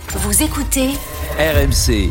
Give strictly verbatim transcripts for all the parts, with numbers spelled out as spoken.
Vous écoutez R M C.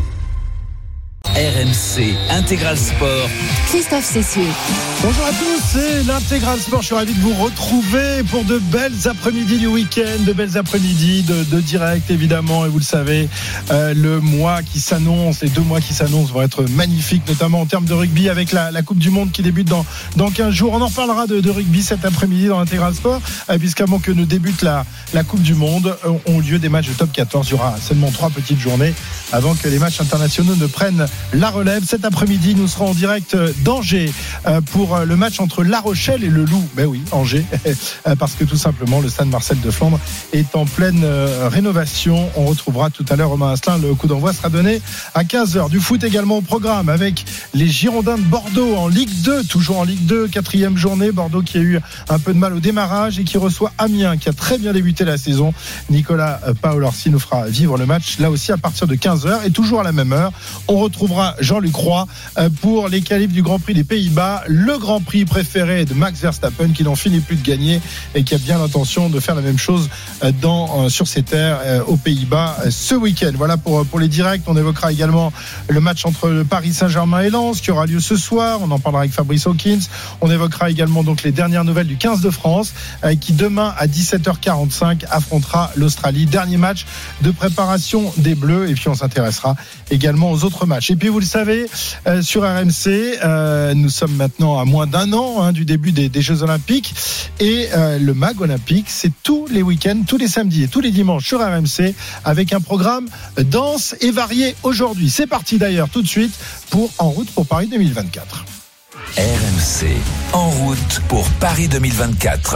R M C Intégral Sport. Christophe Cessieux. Bonjour à tous, c'est l'Intégral Sport. Je suis ravi de vous retrouver pour de belles après-midi du week-end, de belles après-midi de, de direct évidemment. Et vous le savez, euh, le mois qui s'annonce, les deux mois qui s'annoncent vont être magnifiques, notamment en termes de rugby avec la, la Coupe du Monde qui débute dans, dans quinze jours. On en reparlera de, de rugby cet après-midi dans l'Intégral Sport, euh, puisqu'avant que ne débute la, la Coupe du Monde, euh, ont lieu des matchs de top quatorze. Il y aura seulement trois petites journées avant que les matchs internationaux ne prennent la relève. Cet après-midi, nous serons en direct d'Angers euh, pour le match entre La Rochelle et le Loup. Ben oui, Angers, parce que tout simplement le stade Marcel de Flandre est en pleine euh, rénovation. On retrouvera tout à l'heure Romain Asselin. Le coup d'envoi sera donné à quinze heures. Du foot également au programme avec les Girondins de Bordeaux en Ligue deux, toujours en Ligue deux, quatrième journée. Bordeaux qui a eu un peu de mal au démarrage et qui reçoit Amiens qui a très bien débuté la saison. Nicolas Paolorsi nous fera vivre le match là aussi à partir de quinze heures et toujours à la même heure. On retrouvera Jean-Luc Roy pour les qualifs du Grand Prix des Pays-Bas, le Grand Prix préféré de Max Verstappen qui n'en finit plus de gagner et qui a bien l'intention de faire la même chose dans, sur ses terres aux Pays-Bas ce week-end. Voilà pour, pour les directs. On évoquera également le match entre le Paris Saint-Germain et Lens qui aura lieu ce soir. On en parlera avec Fabrice Hawkins. On évoquera également donc les dernières nouvelles du quinze de France qui demain à dix-sept heures quarante-cinq affrontera l'Australie. Dernier match de préparation des Bleus et puis on s'intéressera également aux autres matchs. Et puis vous le savez, euh, sur R M C, euh, nous sommes maintenant à moins d'un an hein, du début des, des Jeux Olympiques et euh, le Mag Olympique, c'est tous les week-ends, tous les samedis et tous les dimanches sur R M C avec un programme dense et varié aujourd'hui. C'est parti d'ailleurs tout de suite pour En route pour Paris deux mille vingt-quatre. R M C, en route pour Paris deux mille vingt-quatre.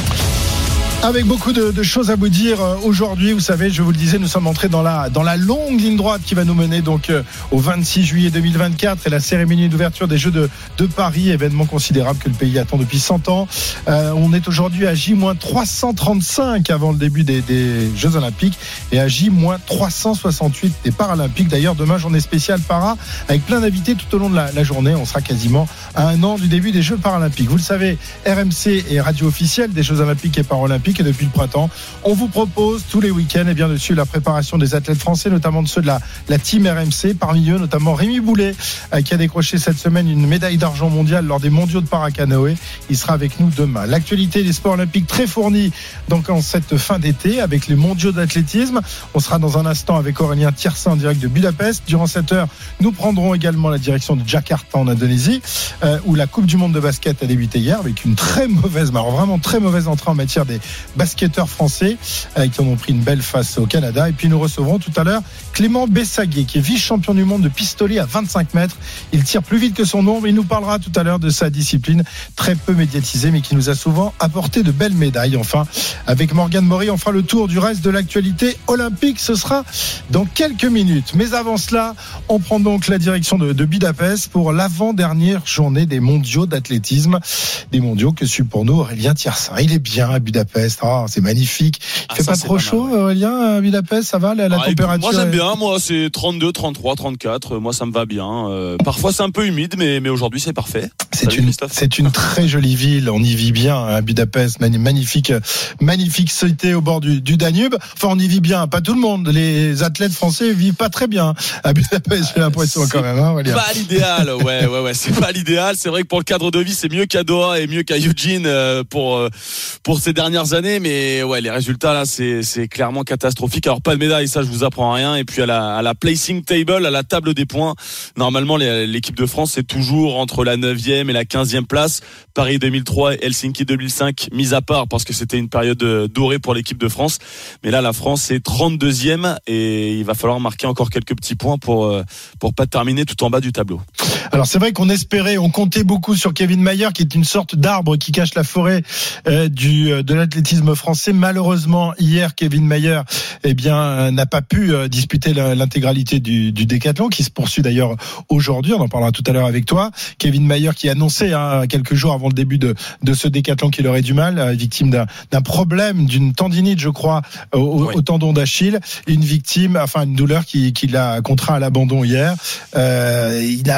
Avec beaucoup de, de choses à vous dire aujourd'hui, vous savez, je vous le disais, nous sommes entrés dans la dans la longue ligne droite qui va nous mener donc euh, au vingt-six juillet deux mille vingt-quatre et la cérémonie d'ouverture des Jeux de, de Paris, événement considérable que le pays attend depuis cent ans. Euh, on est aujourd'hui à J trois cent trente-cinq avant le début des, des Jeux Olympiques et à J trois cent soixante-huit des Paralympiques. D'ailleurs, demain, journée spéciale para avec plein d'invités tout au long de la, la journée. On sera quasiment à un an du début des Jeux Paralympiques. Vous le savez, R M C est radio officielle des Jeux Olympiques et Paralympiques. Et depuis le printemps, on vous propose tous les week-ends et bien de suivre la préparation des athlètes français, notamment de ceux de la, la team R M C. Parmi eux, notamment Rémi Boulet, euh, qui a décroché cette semaine une médaille d'argent mondiale lors des mondiaux de paracanoë. Il sera avec nous demain. L'actualité des sports olympiques très fournie donc en cette fin d'été avec les mondiaux d'athlétisme. On sera dans un instant avec Aurélien Tiersin en direct de Budapest. Durant cette heure, nous prendrons également la direction de Jakarta en Indonésie, euh, où la Coupe du Monde de basket a débuté hier avec une très mauvaise, mais alors vraiment très mauvaise entrée en matière des basketteurs français euh, qui en ont pris une belle face au Canada. Et puis nous recevrons tout à l'heure Clément Bessaguet qui est vice-champion du monde de pistolet à vingt-cinq mètres. Il tire plus vite que son ombre. Il nous parlera tout à l'heure de sa discipline très peu médiatisée mais qui nous a souvent apporté de belles médailles. Enfin, avec Morgane Maury, on fera le tour du reste de l'actualité olympique. Ce sera dans quelques minutes. Mais avant cela, on prend donc la direction de, de Budapest pour l'avant-dernière journée des mondiaux d'athlétisme. Des mondiaux que suit pour nous Aurélien Tiersin. Il est bien à Budapest. Oh, c'est magnifique. Il ah, fait pas trop pas chaud, mal, ouais. Aurélien, à Budapest, ça va, la, la ah, température? Moi, j'aime bien. Moi, c'est trente-deux, trente-trois, trente-quatre. Moi, ça me va bien. Euh, parfois, c'est un peu humide, mais, mais aujourd'hui, c'est parfait. C'est Salut, une, Christophe. C'est une très jolie ville. On y vit bien à Budapest. Magnifique, magnifique cité au bord du, du Danube. Enfin, on y vit bien. Pas tout le monde. Les athlètes français vivent pas très bien à Budapest. J'ai l'impression c'est quand même. Hein, pas l'idéal. Ouais, ouais, ouais. C'est pas l'idéal. C'est vrai que pour le cadre de vie, c'est mieux qu'à Doha et mieux qu'à Eugene euh, pour euh, pour ces dernières années. Mais ouais, les résultats là, c'est c'est clairement catastrophique. Alors pas de médaille, ça je vous apprends rien. Et puis à la à la placing table, à la table des points, normalement les, l'équipe de France c'est toujours entre la neuvième et la quinzième place. Paris deux mille trois et Helsinki deux mille cinq mis à part parce que c'était une période dorée pour l'équipe de France. Mais là la France est trente-deuxième et il va falloir marquer encore quelques petits points pour pour pas terminer tout en bas du tableau. Alors c'est vrai qu'on espérait, on comptait beaucoup sur Kevin Mayer qui est une sorte d'arbre qui cache la forêt euh, du de l'athlétisme français. Malheureusement hier Kevin Mayer eh bien n'a pas pu euh, disputer la, l'intégralité du, du décathlon qui se poursuit d'ailleurs aujourd'hui. On en parlera tout à l'heure avec toi. Kevin Mayer qui annonçait hein, quelques jours avant le début de de ce décathlon qu'il aurait du mal, euh, victime d'un, d'un problème, d'une tendinite je crois au, oui. au tendon d'Achille, une victime, enfin une douleur qui qui l'a contraint à l'abandon hier. Euh, il a il a pas pu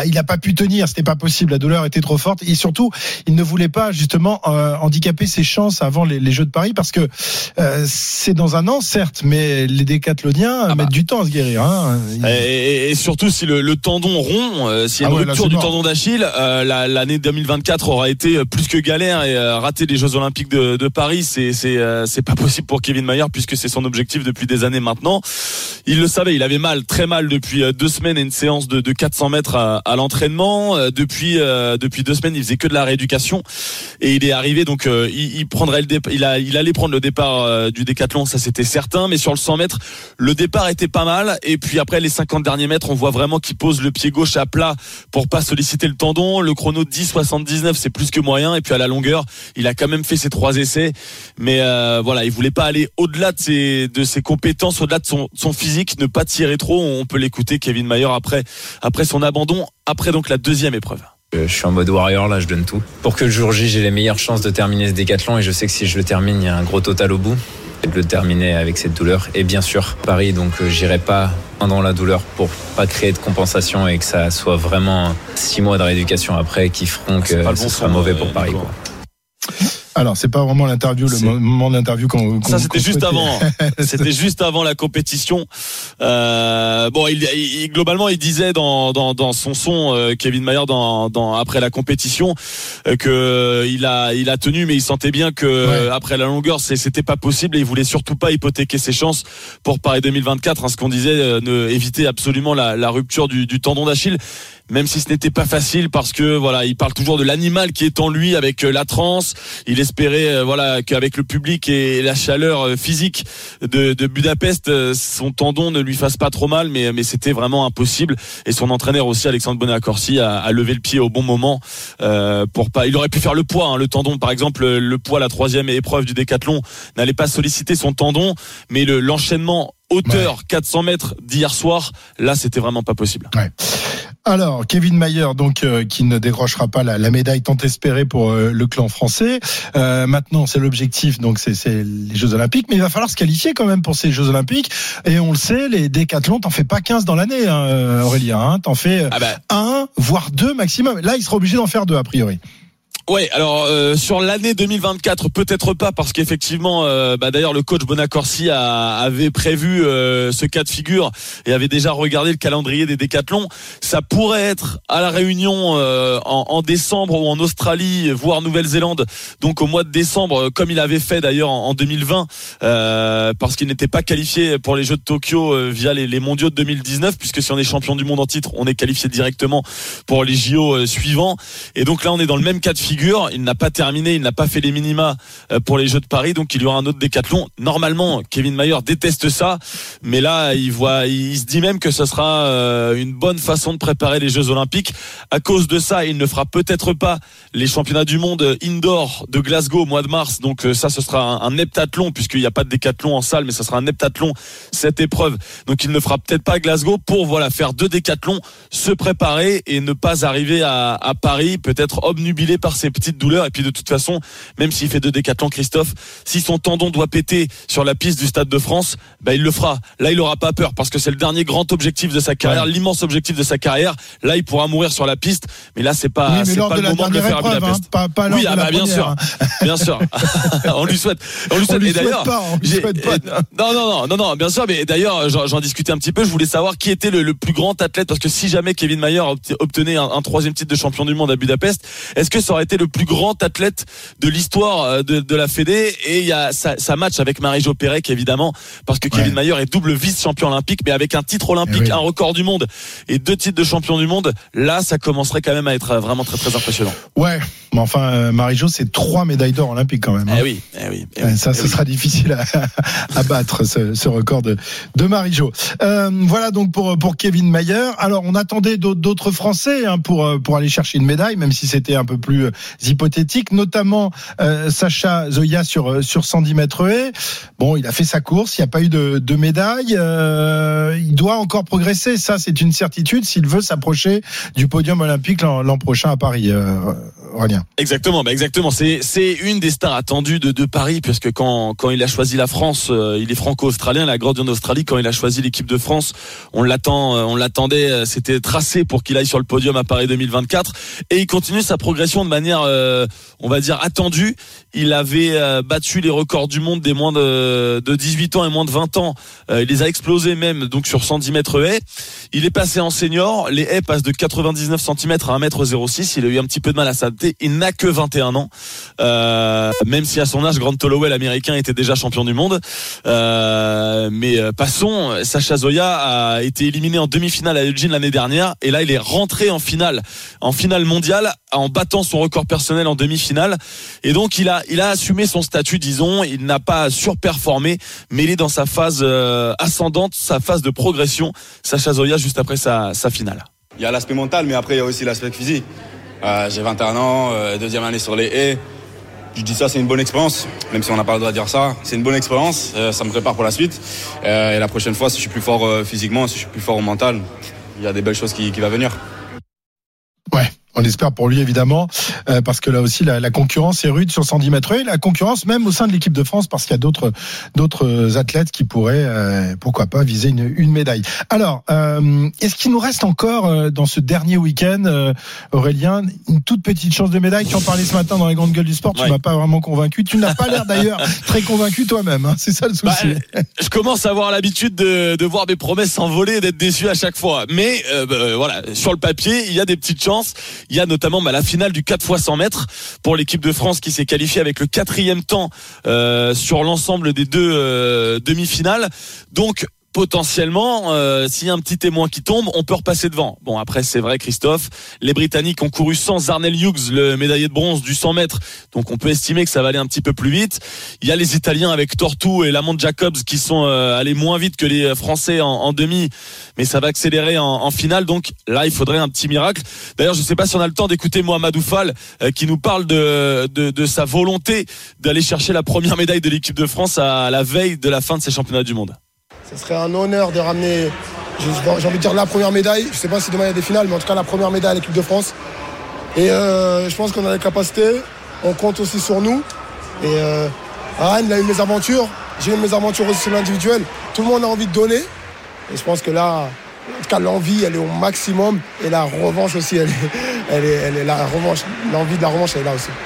pu tenir, c'était pas possible, la douleur était trop forte et surtout il ne voulait pas justement euh, handicaper ses chances avant les, les Jeux de Paris parce que euh, c'est dans un an certes, mais les décathloniens ah bah. mettent du temps à se guérir. Hein. Et, et surtout si le, le tendon rompt, euh, s'il y a une ah ouais, rupture là, du mort. tendon d'Achille, euh, la, l'année deux mille vingt-quatre aura été plus que galère et euh, rater les Jeux Olympiques de, de Paris, c'est c'est euh, c'est pas possible pour Kevin Mayer puisque c'est son objectif depuis des années maintenant. Il le savait, il avait mal, très mal depuis deux semaines et une séance de, de quatre cents mètres à, à l'entraînement. Euh, depuis euh, depuis deux semaines, il faisait que de la rééducation et il est arrivé donc euh, il, il prendrait le départ, il a il allait prendre le départ euh, du décathlon, ça c'était certain, mais sur le cent mètres, le départ était pas mal et puis après les cinquante derniers mètres, on voit vraiment qu'il pose le pied gauche à plat pour pas solliciter le tendon. Le chrono dix soixante-dix-neuf, c'est plus que moyen et puis à la longueur, il a quand même fait ses trois essais, mais euh, voilà, il voulait pas aller au-delà de ses de ses compétences, au-delà de son son physique, ne pas tirer trop. On peut l'écouter, Kevin Mayer, après après son abandon, après donc la deuxième épreuve. Je suis en mode warrior là, je donne tout pour que le jour J j'ai les meilleures chances de terminer ce décathlon et je sais que si je le termine, il y a un gros total au bout. Et de le terminer avec cette douleur et bien sûr Paris, donc euh, j'irai pas pendant la douleur pour pas créer de compensation et que ça soit vraiment six mois de rééducation après qui feront que ah, bon ce sera mauvais pour Paris quoi. Alors, c'est pas vraiment l'interview, le c'est... moment d'interview qu'on, qu'on ça c'était qu'on juste souhaitait. avant. C'était juste avant la compétition. Euh, bon, il, il, globalement, il disait dans dans, dans son son, euh, Kevin Mayer, dans, dans après la compétition, euh, que il a il a tenu, mais il sentait bien que ouais. après la longueur, c'est, c'était pas possible et il voulait surtout pas hypothéquer ses chances pour Paris deux mille vingt-quatre. Hein, ce qu'on disait, euh, ne éviter absolument la, la rupture du, du tendon d'Achille. Même si ce n'était pas facile parce que voilà, il parle toujours de l'animal qui est en lui avec la transe. Il espérait voilà qu'avec le public et la chaleur physique de, de Budapest, son tendon ne lui fasse pas trop mal, mais mais c'était vraiment impossible. Et son entraîneur aussi, Alexandre Bonnet-Accorsi, a, a levé le pied au bon moment euh, pour pas. Il aurait pu faire le poids, hein, le tendon par exemple, le poids, la troisième épreuve du décathlon n'allait pas solliciter son tendon, mais le, l'enchaînement hauteur ouais. quatre cents mètres d'hier soir, là c'était vraiment pas possible. Ouais. Alors, Kevin Mayer, donc euh, qui ne décrochera pas la, la médaille tant espérée pour euh, le clan français. Euh, maintenant, c'est l'objectif, donc c'est, c'est les Jeux Olympiques, mais il va falloir se qualifier quand même pour ces Jeux Olympiques. Et on le sait, les décathlons, t'en fais pas quinze dans l'année, hein, Aurélien. Hein, t'en fais ah bah. un, voire deux maximum. Là, il sera obligé d'en faire deux a priori. Ouais, alors euh, sur l'année deux mille vingt-quatre, peut-être pas parce qu'effectivement, euh, bah d'ailleurs le coach Bonaccorsi a, avait prévu euh, ce cas de figure et avait déjà regardé le calendrier des décathlons. Ça pourrait être à la Réunion euh, en, en décembre ou en Australie, voire Nouvelle-Zélande, donc au mois de décembre, comme il avait fait d'ailleurs en, en deux mille vingt, euh, parce qu'il n'était pas qualifié pour les Jeux de Tokyo euh, via les, les Mondiaux de deux mille dix-neuf, puisque si on est champion du monde en titre, on est qualifié directement pour les J O euh, suivants. Et donc là, on est dans le même cas de figure. Il n'a pas terminé, il n'a pas fait les minima pour les Jeux de Paris, donc il y aura un autre décathlon. Normalement, Kevin Mayer déteste ça, mais là, il voit, il se dit même que ce sera une bonne façon de préparer les Jeux Olympiques. À cause de ça, il ne fera peut-être pas les championnats du monde indoor de Glasgow au mois de mars. Donc ça, ce sera un heptathlon, puisqu'il n'y a pas de décathlon en salle, mais ce sera un heptathlon, cette épreuve. Donc il ne fera peut-être pas à Glasgow pour voilà faire deux décathlons, se préparer et ne pas arriver à, à Paris, peut-être obnubilé par ses petites douleurs. Et puis de toute façon, même s'il fait deux décathlons, Christophe, si son tendon doit péter sur la piste du Stade de France, bah il le fera. Là, il aura pas peur parce que c'est le dernier grand objectif de sa carrière, ouais. l'immense objectif de sa carrière. Là, il pourra mourir sur la piste, mais là, c'est pas, oui, c'est pas le moment de le faire épreuve, à Budapest. Hein, pas, pas oui, ah bah, bien sûr, hein. bien sûr. on lui souhaite, on lui souhaite. On lui et d'ailleurs, souhaite pas, on lui souhaite pas. non, non, non, non, non, bien sûr. Mais d'ailleurs, j'en, j'en discutais un petit peu. Je voulais savoir qui était le, le plus grand athlète, parce que si jamais Kevin Mayer obtenait un, un troisième titre de champion du monde à Budapest, est-ce que ça aurait été le plus grand athlète de l'histoire de, de la Fédé? Et il y a ça, ça match avec Marie-Jo Pérec évidemment, parce que Kevin ouais. Mayer est double vice-champion olympique, mais avec un titre olympique, oui. un record du monde et deux titres de champion du monde. Là, ça commencerait quand même à être vraiment très très impressionnant. Ouais, mais enfin euh, Marie-Jo, c'est trois médailles d'or olympiques quand même. Hein. Eh oui, eh oui. Eh oui ça, eh ce oui. sera difficile à, à battre ce, ce record de, de Marie-Jo. Euh, voilà donc pour pour Kevin Mayer. Alors on attendait d'autres, d'autres Français hein, pour pour aller chercher une médaille, même si c'était un peu plus hypothétique, notamment euh, Sacha Zoya sur sur cent dix mètres haies. Bon, il a fait sa course, il n'y a pas eu de, de médaille. Euh, il doit encore progresser, ça c'est une certitude s'il veut s'approcher du podium olympique l'an, l'an prochain à Paris. Euh, Aurélien. Exactement, bah exactement. C'est c'est une des stars attendues de, de Paris, puisque quand quand il a choisi la France, euh, il est franco-australien, il a grandi en Australie. Quand il a choisi l'équipe de France, on l'attend, on l'attendait, c'était tracé pour qu'il aille sur le podium à Paris deux mille vingt-quatre, et il continue sa progression de manière, euh, on va dire, attendue. Il avait euh, battu les records du monde des moins de de dix-huit ans et moins de vingt ans. Euh, il les a explosés même, donc sur cent dix mètres haies. Il est passé en senior. Les haies passent de quatre-vingt-dix-neuf centimètres à un mètre zéro six. Il a eu un petit peu de mal à s'adapter. Il n'a que vingt et un ans, euh, même si à son âge, Grant Holloway, l'américain, était déjà champion du monde. Euh, mais euh, passons, Sacha Zoya a été éliminé en demi-finale à Eugene l'année dernière, et là il est rentré en finale, en finale mondiale, en battant son record personnel en demi-finale. Et donc il a, il a assumé son statut, disons. Il n'a pas surperformé, mais il est dans sa phase euh, ascendante, sa phase de progression. Sacha Zoya juste après sa, sa finale. Il y a l'aspect mental, mais après il y a aussi l'aspect physique. Euh, j'ai vingt et un ans, euh, deuxième année sur les haies. Je dis ça, c'est une bonne expérience, même si on n'a pas le droit de dire ça. C'est une bonne expérience, euh, ça me prépare pour la suite. Euh, et la prochaine fois, si je suis plus fort euh, physiquement, si je suis plus fort au mental, il y a des belles choses qui, qui vont venir. Ouais. On espère pour lui évidemment, euh, parce que là aussi la, la concurrence est rude sur cent dix mètres haies, la concurrence même au sein de l'équipe de France, parce qu'il y a d'autres d'autres athlètes qui pourraient, euh, pourquoi pas, viser une, une médaille. Alors, euh, est-ce qu'il nous reste encore euh, dans ce dernier week-end, euh, Aurélien, une toute petite chance de médaille? Tu en parlais ce matin dans les grandes gueules du sport, tu ouais. m'as pas vraiment convaincu. Tu n'as pas l'air d'ailleurs très convaincu toi-même, hein, c'est ça le souci. Bah, je commence à avoir l'habitude de, de voir mes promesses s'envoler et d'être déçu à chaque fois. Mais euh, bah, voilà, sur le papier, il y a des petites chances. Il y a notamment bah, la finale du quatre fois cent mètres pour l'équipe de France qui s'est qualifiée avec le quatrième temps euh, sur l'ensemble des deux euh, demi-finales. Donc potentiellement, euh, s'il y a un petit témoin qui tombe, on peut repasser devant. Bon, après, c'est vrai, Christophe, les Britanniques ont couru sans Arnell Hughes, le médaillé de bronze du cent mètres, donc on peut estimer que ça va aller un petit peu plus vite. Il y a les Italiens avec Tortu et Lamont Jacobs qui sont euh, allés moins vite que les Français en, en demi, mais ça va accélérer en, en finale, donc là, il faudrait un petit miracle. D'ailleurs, je ne sais pas si on a le temps d'écouter Mohamed Oufal, euh, qui nous parle de, de, de sa volonté d'aller chercher la première médaille de l'équipe de France à la veille de la fin de ces championnats du monde. Ce serait un honneur de ramener, j'ai envie de dire, la première médaille. Je ne sais pas si demain il y a des finales, mais en tout cas la première médaille à l'équipe de France. Et euh, je pense qu'on a les capacités, on compte aussi sur nous. Et euh, à Rennes, il a eu mes aventures, j'ai eu mes aventures aussi sur l'individuel. Tout le monde a envie de donner. Et je pense que là, en tout cas l'envie, elle est au maximum. Et la revanche aussi, elle est, elle est, elle est la revanche, l'envie de la revanche, elle est là aussi.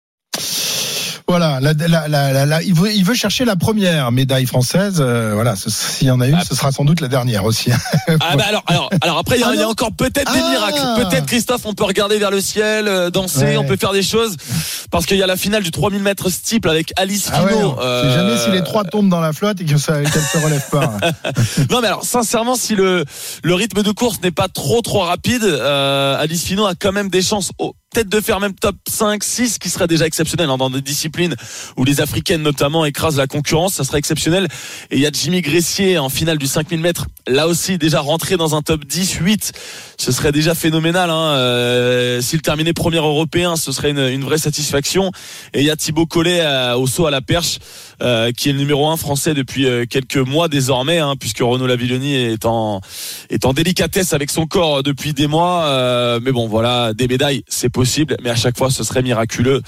Voilà, la, la, la, la, la, il, veut, il veut chercher la première médaille française. Euh, voilà, ce, s'il y en a une, ah, ce sera sans doute la dernière aussi. Ah bah alors, alors, alors après, il y, ah y a encore peut-être des ah miracles. Peut-être, Christophe, on peut regarder vers le ciel, euh, danser, ouais. on peut faire des choses. Parce qu'il y a la finale du trois mille mètres steeple avec Alice ah Finot. Ouais, euh... C'est jamais si les trois tombent dans la flotte et que ça, qu'elle se relève pas. Non mais alors, sincèrement, si le, le rythme de course n'est pas trop trop rapide, euh, Alice Finot a quand même des chances. Oh, peut-être de faire même top cinq, six, ce qui serait déjà exceptionnel, hein, dans des disciplines où les Africaines notamment écrasent la concurrence, ça serait exceptionnel. Et il y a Jimmy Gressier en finale du cinq mille mètres, là aussi déjà rentré dans un top dix, huit, ce serait déjà phénoménal, hein. Euh, s'il terminait premier européen, ce serait une, une vraie satisfaction. Et il y a Thibaut Collet euh, au saut à la perche, euh, qui est le numéro un français depuis euh, quelques mois désormais, hein, puisque Renaud Lavilloni est en, est en délicatesse avec son corps depuis des mois, euh, mais bon voilà, des médailles c'est possible, mais à chaque fois ce serait miraculeux.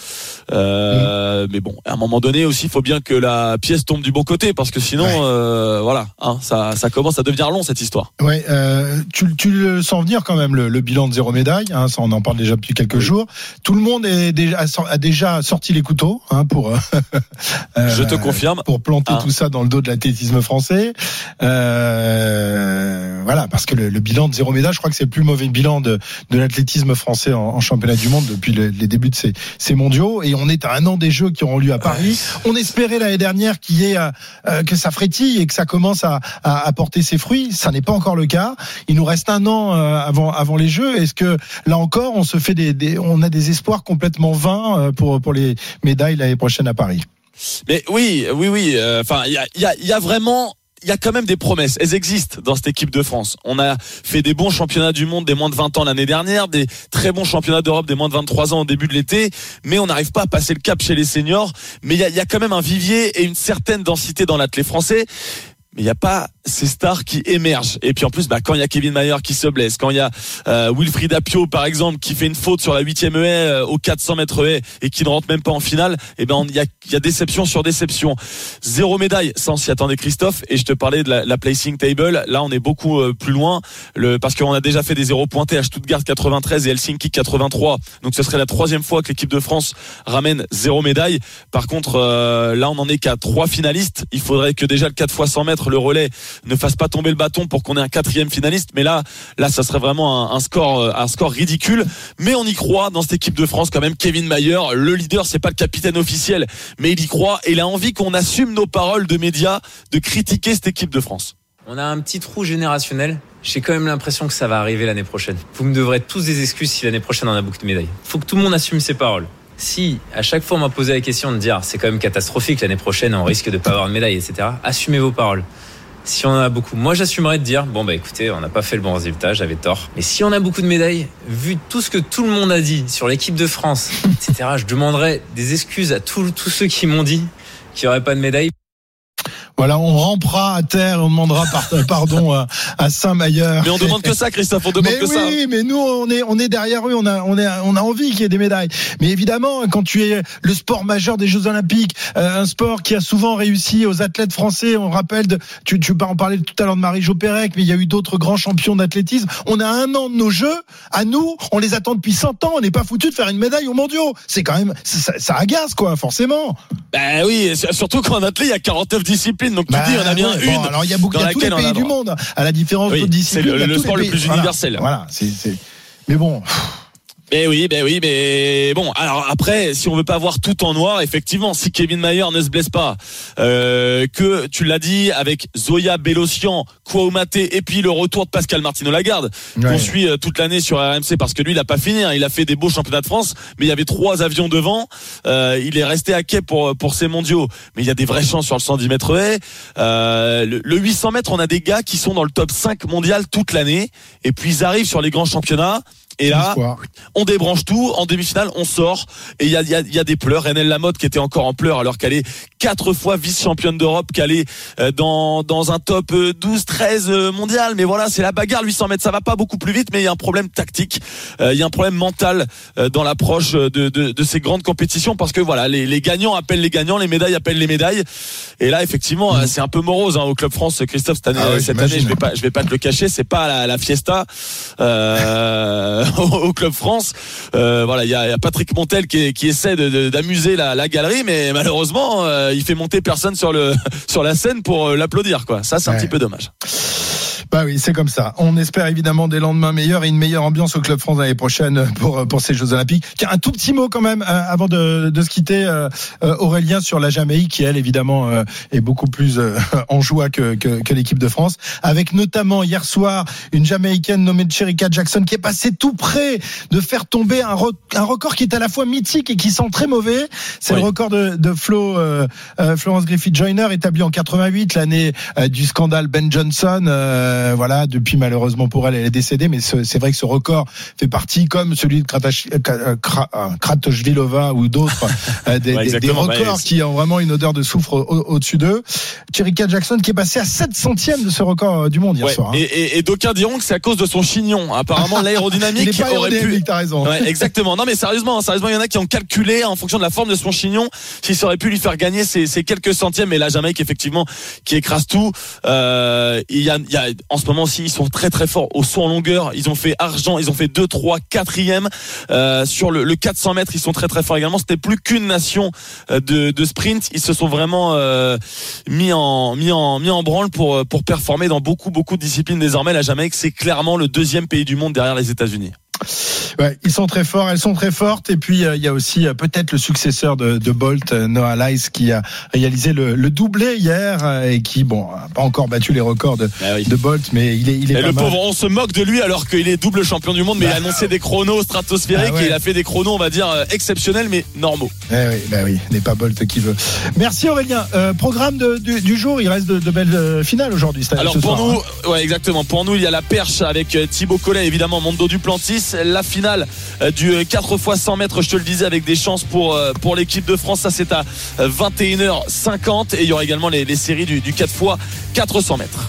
Euh, mmh. Mais bon, à un moment donné aussi, il faut bien que la pièce tombe du bon côté, parce que sinon, ouais. euh, voilà, hein, ça, ça commence à devenir long cette histoire. Ouais, euh, tu, tu le sens venir quand même le, le bilan de zéro médaille. Hein, ça, on en parle déjà depuis quelques oui. jours. Tout le monde est déjà, a déjà sorti les couteaux, hein, pour. euh, Je te confirme. Pour planter hein. tout ça dans le dos de l'athlétisme français. Euh, voilà, parce que le, le bilan de zéro médaille, je crois que c'est le plus mauvais bilan de, de l'athlétisme français en, en championnat du monde depuis le, les débuts de ces, ces mondiaux. Et on est à un an des Jeux qui auront lieu à Paris. On espérait l'année dernière qu'il y ait euh, que ça frétille et que ça commence à, à, à porter ses fruits. Ça n'est pas encore le cas. Il nous reste un an euh, avant avant les Jeux. Est-ce que là encore, on se fait des, des on a des espoirs complètement vains euh, pour pour les médailles l'année prochaine à Paris? Mais oui, oui, oui. Enfin, euh, il y a, il y a, il y a vraiment. Il y a quand même des promesses, elles existent dans cette équipe de France. On a fait des bons championnats du monde des moins de vingt ans l'année dernière, des très bons championnats d'Europe des moins de vingt-trois ans au début de l'été, mais on n'arrive pas à passer le cap chez les seniors. Mais il y a, il y a quand même un vivier et une certaine densité dans l'athlète français. mais il n'y a pas ces stars qui émergent. Et puis en plus, bah, quand il y a Kevin Mayer qui se blesse, quand il y a euh, Wilfried Apio par exemple qui fait une faute sur la huitième haie euh, au quatre cents mètres haie et qui ne rentre même pas en finale, et ben il y a, y a déception sur déception. Zéro médaille, ça on s'y attendait Christophe. Et je te parlais de la, la placing table. Là on est beaucoup euh, plus loin, le, parce qu'on a déjà fait des zéros pointés à Stuttgart quatre-vingt-treize et Helsinki quatre-vingt-trois. Donc ce serait la troisième fois que l'équipe de France ramène zéro médaille. Par contre, euh, là on en est qu'à trois finalistes. Il faudrait que déjà le quatre fois cent mètres, le relais, ne fasse pas tomber le bâton pour qu'on ait un quatrième finaliste. Mais là, là, ça serait vraiment un, un score, un score ridicule. Mais on y croit dans cette équipe de France quand même. Kevin Mayer, le leader, c'est pas le capitaine officiel, mais il y croit et il a envie qu'on assume nos paroles de médias, de critiquer cette équipe de France. On a un petit trou générationnel. J'ai quand même l'impression que ça va arriver l'année prochaine. Vous me devrez tous des excuses si l'année prochaine on a beaucoup de médailles. Faut que tout le monde assume ses paroles. Si à chaque fois on m'a posé la question de dire c'est quand même catastrophique l'année prochaine, on risque de pas avoir de médaille, et cetera. Assumez vos paroles. Si on en a beaucoup, moi j'assumerais de dire bon bah écoutez, on n'a pas fait le bon résultat, j'avais tort. Mais si on a beaucoup de médailles, vu tout ce que tout le monde a dit sur l'équipe de France, et cetera, je demanderais des excuses à tous, tous ceux qui m'ont dit qu'il n'y aurait pas de médaille. Voilà, on rampera à terre, on demandera pardon à, à Saint-Mayer. Mais on demande que ça, Christophe, on demande mais que oui, ça. Oui, mais nous, on est, on est derrière eux, on a, on est, on a envie qu'il y ait des médailles. Mais évidemment, quand tu es le sport majeur des Jeux Olympiques, euh, un sport qui a souvent réussi aux athlètes français, on rappelle, de, tu, tu en parlais tout à l'heure de Marie-Jo Pérec, mais il y a eu d'autres grands champions d'athlétisme. On a un an de nos Jeux, à nous, on les attend depuis cent ans, on n'est pas foutu de faire une médaille aux mondiaux. C'est quand même, ça, ça agace, quoi, forcément. Ben oui, surtout qu'en athlète, il y a quarante-neuf disciplines, donc tu bah, dis, on a bien ouais, une. Bon, alors il y a beaucoup, il y a tous les pays du monde, à la différence oui, d'autres disciplines. C'est le, le sport le plus universel. Voilà, voilà c'est, c'est... mais bon. Ben oui, ben oui, mais bon. Alors après, si on veut pas voir tout en noir, effectivement, si Kevin Mayer ne se blesse pas, euh, que tu l'as dit avec Zoya Bélocian, Kouaoumate et puis le retour de Pascal Martino-Lagarde, ouais. qu'on suit euh, toute l'année sur R M C parce que lui, il a pas fini. Hein, il a fait des beaux championnats de France, mais il y avait trois avions devant. Euh, il est resté à quai pour pour ces mondiaux, mais il y a des vraies chances sur le cent dix mètres haies. Euh, le, le huit cents mètres, on a des gars qui sont dans le top cinq mondial toute l'année, et puis ils arrivent sur les grands championnats. Et là, on débranche tout. En demi-finale, on sort. Et il y a, y, a, y a des pleurs. Renelle Lamotte qui était encore en pleurs alors qu'elle est quatre fois vice-championne d'Europe, qu'elle est dans, dans un top douze treize mondial. Mais voilà, c'est la bagarre. huit cents mètres, ça va pas beaucoup plus vite, mais il y a un problème tactique. Il y a un problème mental dans l'approche de, de, de ces grandes compétitions parce que voilà, les, les gagnants appellent les gagnants, les médailles appellent les médailles. Et là, effectivement, mmh. c'est un peu morose hein, au Club France. Christophe, cette année, ah oui, cette j'imagine. année, je vais pas, je vais pas te le cacher, c'est pas la, la fiesta. Euh, au Club France, euh, voilà, il y a, y a Patrick Montel qui, qui essaie de, de, d'amuser la, la galerie, mais malheureusement, euh, il fait monter personne sur le sur la scène pour euh, l'applaudir, quoi. Ça, c'est ouais. un petit peu dommage. Bah oui, c'est comme ça. On espère évidemment des lendemains meilleurs et une meilleure ambiance au Club France l'année prochaine pour pour ces Jeux Olympiques. Tiens, un tout petit mot quand même euh, avant de, de se quitter, euh, euh, Aurélien, sur la Jamaïque qui elle évidemment euh, est beaucoup plus euh, en joie que, que que l'équipe de France, avec notamment hier soir une Jamaïcaine nommée Cherika Jackson qui est passée tout près de faire tomber un, re- un record qui est à la fois mythique et qui sent très mauvais. C'est oui. le record de, de Flo euh, euh, Florence Griffith-Joyner établi en quatre-vingt-huit, l'année euh, du scandale Ben Johnson. Euh, Euh, voilà, depuis malheureusement pour elle, elle est décédée, mais ce, c'est vrai que ce record fait partie, comme celui de Kratash, Kratochvilova ou d'autres, euh, des, ouais, des, des records ouais, qui ont vraiment une odeur de soufre au, au, au-dessus d'eux. Cherika Jackson qui est passée à sept centièmes de ce record du monde hier ouais, soir. Hein. Et, et, et d'aucuns diront que c'est à cause de son chignon. Apparemment, l'aérodynamique il est pas aurait pu. T'as raison. Ouais, exactement. Non, mais sérieusement, sérieusement, il y en a qui ont calculé en fonction de la forme de son chignon si ça aurait pu lui faire gagner ces, ces quelques centièmes. Et la Jamaïque, effectivement, qui écrase tout. Euh, il y a, il y a en ce moment aussi, ils sont très très forts au saut en longueur. Ils ont fait argent, ils ont fait deux, trois, quatrième euh, sur le, le quatre cents mètres. Ils sont très très forts également. C'était plus qu'une nation de, de sprint. Ils se sont vraiment euh, mis en mis en mis en branle pour pour performer dans beaucoup beaucoup de disciplines désormais. La Jamaïque, c'est clairement le deuxième pays du monde derrière les États-Unis. Ouais, ils sont très forts, elles sont très fortes. Et puis euh, il y a aussi euh, peut-être le successeur de, de Bolt, euh, Noah Lyles, qui a réalisé le, le doublé hier euh, et qui, bon, a pas encore battu les records de, ah oui. de Bolt, mais il est, il est et pas le mal. pauvre, on se moque de lui alors qu'il est double champion du monde, mais bah. il a annoncé des chronos stratosphériques ah ouais. et il a fait des chronos, on va dire, exceptionnels, mais normaux. Eh oui, bah oui, n'est pas Bolt qui veut. Merci Aurélien. Euh, programme de, du, du jour, il reste de, de belles euh, finales aujourd'hui. Alors pour soir, nous, hein. ouais, exactement. Pour nous, il y a la perche avec euh, Thibaut Collet, évidemment, Mondo Duplantis. La finale euh, du euh, quatre fois cent mètres, je te le disais, avec des chances pour, euh, pour l'équipe de France. Ça, c'est à euh, vingt et une heures cinquante. Et il y aura également les, les séries du, du quatre fois quatre cents mètres.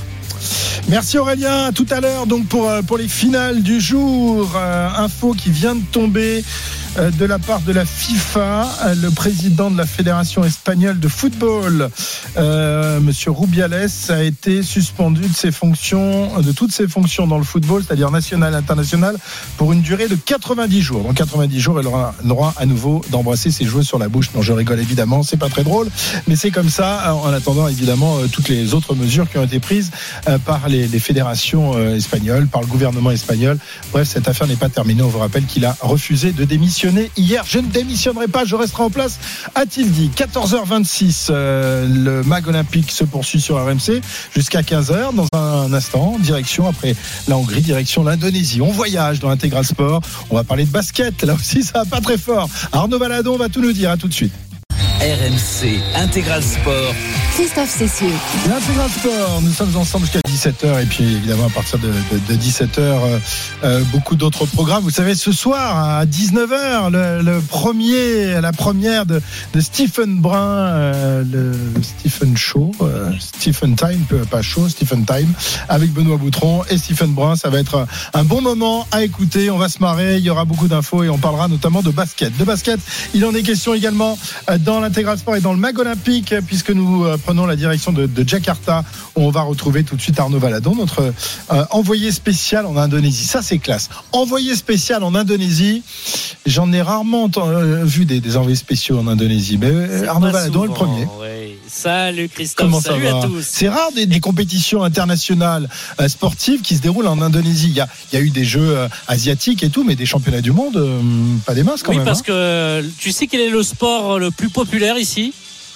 Merci Aurélien, à tout à l'heure donc pour, pour les finales du jour. Euh, info qui vient de tomber euh, de la part de la FIFA. Euh, le président de la Fédération espagnole de football, euh, Monsieur Rubiales, a été suspendu de ses fonctions, de toutes ses fonctions dans le football, c'est-à-dire national et international, pour une durée de quatre-vingt-dix jours. Dans quatre-vingt-dix jours, il aura le droit à nouveau d'embrasser ses joueurs sur la bouche. Non, je rigole évidemment, c'est pas très drôle, mais c'est comme ça, en attendant évidemment toutes les autres mesures qui ont été prises euh, par les, les fédérations euh, espagnoles, par le gouvernement espagnol. Bref, cette affaire n'est pas terminée. On vous rappelle qu'il a refusé de démissionner hier. Je ne démissionnerai pas, je resterai en place, a-t-il dit. quatorze heures vingt-six, euh, le Mag Olympique se poursuit sur R M C jusqu'à quinze heures. Dans un instant, direction, après la Hongrie, direction l'Indonésie. On voyage dans Intégral Sport. On va parler de basket. Là aussi, ça va pas très fort. Arnaud Valadon va tout nous dire. À tout de suite. R M C Intégral Sport. Christophe Cessieux. L'Intégral Sport, nous sommes ensemble jusqu'à dix-sept heures et puis évidemment à partir de, de, de dix-sept heures euh, euh, beaucoup d'autres programmes. Vous savez, ce soir à dix-neuf heures, le, le premier, la première de, de Stephen Brun, euh, le Stephen Show, euh, Stephen Time, pas Show, Stephen Time, avec Benoît Boutron et Stephen Brun. Ça va être un bon moment à écouter. On va se marrer, il y aura beaucoup d'infos et on parlera notamment de basket. De basket, il en est question également dans l'Intégral Sport et dans le Mag Olympique, puisque nous euh, prenons la direction de, de Jakarta, où on va retrouver tout de suite Arnaud Valadon, notre euh, envoyé spécial en Indonésie. Ça, c'est classe. Envoyé spécial en Indonésie, j'en ai rarement euh, vu des, des envoyés spéciaux en Indonésie, mais euh, Arnaud Valadon est le premier. Ouais. Salut Christophe, Comment salut ça va à tous. C'est rare des, des compétitions internationales euh, sportives qui se déroulent en Indonésie. Il y a, il y a eu des jeux euh, asiatiques et tout, mais des championnats du monde, euh, pas des masses quand oui, même. Oui, parce hein. que tu sais quel est le sport le plus populaire ici ?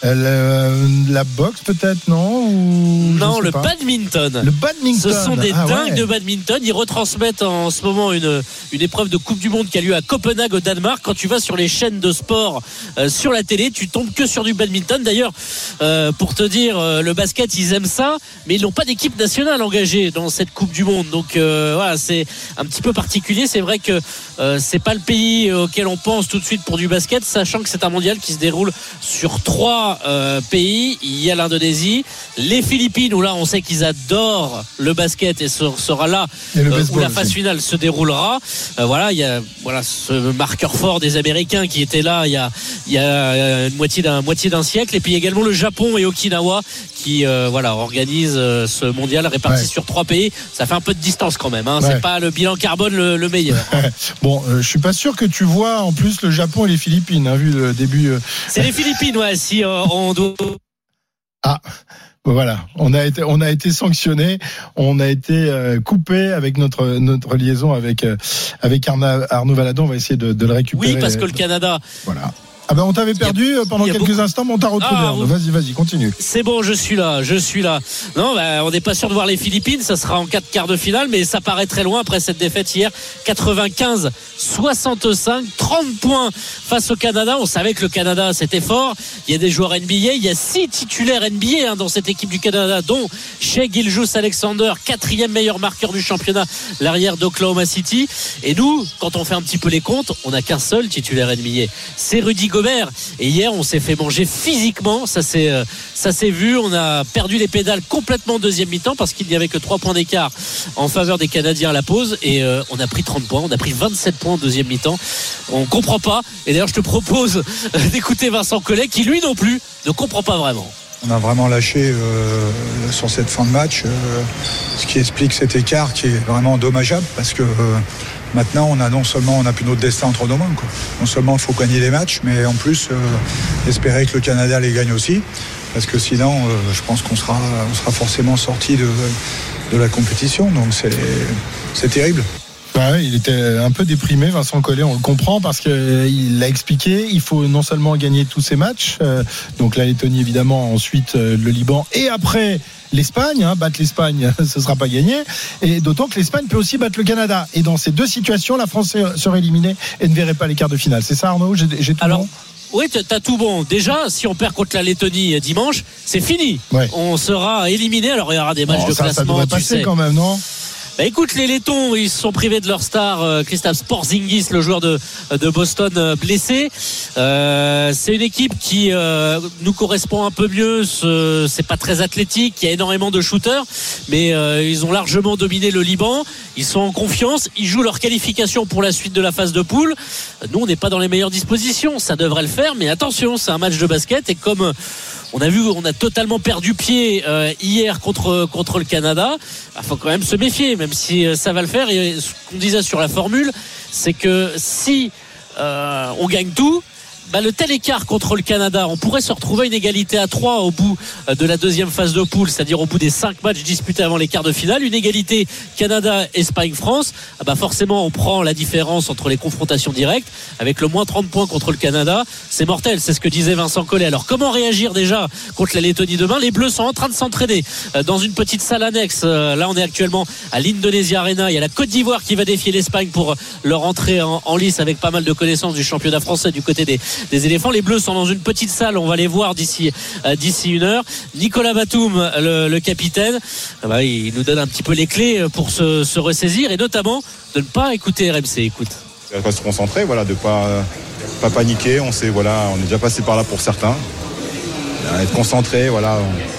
Euh, la boxe peut-être, non ou Non, le pas. badminton. Le badminton. Ce sont des ah, dingues ouais. de badminton. Ils retransmettent en ce moment une, une épreuve de Coupe du Monde qui a lieu à Copenhague au Danemark. Quand tu vas sur les chaînes de sport euh, sur la télé, tu tombes que sur du badminton. D'ailleurs, euh, pour te dire, euh, le basket, ils aiment ça, mais ils n'ont pas d'équipe nationale engagée dans cette Coupe du Monde. Donc euh, voilà, c'est un petit peu particulier. C'est vrai que euh, c'est pas le pays auquel on pense tout de suite pour du basket, sachant que c'est un mondial qui se déroule sur trois Euh, pays. Il y a l'Indonésie, les Philippines où là on sait qu'ils adorent le basket et ce sera là euh, où la phase aussi. finale se déroulera. Euh, voilà, il y a voilà ce marqueur fort des Américains qui étaient là il y a il y a une moitié d'un moitié d'un siècle, et puis également le Japon et Okinawa qui euh, voilà organisent euh, ce mondial réparti ouais. sur trois pays. Ça fait un peu de distance quand même. Hein. Ouais. C'est pas le bilan carbone le, le meilleur. Bon, euh, je suis pas sûr que tu vois en plus le Japon et les Philippines, hein, vu le début. Euh... C'est les Philippines, ouais. Si euh, on doit. Ah. Voilà, on a été, on a été sanctionné, on a été euh, coupé avec notre notre liaison avec euh, avec Arnaud, Arnaud Valadon. On va essayer de, de le récupérer. Oui, parce que le Canada. Voilà. Ah ben on t'avait perdu pendant quelques beaucoup... instants, mais on t'a retrouvé. Ah, vous... Vas-y, vas-y, continue. C'est bon, je suis là, je suis là. Non, bah, on n'est pas sûr de voir les Philippines, ça sera en quatre quarts de finale, mais ça paraît très loin après cette défaite hier. quatre-vingt-quinze soixante-cinq, trente points face au Canada. On savait que le Canada c'était fort. Il y a des joueurs N B A, il y a six titulaires N B A hein, dans cette équipe du Canada, dont Shai Gilgeous-Alexander, quatrième meilleur marqueur du championnat, l'arrière d'Oklahoma City. Et nous, quand on fait un petit peu les comptes, on n'a qu'un seul titulaire N B A, c'est Rudy Gobert. Et hier on s'est fait manger physiquement, ça s'est, euh, ça s'est vu. On a perdu les pédales complètement en deuxième mi-temps parce qu'il n'y avait que trois points d'écart en faveur des Canadiens à la pause, et euh, on a pris trente points, on a pris vingt-sept points en deuxième mi-temps. On comprend pas, et d'ailleurs je te propose d'écouter Vincent Collet qui lui non plus ne comprend pas vraiment. On a vraiment lâché euh, sur cette fin de match, euh, ce qui explique cet écart qui est vraiment dommageable, parce que euh, maintenant, on a non seulement on a plus notre destin entre nos mains, quoi. Non seulement il faut gagner les matchs, mais en plus euh, espérer que le Canada les gagne aussi, parce que sinon, euh, je pense qu'on sera, on sera forcément sorti de, de la compétition. Donc c'est, c'est terrible. Bah, il était un peu déprimé, Vincent Collet, on le comprend, parce qu'il l'a expliqué, il faut non seulement gagner tous ces matchs, euh, donc la Lettonie évidemment, ensuite euh, le Liban, et après l'Espagne, hein, battre l'Espagne, ce ne sera pas gagné, et d'autant que l'Espagne peut aussi battre le Canada. Et dans ces deux situations, la France serait éliminée et ne verrait pas les quarts de finale. C'est ça, Arnaud? J'ai, j'ai tout Alors, bon Oui, t'as tout bon. Déjà, si on perd contre la Lettonie dimanche, c'est fini. Ouais. On sera éliminé. Alors il y aura des matchs oh, de ça, classement. Ça devrait passer sais. quand même, non? Bah écoute, les Lettons, ils se sont privés de leur star euh, Kristaps Porzingis, le joueur de, de Boston euh, blessé. Euh, c'est une équipe qui euh, nous correspond un peu mieux. Ce, c'est pas très athlétique, il y a énormément de shooters, mais euh, ils ont largement dominé le Liban. Ils sont en confiance, ils jouent leur qualification pour la suite de la phase de poule. Nous, on n'est pas dans les meilleures dispositions. Ça devrait le faire, mais attention, c'est un match de basket et comme on a vu, on a totalement perdu pied euh, hier contre contre le Canada. Il faut quand même se méfier, même si euh, ça va le faire. Et ce qu'on disait sur la formule, c'est que si euh, on gagne tout, bah, le tel écart contre le Canada, on pourrait se retrouver à une égalité à trois au bout de la deuxième phase de poule, c'est-à-dire au bout des cinq matchs disputés avant les quarts de finale. Une égalité Canada, Espagne, France. Ah bah forcément, on prend la différence entre les confrontations directes avec le moins trente points contre le Canada. C'est mortel, c'est ce que disait Vincent Collet. Alors comment réagir déjà contre la Lettonie demain? Les Bleus sont en train de s'entraîner dans une petite salle annexe. Là, on est actuellement à l'Indonesia Arena. Il y a la Côte d'Ivoire qui va défier l'Espagne pour leur entrée en, en lice avec pas mal de connaissances du championnat français du côté des des éléphants. Les Bleus sont dans une petite salle, on va les voir d'ici euh, d'ici une heure. Nicolas Batum, le, le capitaine, euh, bah, il nous donne un petit peu les clés pour se, se ressaisir et notamment de ne pas écouter R M C. Écoute. On va se concentrer, voilà, de pas pas paniquer. On sait, voilà, on est déjà passé par là pour certains. Être concentré, voilà,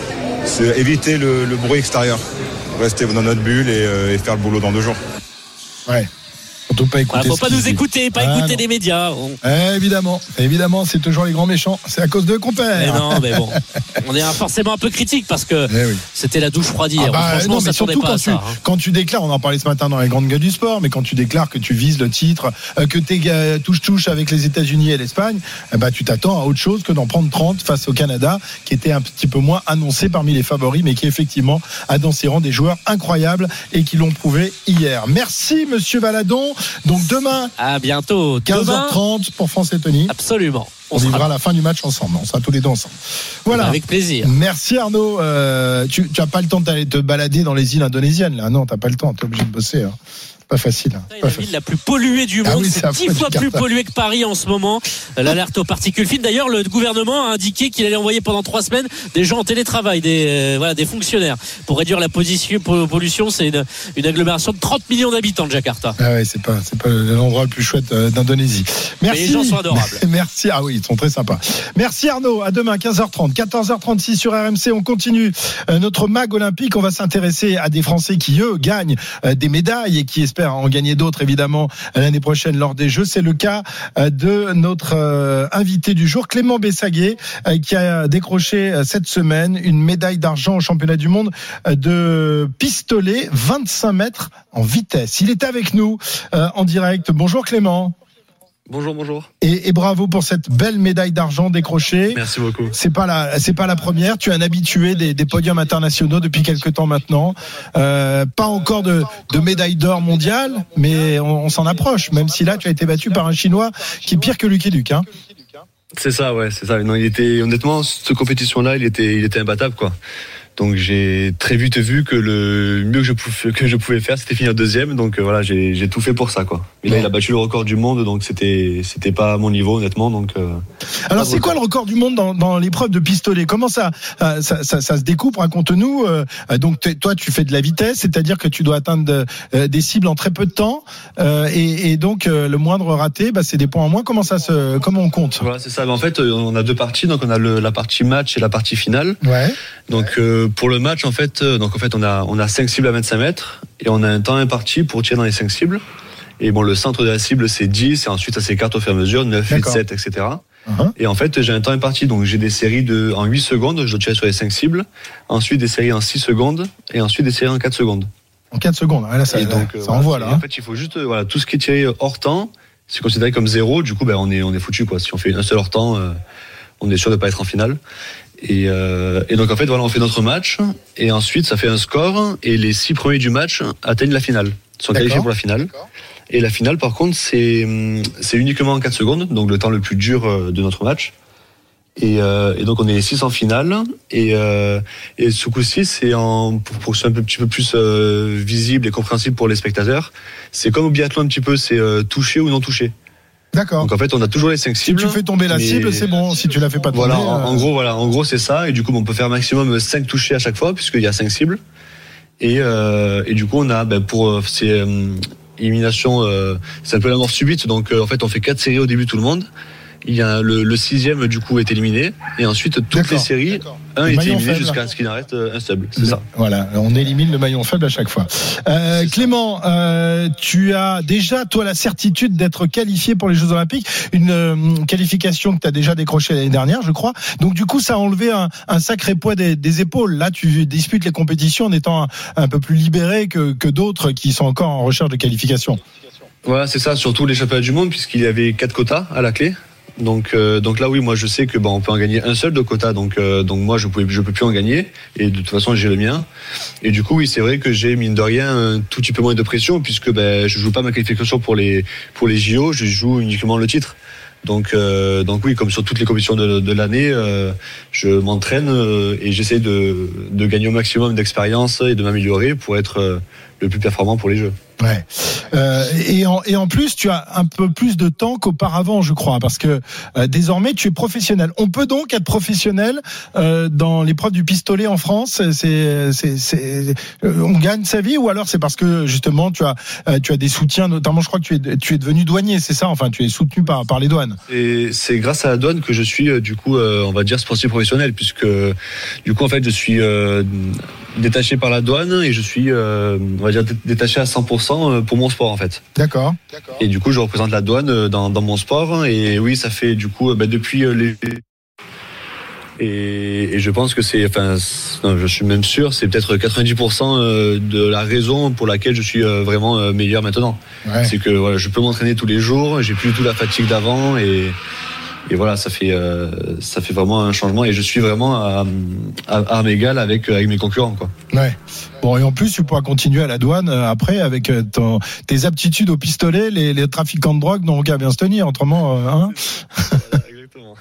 c'est éviter le, le bruit extérieur, rester dans notre bulle et, euh, et faire le boulot dans deux jours. Ouais. Pas écouter voilà, faut pas nous dit. écouter, pas ah, écouter non. des médias. On... Eh, évidemment, évidemment, c'est toujours les grands méchants. C'est à cause d'eux qu'on perd. Mais non, mais bon, on est forcément un peu critique parce que eh oui. c'était la douche froide hier. Ah bah, franchement, non, ça tournait pas quand à tu, ça. Hein. Quand tu déclares, on en parlait ce matin dans les grandes gueules du sport, mais quand tu déclares que tu vises le titre, euh, que t'es euh, touche-touche avec les États-Unis et l'Espagne, eh bah, tu t'attends à autre chose que d'en prendre trente face au Canada, qui était un petit peu moins annoncé parmi les favoris, mais qui effectivement a dans ses rangs des joueurs incroyables et qui l'ont prouvé hier. Merci, monsieur Valadon. Donc demain. À bientôt. quinze heures trente pour France-Lettonie. Absolument. On, on vivra la fin du match ensemble. On sera tous les deux ensemble. Voilà. Avec plaisir. Merci Arnaud. Euh, tu n'as pas le temps d'aller te balader dans les îles indonésiennes là. Non, tu n'as pas le temps. Tu es obligé de bosser. Hein. Pas facile. Hein. C'est pas la facile. ville la plus polluée du monde. Ah oui, c'est dix fois plus polluée que Paris en ce moment. L'alerte aux particules fines. D'ailleurs, le gouvernement a indiqué qu'il allait envoyer pendant trois semaines des gens en télétravail, des, euh, voilà, des fonctionnaires pour réduire la position, pollution. C'est une, une agglomération de trente millions d'habitants de Jakarta. Ah ouais, c'est pas, c'est pas l'endroit le plus chouette d'Indonésie. Merci. Mais les gens sont adorables. Merci. Ah oui, ils sont très sympas. Merci Arnaud. À demain, quinze heures trente, quatorze heures trente-six sur R M C. On continue euh, notre mag olympique. On va s'intéresser à des Français qui, eux, gagnent euh, des médailles et qui espèrent en gagner d'autres évidemment l'année prochaine lors des Jeux. C'est le cas de notre euh, invité du jour, Clément Bessaguet, euh, qui a décroché euh, cette semaine une médaille d'argent au championnat du monde euh, de pistolet vingt-cinq mètres en vitesse. Il est avec nous euh, en direct. Bonjour Clément. Bonjour, bonjour. Et, et bravo pour cette belle médaille d'argent décrochée. Merci beaucoup. C'est pas la, c'est pas la première. Tu es un habitué des, des podiums internationaux depuis quelques temps maintenant. Euh, pas encore de, de médaille d'or mondiale, mais on, on s'en approche. Même si là, tu as été battu par un Chinois qui est pire que Lucky Luke, hein. C'est ça, ouais, c'est ça. Non, il était, honnêtement, cette compétition-là, il était, il était imbattable, quoi. Donc j'ai très vite vu que le mieux que je pouvais, que je pouvais faire, c'était finir deuxième. Donc euh, voilà, j'ai, j'ai tout fait pour ça, quoi. Et là, il a battu le record du monde, donc c'était, c'était pas à mon niveau, honnêtement. Donc. Euh, Alors c'est quoi le record du monde dans, dans l'épreuve de pistolet? Comment ça, ça, ça, ça, ça se découpe? Raconte-nous. Euh, donc toi, tu fais de la vitesse, c'est-à-dire que tu dois atteindre de, euh, des cibles en très peu de temps, euh, et, et donc euh, le moindre raté, bah, c'est des points en moins. Comment ça se, comment on compte? Voilà, c'est ça. Mais en fait, on a deux parties. Donc on a le, la partie match et la partie finale. Ouais. Donc euh, pour le match, en fait, euh, donc en fait, on a on a cinq cibles à vingt-cinq mètres et on a un temps imparti pour tirer dans les cinq cibles. Et bon, le centre de la cible c'est dix et ensuite ça s'écarte au fur et à mesure, neuf, huit, sept, et cetera. Uh-huh. Et en fait, j'ai un temps imparti, donc j'ai des séries de en huit secondes, je dois tirer sur les cinq cibles. Ensuite des séries en six secondes et ensuite des séries en quatre secondes. En quatre secondes, là ça, et donc, ça voilà, envoie là. En fait, il faut juste voilà tout ce qui est tiré hors temps, c'est considéré comme zéro. Du coup, ben on est on est foutu quoi. Si on fait un seul hors temps, euh, on est sûr de pas être en finale. Et, euh, et donc en fait voilà, on fait notre match et ensuite ça fait un score et les six premiers du match atteignent la finale, sont D'accord. qualifiés pour la finale. D'accord. Et la finale par contre c'est c'est uniquement en quatre secondes, donc le temps le plus dur de notre match. Et, euh, et donc on est les six en finale et, euh, et ce coup-ci c'est en pour, pour que ce soit un petit peu plus euh, visible et compréhensible pour les spectateurs. C'est comme au biathlon un petit peu, c'est euh, touché ou non touché. D'accord. Donc en fait, on a toujours les cinq cibles. Si tu fais tomber la mais... cible, c'est bon. Si tu la fais pas tomber. Voilà, en, euh... en gros, voilà, en gros, c'est ça. Et du coup, on peut faire maximum cinq touchés à chaque fois, puisqu'il y a cinq cibles. Et, euh, et du coup, on a, ben, pour euh, ces euh, éliminations, euh, c'est un peu la mort subite. Donc, euh, en fait, on fait quatre séries au début, tout le monde. Il y a le, le sixième, du coup, est éliminé. Et ensuite, toutes d'accord, les séries, d'accord. un est éliminé faible. Jusqu'à ce qu'il en reste un seul. C'est le, ça. Voilà, on élimine le maillon faible à chaque fois. Euh, Clément, euh, tu as déjà, toi, la certitude d'être qualifié pour les Jeux Olympiques. Une euh, qualification que tu as déjà décrochée l'année dernière, je crois. Donc, du coup, ça a enlevé un, un sacré poids des, des épaules. Là, tu disputes les compétitions en étant un, un peu plus libéré que, que d'autres qui sont encore en recherche de qualification. Voilà, c'est ça. Surtout les championnats du monde, puisqu'il y avait quatre quotas à la clé. Donc, euh, donc là, oui, moi, je sais que bon, on peut en gagner un seul de quota. Donc, euh, donc moi, je pouvais, je peux plus en gagner. Et de toute façon, j'ai le mien. Et du coup, oui, c'est vrai que j'ai mine de rien un tout petit peu moins de pression, puisque ben, je joue pas ma qualification pour les pour les J O. Je joue uniquement le titre. Donc, euh, donc oui, comme sur toutes les compétitions de, de l'année, euh, je m'entraîne euh, et j'essaie de, de gagner au maximum d'expérience et de m'améliorer pour être euh, le plus performant pour les Jeux. Ouais. Euh, et, en, et en plus, tu as un peu plus de temps qu'auparavant, je crois, parce que euh, désormais, tu es professionnel. On peut donc être professionnel euh, dans l'épreuve du pistolet en France. C'est, c'est, c'est, euh, on gagne sa vie, ou alors c'est parce que justement, tu as, euh, tu as des soutiens, notamment, je crois que tu es, tu es devenu douanier, c'est ça. Enfin, tu es soutenu par, par les douanes. Et c'est grâce à la douane que je suis, euh, du coup, euh, on va dire sportif professionnel, puisque du coup, en fait, je suis euh, détaché par la douane et je suis, euh, on va dire, détaché à cent pour cent pour mon sport en fait. D'accord. Et du coup, je représente la douane dans, dans mon sport. Et oui, ça fait du coup bah, depuis les. Et, et je pense que c'est, enfin, non, je suis même sûr, c'est peut-être quatre-vingt-dix pour cent de la raison pour laquelle je suis vraiment meilleur maintenant. Ouais. C'est que voilà, je peux m'entraîner tous les jours, j'ai plus du tout la fatigue d'avant et. Et voilà, ça fait euh, ça fait vraiment un changement et je suis vraiment à, à, à armes égales avec avec mes concurrents quoi. Ouais. Bon et en plus tu pourras continuer à la douane après avec ton, tes aptitudes au pistolet, les, les trafiquants de drogue n'ont qu'à bien se tenir autrement, euh, hein. Exactement.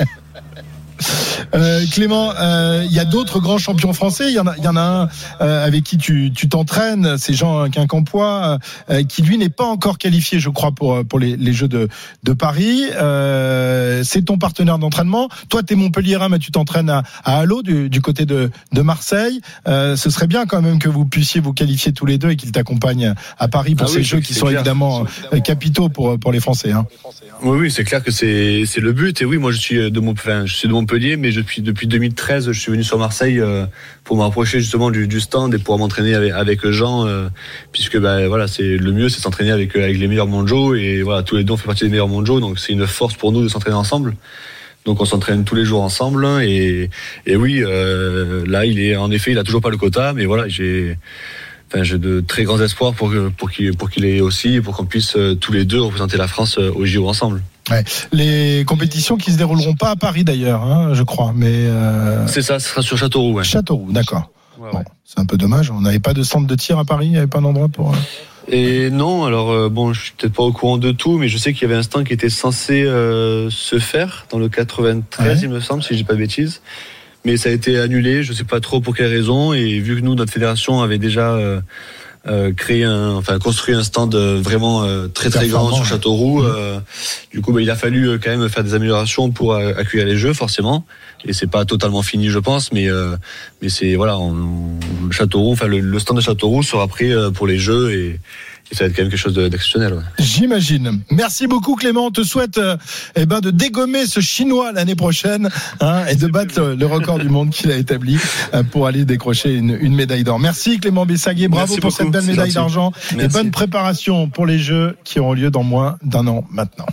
Euh, Clément, il euh, y a d'autres grands champions français. Il y en a, il y en a un euh, avec qui tu, tu t'entraînes, c'est Jean Quincampoix, euh, qui lui n'est pas encore qualifié, je crois, pour pour les, les Jeux de de Paris. Euh, c'est ton partenaire d'entraînement. Toi, t'es Montpelliérain, mais tu t'entraînes à, à Allo, du, du côté de de Marseille. Euh, ce serait bien quand même que vous puissiez vous qualifier tous les deux et qu'il t'accompagne à Paris pour ah ces oui, Jeux qui sont clair. évidemment euh, capitaux pour pour les Français. Hein. Oui, oui, c'est clair que c'est c'est le but. Et oui, moi, je suis de mon, enfin, je suis de Montpellier, mais depuis depuis deux mille treize, je suis venu sur Marseille euh, pour me rapprocher justement du, du stand et pouvoir m'entraîner avec, avec Jean, euh, puisque ben voilà, c'est le mieux, c'est s'entraîner avec avec les meilleurs mondiaux et voilà, tous les deux on fait partie des meilleurs mondiaux, donc c'est une force pour nous de s'entraîner ensemble. Donc on s'entraîne tous les jours ensemble et et oui, euh, là il est en effet, il a toujours pas le quota, mais voilà, j'ai Enfin, j'ai de très grands espoirs pour pour qu'il pour qu'il ait aussi, pour qu'on puisse euh, tous les deux représenter la France euh, au J O ensemble. Ouais. Les compétitions qui se dérouleront pas à Paris d'ailleurs, hein, je crois, mais euh... c'est ça, ce sera sur Châteauroux. Ouais. Châteauroux, d'accord. Ouais, bon, ouais. C'est un peu dommage. On n'avait pas de centre de tir à Paris, il n'y avait pas d'endroit pour. Et non, alors euh, bon, je suis peut-être pas au courant de tout, mais je sais qu'il y avait un stand qui était censé euh, se faire dans le quatre-vingt-treize, ouais. Il me semble, si je dis pas de bêtises. Mais ça a été annulé, je sais pas trop pour quelle raison, et vu que nous, notre fédération avait déjà euh, euh, créé un, enfin construit un stand vraiment euh, très très grand sur Châteauroux, euh, du coup, bah, il a fallu euh, quand même faire des améliorations pour euh, accueillir les Jeux, forcément. Et c'est pas totalement fini, je pense, mais euh, mais c'est voilà, on, on, Châteauroux, enfin le, le stand de Châteauroux sera pris euh, pour les Jeux et. Et ça va être quand même quelque chose d'exceptionnel. Ouais. J'imagine. Merci beaucoup Clément. On te souhaite euh, eh ben, de dégommer ce Chinois l'année prochaine hein, et de battre le, le record du monde qu'il a établi euh, pour aller décrocher une, une médaille d'or. Merci Clément Bessaguet. Bravo Merci pour beaucoup. Cette belle médaille gentil. d'argent. Merci. Et bonne préparation pour les Jeux qui auront lieu dans moins d'un an maintenant.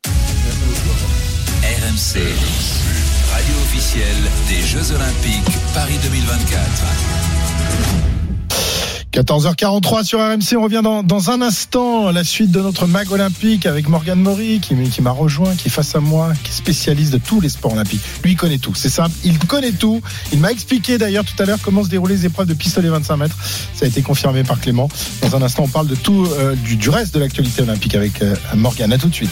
R M C, radio officielle des Jeux Olympiques Paris deux mille vingt-quatre. quatorze heures quarante-trois sur R M C, on revient dans, dans un instant, la suite de notre mag olympique avec Morgane Maury qui, qui m'a rejoint, qui est face à moi, qui est spécialiste de tous les sports olympiques. Lui, il connaît tout, c'est simple, il connaît tout. Il m'a expliqué d'ailleurs tout à l'heure comment se déroulaient les épreuves de pistolet vingt-cinq mètres. Ça a été confirmé par Clément. Dans un instant, on parle de tout, euh, du, du reste de l'actualité olympique avec euh, Morgane. À tout de suite.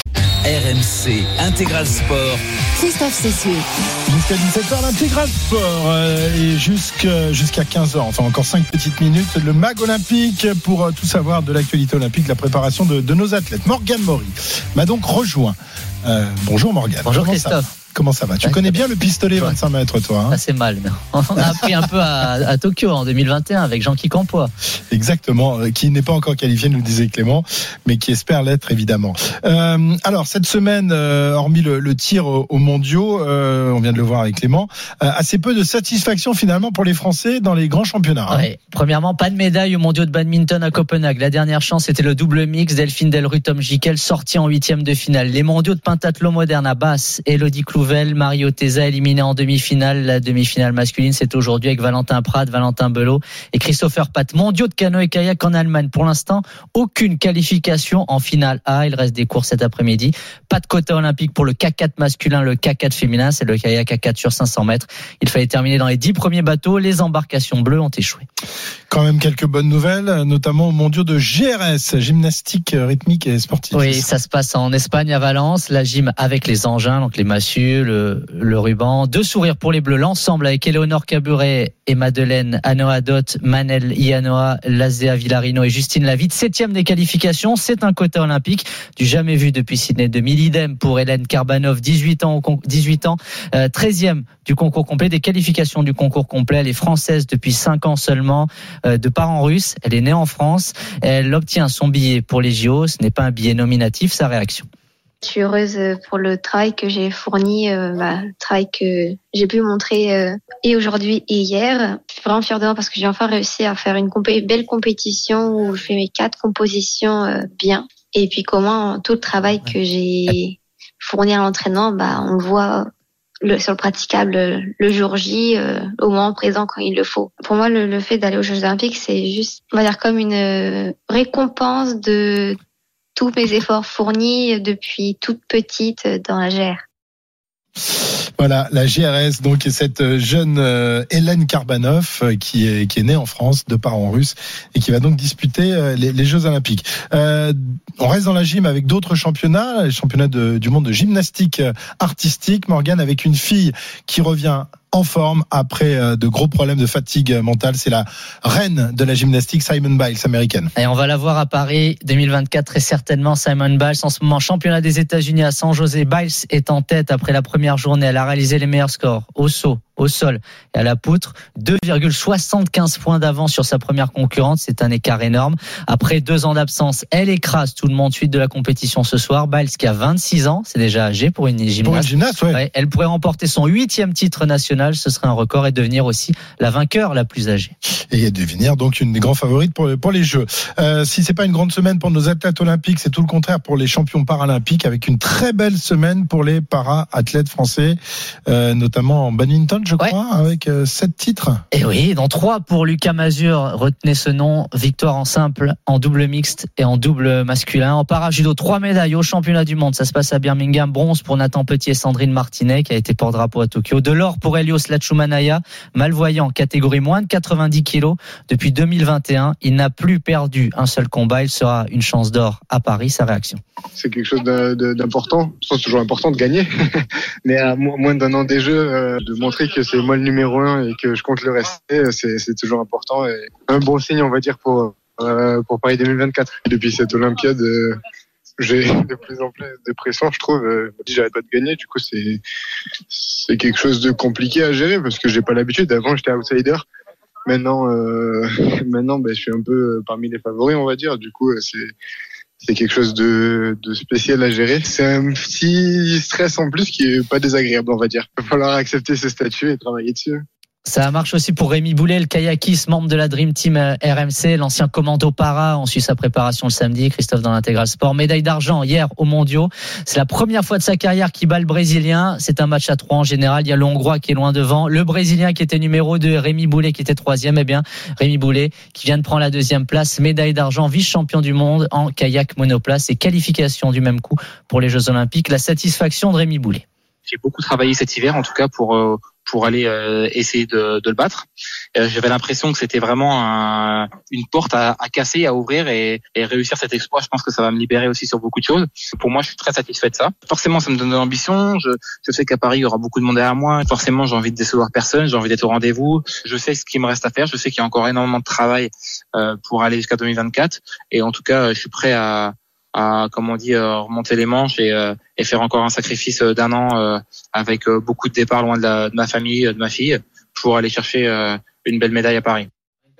R M C Intégral Sport. Christophe Cessieux. Jusqu'à dix-sept heures, l'Intégral Sport. Euh, et jusqu'à, jusqu'à quinze heures, enfin encore cinq petites minutes, le mag olympique pour euh, tout savoir de l'actualité olympique, la préparation de, de nos athlètes. Morgane Maury m'a donc rejoint. Euh, bonjour Morgane. Bonjour Comment Christophe. Ça Comment ça va? Tu ouais, connais bien le pistolet vingt-cinq mètres, toi hein? C'est mal. On a appris un peu à, à Tokyo en deux mille vingt et un avec Jean-Qui Campois. Exactement, qui n'est pas encore qualifié, nous disait Clément, mais qui espère l'être évidemment. Euh, alors cette semaine, euh, hormis le, le tir aux, aux mondiaux, euh, on vient de le voir avec Clément, euh, assez peu de satisfaction finalement pour les Français dans les grands championnats. Hein. Ouais. Premièrement, pas de médaille aux mondiaux de badminton à Copenhague. La dernière chance, c'était le double mix Delphine Delru, Tom Gickel, sorti en huitième de finale. Les mondiaux de pentathlon moderne à Basse, Elodie Clouvel, Mario Teza éliminé en demi-finale. La demi-finale masculine, c'est aujourd'hui avec Valentin Prat, Valentin Belot et Christopher Patt. Mondiaux de canoë-kayak en Allemagne. Pour l'instant, aucune qualification en finale A. Il reste des cours cet après-midi. Pas de quota olympique pour le K quatre masculin, le K quatre féminin. C'est le kayak à quatre sur cinq cents mètres. Il fallait terminer dans les dix premiers bateaux. Les embarcations bleues ont échoué. Quand même quelques bonnes nouvelles, notamment aux mondiaux de G R S, gymnastique rythmique et sportive. Oui, ça se passe en Espagne à Valence. La gym avec les engins, donc les massues, le, le ruban. Deux sourires pour les bleus. L'ensemble avec Éléonore Caburet et Madeleine Anoa-Dot, Manel Ianoa, Lazea Villarino et Justine Lavitte. Septième des qualifications. C'est un quota olympique du jamais vu depuis Sydney deux mille. Idem pour Hélène Karbanov, dix-huit ans, dix-huit ans, euh, treizième du concours complet, des qualifications du concours complet. Elle est française depuis cinq ans seulement, euh, de parents russes. Elle est née en France. Elle obtient son billet pour les J O. Ce n'est pas un billet nominatif. Sa réaction. Je suis heureuse pour le travail que j'ai fourni, euh, bah, le travail que j'ai pu montrer euh, et aujourd'hui et hier. Je suis vraiment fière de moi parce que j'ai enfin réussi à faire une compé- belle compétition où je fais mes quatre compositions euh, bien. Et puis comment tout le travail que j'ai fourni à l'entraînement, bah, on le voit le, sur le praticable le jour J, euh, au moment présent quand il le faut. Pour moi, le, le fait d'aller aux Jeux Olympiques, c'est juste, on va dire, comme une euh, récompense de tous mes efforts fournis depuis toute petite dans la G R. Voilà, la G R S, donc, et cette jeune euh, Hélène Karbanov euh, qui est qui est née en France, de parents russes, et qui va donc disputer euh, les, les Jeux Olympiques. Euh, on reste dans la gym avec d'autres championnats, les championnats de, du monde de gymnastique artistique. Morgane, avec une fille qui revient en forme après de gros problèmes de fatigue mentale. C'est la reine de la gymnastique, Simone Biles, américaine. Et on va la voir à Paris deux mille vingt-quatre très certainement. Simone Biles, en ce moment championnat des États-Unis à San José. Biles est en tête après la première journée. Elle a réalisé les meilleurs scores au saut, au sol et à la poutre. deux virgule soixante-quinze points d'avance sur sa première concurrente. C'est un écart énorme. Après deux ans d'absence, elle écrase tout le monde suite de la compétition ce soir. Biles qui a vingt-six ans, c'est déjà âgé pour une gymnaste. Pour une gymnaste, ouais. Ouais, elle pourrait remporter son huitième titre national. Ce serait un record et devenir aussi la vainqueur la plus âgée. Et devenir donc une des grandes favorites pour, pour les Jeux. Euh, si c'est pas une grande semaine pour nos athlètes olympiques, c'est tout le contraire pour les champions paralympiques, avec une très belle semaine pour les para-athlètes français, euh, notamment en badminton, je crois, ouais. avec euh, sept titres. Et oui, dans trois pour Lucas Mazur, retenez ce nom, victoire en simple, en double mixte et en double masculin. En para-judo, trois médailles au championnat du monde, ça se passe à Birmingham. Bronze pour Nathan Petit et Sandrine Martinet, qui a été porte-drapeau à Tokyo. De l'or pour Elios Lachumanaya, malvoyant, catégorie moins de quatre-vingt-dix kilos. Depuis deux mille vingt et un, il n'a plus perdu un seul combat. Il sera une chance d'or à Paris. Sa réaction. C'est quelque chose de, de, d'important. Je pense que c'est toujours important de gagner. Mais à moins d'un an des Jeux, euh, de montrer que c'est moi le numéro un et que je compte le rester, c'est, c'est toujours important. Et un bon signe, on va dire, pour, euh, pour Paris deux mille vingt-quatre. Depuis cette Olympiade, euh, j'ai de plus en plus de pression, je trouve. Euh, je dis, j'arrête pas de gagner. Du coup, c'est, c'est quelque chose de compliqué à gérer parce que j'ai pas l'habitude. Avant, j'étais outsider. Maintenant, euh, maintenant, ben, je suis un peu parmi les favoris, on va dire. Du coup, c'est, c'est quelque chose de, de spécial à gérer. C'est un petit stress en plus qui est pas désagréable, on va dire. Il va falloir accepter ce statut et travailler dessus. Ça marche aussi pour Rémi Boulet, le kayakiste, membre de la Dream Team R M C, l'ancien commando para. On suit sa préparation le samedi. Christophe dans l'Intégral Sport. Médaille d'argent hier aux Mondiaux. C'est la première fois de sa carrière qu'il bat le Brésilien. C'est un match à trois en général. Il y a le Hongrois qui est loin devant. Le Brésilien qui était numéro deux, Rémi Boulet qui était troisième. Eh bien, Rémi Boulet qui vient de prendre la deuxième place. Médaille d'argent, vice-champion du monde en kayak monoplace et qualification du même coup pour les Jeux Olympiques. La satisfaction de Rémi Boulet. J'ai beaucoup travaillé cet hiver, en tout cas pour... Euh pour aller euh, essayer de, de le battre. Euh, j'avais l'impression que c'était vraiment un, une porte à, à casser, à ouvrir et, et réussir cet exploit. Je pense que ça va me libérer aussi sur beaucoup de choses. Pour moi, je suis très satisfait de ça. Forcément, ça me donne de l'ambition. Je, je sais qu'à Paris, il y aura beaucoup de monde derrière moi. Forcément, j'ai envie de décevoir personne. J'ai envie d'être au rendez-vous. Je sais ce qu'il me reste à faire. Je sais qu'il y a encore énormément de travail euh, pour aller jusqu'à deux mille vingt-quatre. Et en tout cas, je suis prêt à, à comme on dit, euh, remonter les manches et, euh, et faire encore un sacrifice d'un an euh, avec euh, beaucoup de départs loin de, la, de ma famille, de ma fille, pour aller chercher euh, une belle médaille à Paris.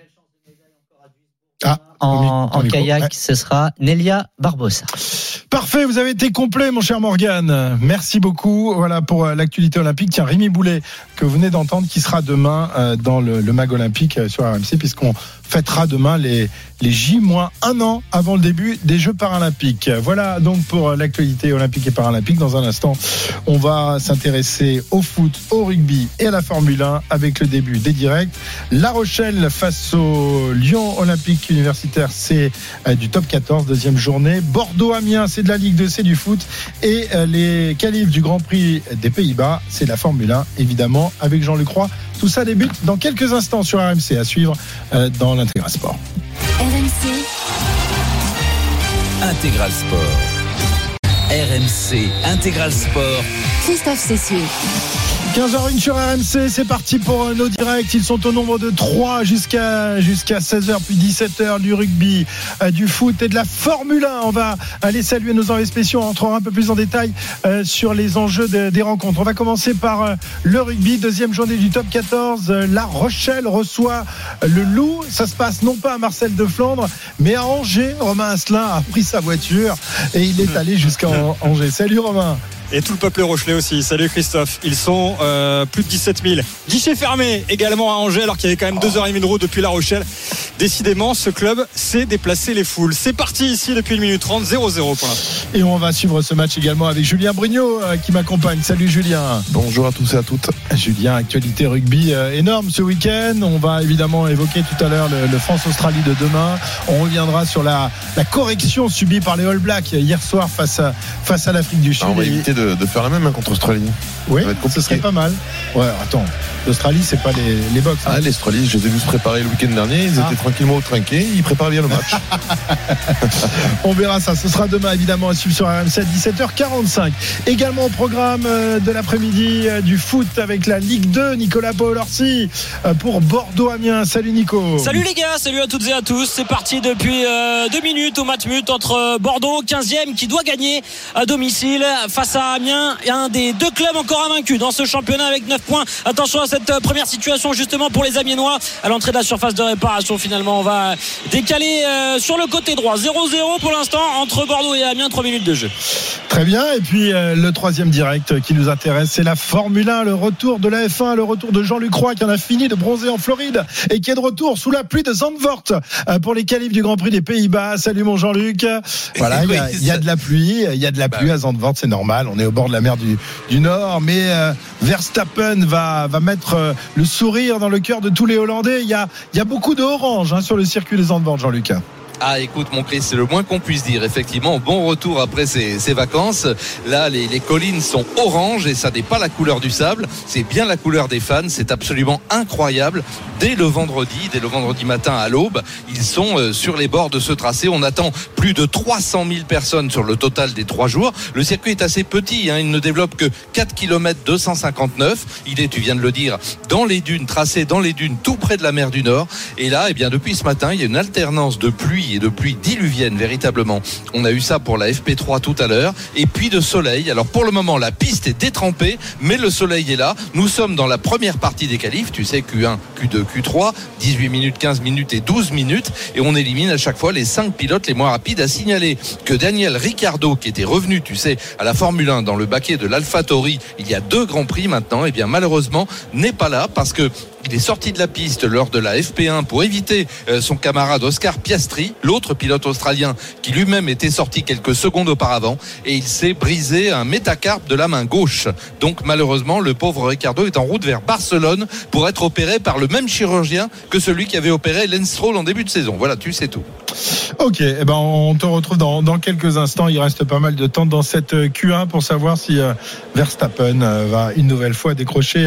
Ah, en, en kayak, ouais. Ce sera Nelia Barbosa. Parfait, vous avez été complet, mon cher Morgane. Merci beaucoup. Voilà pour l'actualité olympique. Tiens, Rémi Boulet, que vous venez d'entendre, qui sera demain dans le, le Mag Olympique sur R M C, puisqu'on fêtera demain les, les J moins un an avant le début des Jeux paralympiques. Voilà donc pour l'actualité olympique et paralympique. Dans un instant, on va s'intéresser au foot, au rugby et à la Formule un avec le début des directs. La Rochelle face au Lyon Olympique Universitaire, c'est du top quatorze, deuxième journée. Bordeaux-Amiens, c'est de la Ligue deux, c'est du foot. Et les qualifs du Grand Prix des Pays-Bas, c'est de la Formule un, évidemment, avec Jean-Luc Roy. Tout ça débute dans quelques instants sur R M C, à suivre dans l'Intégral Sport. R M C Intégral Sport. R M C Intégral Sport. Christophe Cessieux. quinze heures une sur R M C, c'est parti pour nos directs. Ils sont au nombre de trois jusqu'à, jusqu'à seize heures, puis dix-sept heures, du rugby, euh, du foot et de la Formule un. On va aller saluer nos envoyés spéciaux. On rentrera un peu plus en détail euh, sur les enjeux de, des rencontres. On va commencer par euh, le rugby, deuxième journée du top quatorze. Euh, la Rochelle reçoit euh, le Loup. Ça se passe non pas à Marcel de Flandre, mais à Angers. Romain Asselin a pris sa voiture et il est allé jusqu'à Angers. Salut Romain. Et tout le peuple rochelais aussi. Salut Christophe. Ils sont euh, plus de dix-sept mille. Guichet fermé également à Angers, alors qu'il y avait quand même deux heures trente de route depuis La Rochelle. Décidément, ce club sait déplacer les foules. C'est parti ici depuis une minute trente, zéro zéro pour l'instant. Et on va suivre ce match également avec Julien Brugnot euh, qui m'accompagne. Salut Julien. Bonjour à tous et à toutes. Julien, actualité rugby euh, énorme ce week-end. On va évidemment évoquer tout à l'heure le, le France-Australie de demain. On reviendra sur la, la correction subie par les All Blacks hier soir face à, face à l'Afrique du Sud. Ah, on va éviter de, de faire la même hein, contre l'Australie. Oui, ce serait pas mal. Ouais, attends, l'Australie, c'est pas les, les box. Hein. Ah, l'Australie, je les ai vus se préparer le week-end dernier. Ils ah. étaient tranquillement au trinquet. Ils préparent bien le match. On verra ça. Ce sera demain, évidemment, à suivre sur R M C à dix-sept heures quarante-cinq. Également au programme de l'après-midi du foot avec la Ligue deux. Nicolas Paul-Orsi pour Bordeaux-Amiens. Salut Nico. Salut les gars, salut à toutes et à tous. C'est parti depuis euh, deux minutes au match-mut entre Bordeaux, quinzième, qui doit gagner à domicile face à Amiens, un des deux clubs encore invaincus dans ce championnat avec neuf points. Attention à cette première situation justement pour les Amiénois à l'entrée de la surface de réparation. Finalement on va décaler euh, sur le côté droit. Zéro zéro pour l'instant entre Bordeaux et Amiens. Trois minutes de jeu. Très bien. Et puis euh, le troisième direct qui nous intéresse, c'est la Formule un, le retour de la F un, le retour de Jean-Luc Roy qui en a fini de bronzer en Floride et qui est de retour sous la pluie de Zandvoort euh, pour les qualifs du Grand Prix des Pays-Bas. Salut mon Jean-Luc. Voilà, il y a, y a de la pluie, il y a de la pluie à Zandvoort, c'est normal, on est au bord de la mer du, du Nord, mais euh, Verstappen va, va mettre euh, le sourire dans le cœur de tous les Hollandais. Il y a, il y a beaucoup de orange hein, sur le circuit de Zandvoort, Jean-Luc. Ah, écoute, mon Chris, c'est le moins qu'on puisse dire. Effectivement, bon retour après ces, ces vacances. Là, les, les collines sont oranges et ça n'est pas la couleur du sable. C'est bien la couleur des fans. C'est absolument incroyable. Dès le vendredi, dès le vendredi matin à l'aube, ils sont euh, sur les bords de ce tracé. On attend plus de trois cent mille personnes sur le total des trois jours. Le circuit est assez petit, hein. Il ne développe que quatre kilomètres deux cent cinquante-neuf. Il est, tu viens de le dire, dans les dunes, tracé dans les dunes, tout près de la mer du Nord. Et là, eh bien, depuis ce matin, il y a une alternance de pluie et de pluie diluvienne véritablement. On a eu ça pour la F P trois tout à l'heure et puis de soleil. Alors pour le moment la piste est détrempée mais le soleil est là. Nous sommes dans la première partie des qualifs, tu sais, Q un, Q deux, Q trois, dix-huit minutes, quinze minutes et douze minutes, et on élimine à chaque fois les cinq pilotes les moins rapides. À signaler que Daniel Ricciardo, qui était revenu, tu sais, à la Formule un dans le baquet de l'AlphaTauri il y a deux grands prix maintenant, et bien malheureusement n'est pas là parce que il est sorti de la piste lors de la F P un pour éviter son camarade Oscar Piastri, l'autre pilote australien qui lui-même était sorti quelques secondes auparavant, et il s'est brisé un métacarpe de la main gauche. Donc malheureusement, le pauvre Ricciardo est en route vers Barcelone pour être opéré par le même chirurgien que celui qui avait opéré Lance Stroll en début de saison. Voilà, tu sais tout. Ok, eh ben on te retrouve dans, dans quelques instants. Il reste pas mal de temps dans cette Q un pour savoir si euh, Verstappen euh, va une nouvelle fois décrocher euh,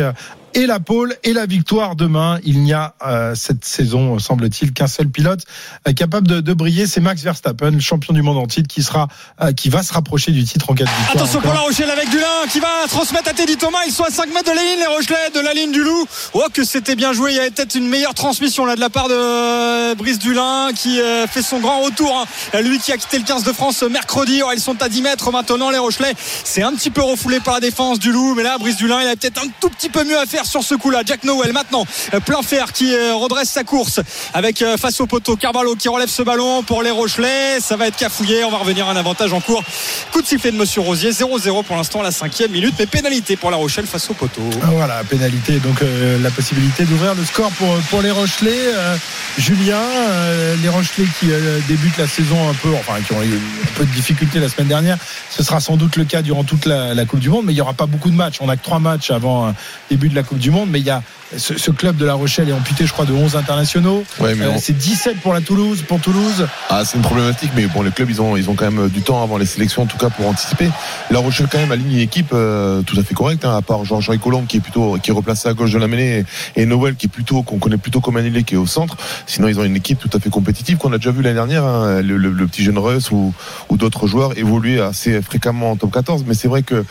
et la pole et la victoire demain. Il n'y a euh, cette saison, semble-t-il, qu'un seul pilote euh, capable de, de briller, c'est Max Verstappen, le champion du monde en titre, qui sera, euh, qui va se rapprocher du titre en cas de victoire. Attention encore. pour La Rochelle avec Dulin qui va transmettre à Teddy Thomas. Ils sont à cinq mètres de la ligne, les Rochelais, de la ligne du Loup. Oh, que c'était bien joué. Il y avait peut-être une meilleure transmission là de la part de Brice Dulin qui euh, fait son grand retour. Hein. Lui qui a quitté le quinze de France mercredi. Oh, ils sont à dix mètres maintenant, les Rochelais. C'est un petit peu refoulé par la défense du Loup. Mais là, Brice Dulin, il a peut-être un tout petit peu mieux à faire sur ce coup-là. Jack Nowell maintenant, plein fer qui euh, redresse sa course avec euh, face au poteau Carvalho qui relève ce ballon pour les Rochelais. Ça va être cafouillé. On va revenir à un avantage en cours. Coup de sifflet de Monsieur Rosier. zéro zéro pour l'instant, la cinquième minute. Mais pénalité pour La Rochelle face au poteau. Voilà, pénalité. Donc euh, la possibilité d'ouvrir le score pour, pour les Rochelais. Euh, Julien, euh, les Rochelais qui euh, débutent la saison un peu, enfin qui ont eu un peu de difficultés la semaine dernière. Ce sera sans doute le cas durant toute la, la Coupe du Monde, mais il n'y aura pas beaucoup de matchs. On n'a que trois matchs avant le euh, début de la Coupe du Monde, mais il y a ce, ce club de La Rochelle est amputé, je crois, de onze internationaux. Ouais, mais euh, on... C'est dix-sept pour la Toulouse, pour Toulouse. Ah, c'est une problématique, mais bon, les clubs, ils ont, ils ont quand même du temps avant les sélections, en tout cas, pour anticiper. La Rochelle, quand même, aligne une équipe euh, tout à fait correcte, hein, à part Jean-Jean Colomb, qui est plutôt, qui est replacé à gauche de la mêlée, et, et Noël, qui est plutôt, qu'on connaît plutôt comme un ailier, qui est au centre. Sinon, ils ont une équipe tout à fait compétitive, qu'on a déjà vu l'année dernière, hein, le, le, le petit jeune Reus ou, ou d'autres joueurs évoluer assez fréquemment en top quatorze. Mais c'est vrai que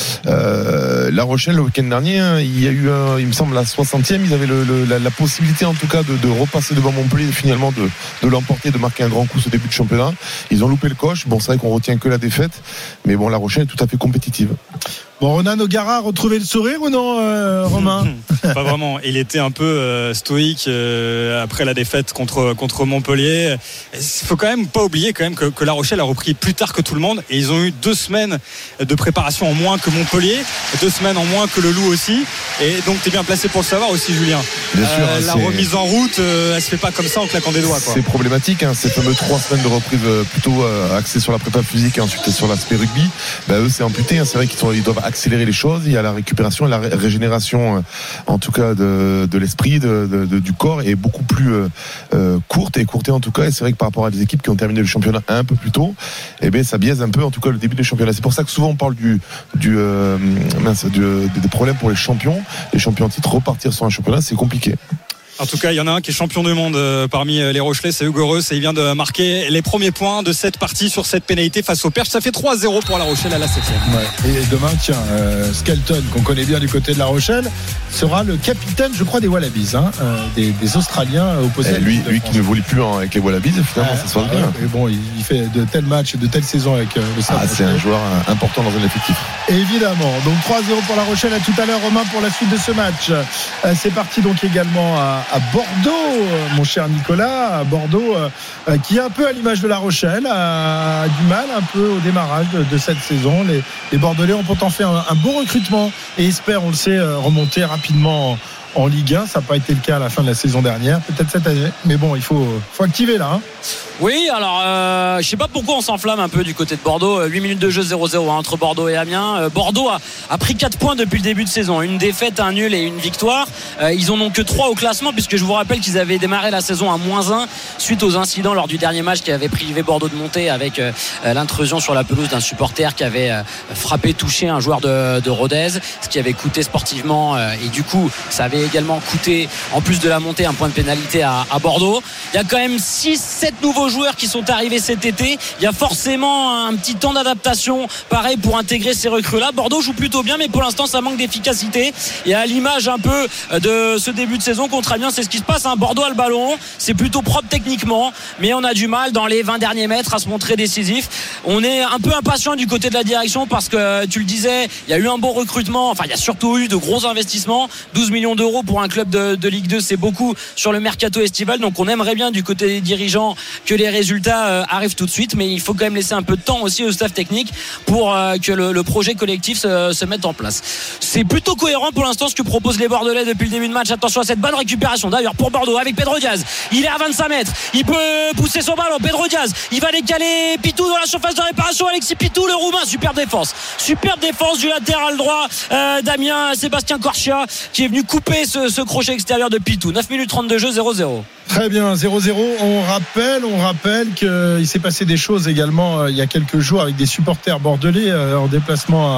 euh, La Rochelle, le week-end dernier, hein, il y a eu, un, il me semble, la soixantième, ils avaient le, le La, la possibilité en tout cas de, de repasser devant Montpellier, finalement de, de l'emporter, de marquer un grand coup ce début de championnat. Ils ont loupé le coche. Bon, c'est vrai qu'on retient que la défaite, mais bon, La Rochelle est tout à fait compétitive. Bon, Ronan O'Gara a retrouvé le sourire ou non, euh, Romain? Pas vraiment. Il était un peu euh, stoïque euh, après la défaite contre contre Montpellier. Il faut quand même pas oublier quand même que, que La Rochelle a repris plus tard que tout le monde et ils ont eu deux semaines de préparation en moins que Montpellier, deux semaines en moins que le Loup aussi. Et donc t'es bien placé pour le savoir aussi, Julien. Bien sûr. Euh, hein, la c'est... remise en route, euh, elle se fait pas comme ça en claquant des doigts, quoi. C'est problématique, hein, ces fameux trois semaines de reprise euh, plutôt euh, axées sur la prépa physique et ensuite sur l'aspect rugby. Bah, eux, c'est amputé. Hein, c'est vrai qu'ils sont, ils doivent accélérer les choses. Il y a la récupération et la ré- régénération, euh, en tout cas de, de l'esprit, de, de, de, du corps, est beaucoup plus euh, euh, courte et écourtée en tout cas. Et c'est vrai que par rapport à des équipes qui ont terminé le championnat un peu plus tôt, eh bien, ça biaise un peu en tout cas le début du championnat. C'est pour ça que souvent on parle du, du, euh, mince, du des problèmes pour les champions, les champions en titre. Repartir sur un championnat, c'est compliqué. En tout cas, il y en a un qui est champion du monde euh, parmi les Rochelais, c'est Hugo Reus, et il vient de marquer les premiers points de cette partie sur cette pénalité face au Perche. Ça fait trois zéro pour La Rochelle à la septième. Ouais. Et demain, tiens, euh, Skelton, qu'on connaît bien du côté de La Rochelle, sera le capitaine, je crois, des Wallabies, hein, euh, des, des Australiens opposés. Eh, lui, lui qui ne volait plus en, avec les Wallabies, finalement, ouais, ça se passe ouais, bien. Mais bon, il, il fait de tels matchs, de telles saisons avec euh, le Stade. Ah, c'est un joueur important dans un effectif. Évidemment. Donc trois zéro pour La Rochelle. À tout à l'heure, Romain, pour la suite de ce match. Euh, c'est parti donc également à, à Bordeaux. Mon cher Nicolas, à Bordeaux, euh, qui est un peu à l'image de La Rochelle, a, a du mal un peu au démarrage de, de cette saison. Les, les Bordelais ont pourtant fait un, un beau recrutement et espèrent, on le sait, remonter rapidement en, en Ligue un. Ça n'a pas été le cas à la fin de la saison dernière, peut-être cette année, mais bon, il faut, faut activer là. Hein. Oui, alors euh, je sais pas pourquoi on s'enflamme un peu du côté de Bordeaux. huit minutes de jeu, zéro zéro hein, entre Bordeaux et Amiens. Euh, Bordeaux a, a pris quatre points depuis le début de saison, une défaite, un nul et une victoire. Euh, ils en ont que trois au classement, puisque je vous rappelle qu'ils avaient démarré la saison à moins un suite aux incidents lors du dernier match qui avait privé Bordeaux de monter, avec euh, l'intrusion sur la pelouse d'un supporter qui avait euh, frappé, touché un joueur de, de Rodez, ce qui avait coûté sportivement euh, et du coup ça avait également coûté, en plus de la montée, un point de pénalité à, à Bordeaux. Il y a quand même six sept nouveaux joueurs qui sont arrivés cet été. Il y a forcément un petit temps d'adaptation pareil pour intégrer ces recrues là. Bordeaux joue plutôt bien, mais pour l'instant ça manque d'efficacité, et à l'image un peu de ce début de saison contre Amiens, c'est ce qui se passe, hein. Bordeaux a le ballon, c'est plutôt propre techniquement, mais on a du mal dans les vingt derniers mètres à se montrer décisif. On est un peu impatient du côté de la direction, parce que tu le disais, il y a eu un bon recrutement, enfin il y a surtout eu de gros investissements. Douze millions d'euros pour un club de, de Ligue deux, c'est beaucoup sur le mercato estival, donc on aimerait bien du côté des dirigeants que les résultats arrivent tout de suite, mais il faut quand même laisser un peu de temps aussi au staff technique pour que le, le projet collectif se, se mette en place. C'est plutôt cohérent pour l'instant ce que proposent les Bordelais depuis le début de match. Attention à cette bonne récupération d'ailleurs pour Bordeaux avec Pedro Diaz, il est à vingt-cinq mètres, il peut pousser son ballon. Pedro Diaz, il va décaler Pitou dans la surface de réparation. Alexis Pitou, le Roumain, superbe défense superbe défense du latéral droit euh, Damien Sébastien Corchia, qui est venu couper ce, ce crochet extérieur de Pitou. Neuf minutes trente de jeu, zéro zéro. Très bien, zéro zéro. On rappelle, on rappelle qu'il s'est passé des choses également euh, il y a quelques jours avec des supporters bordelais euh, en déplacement à,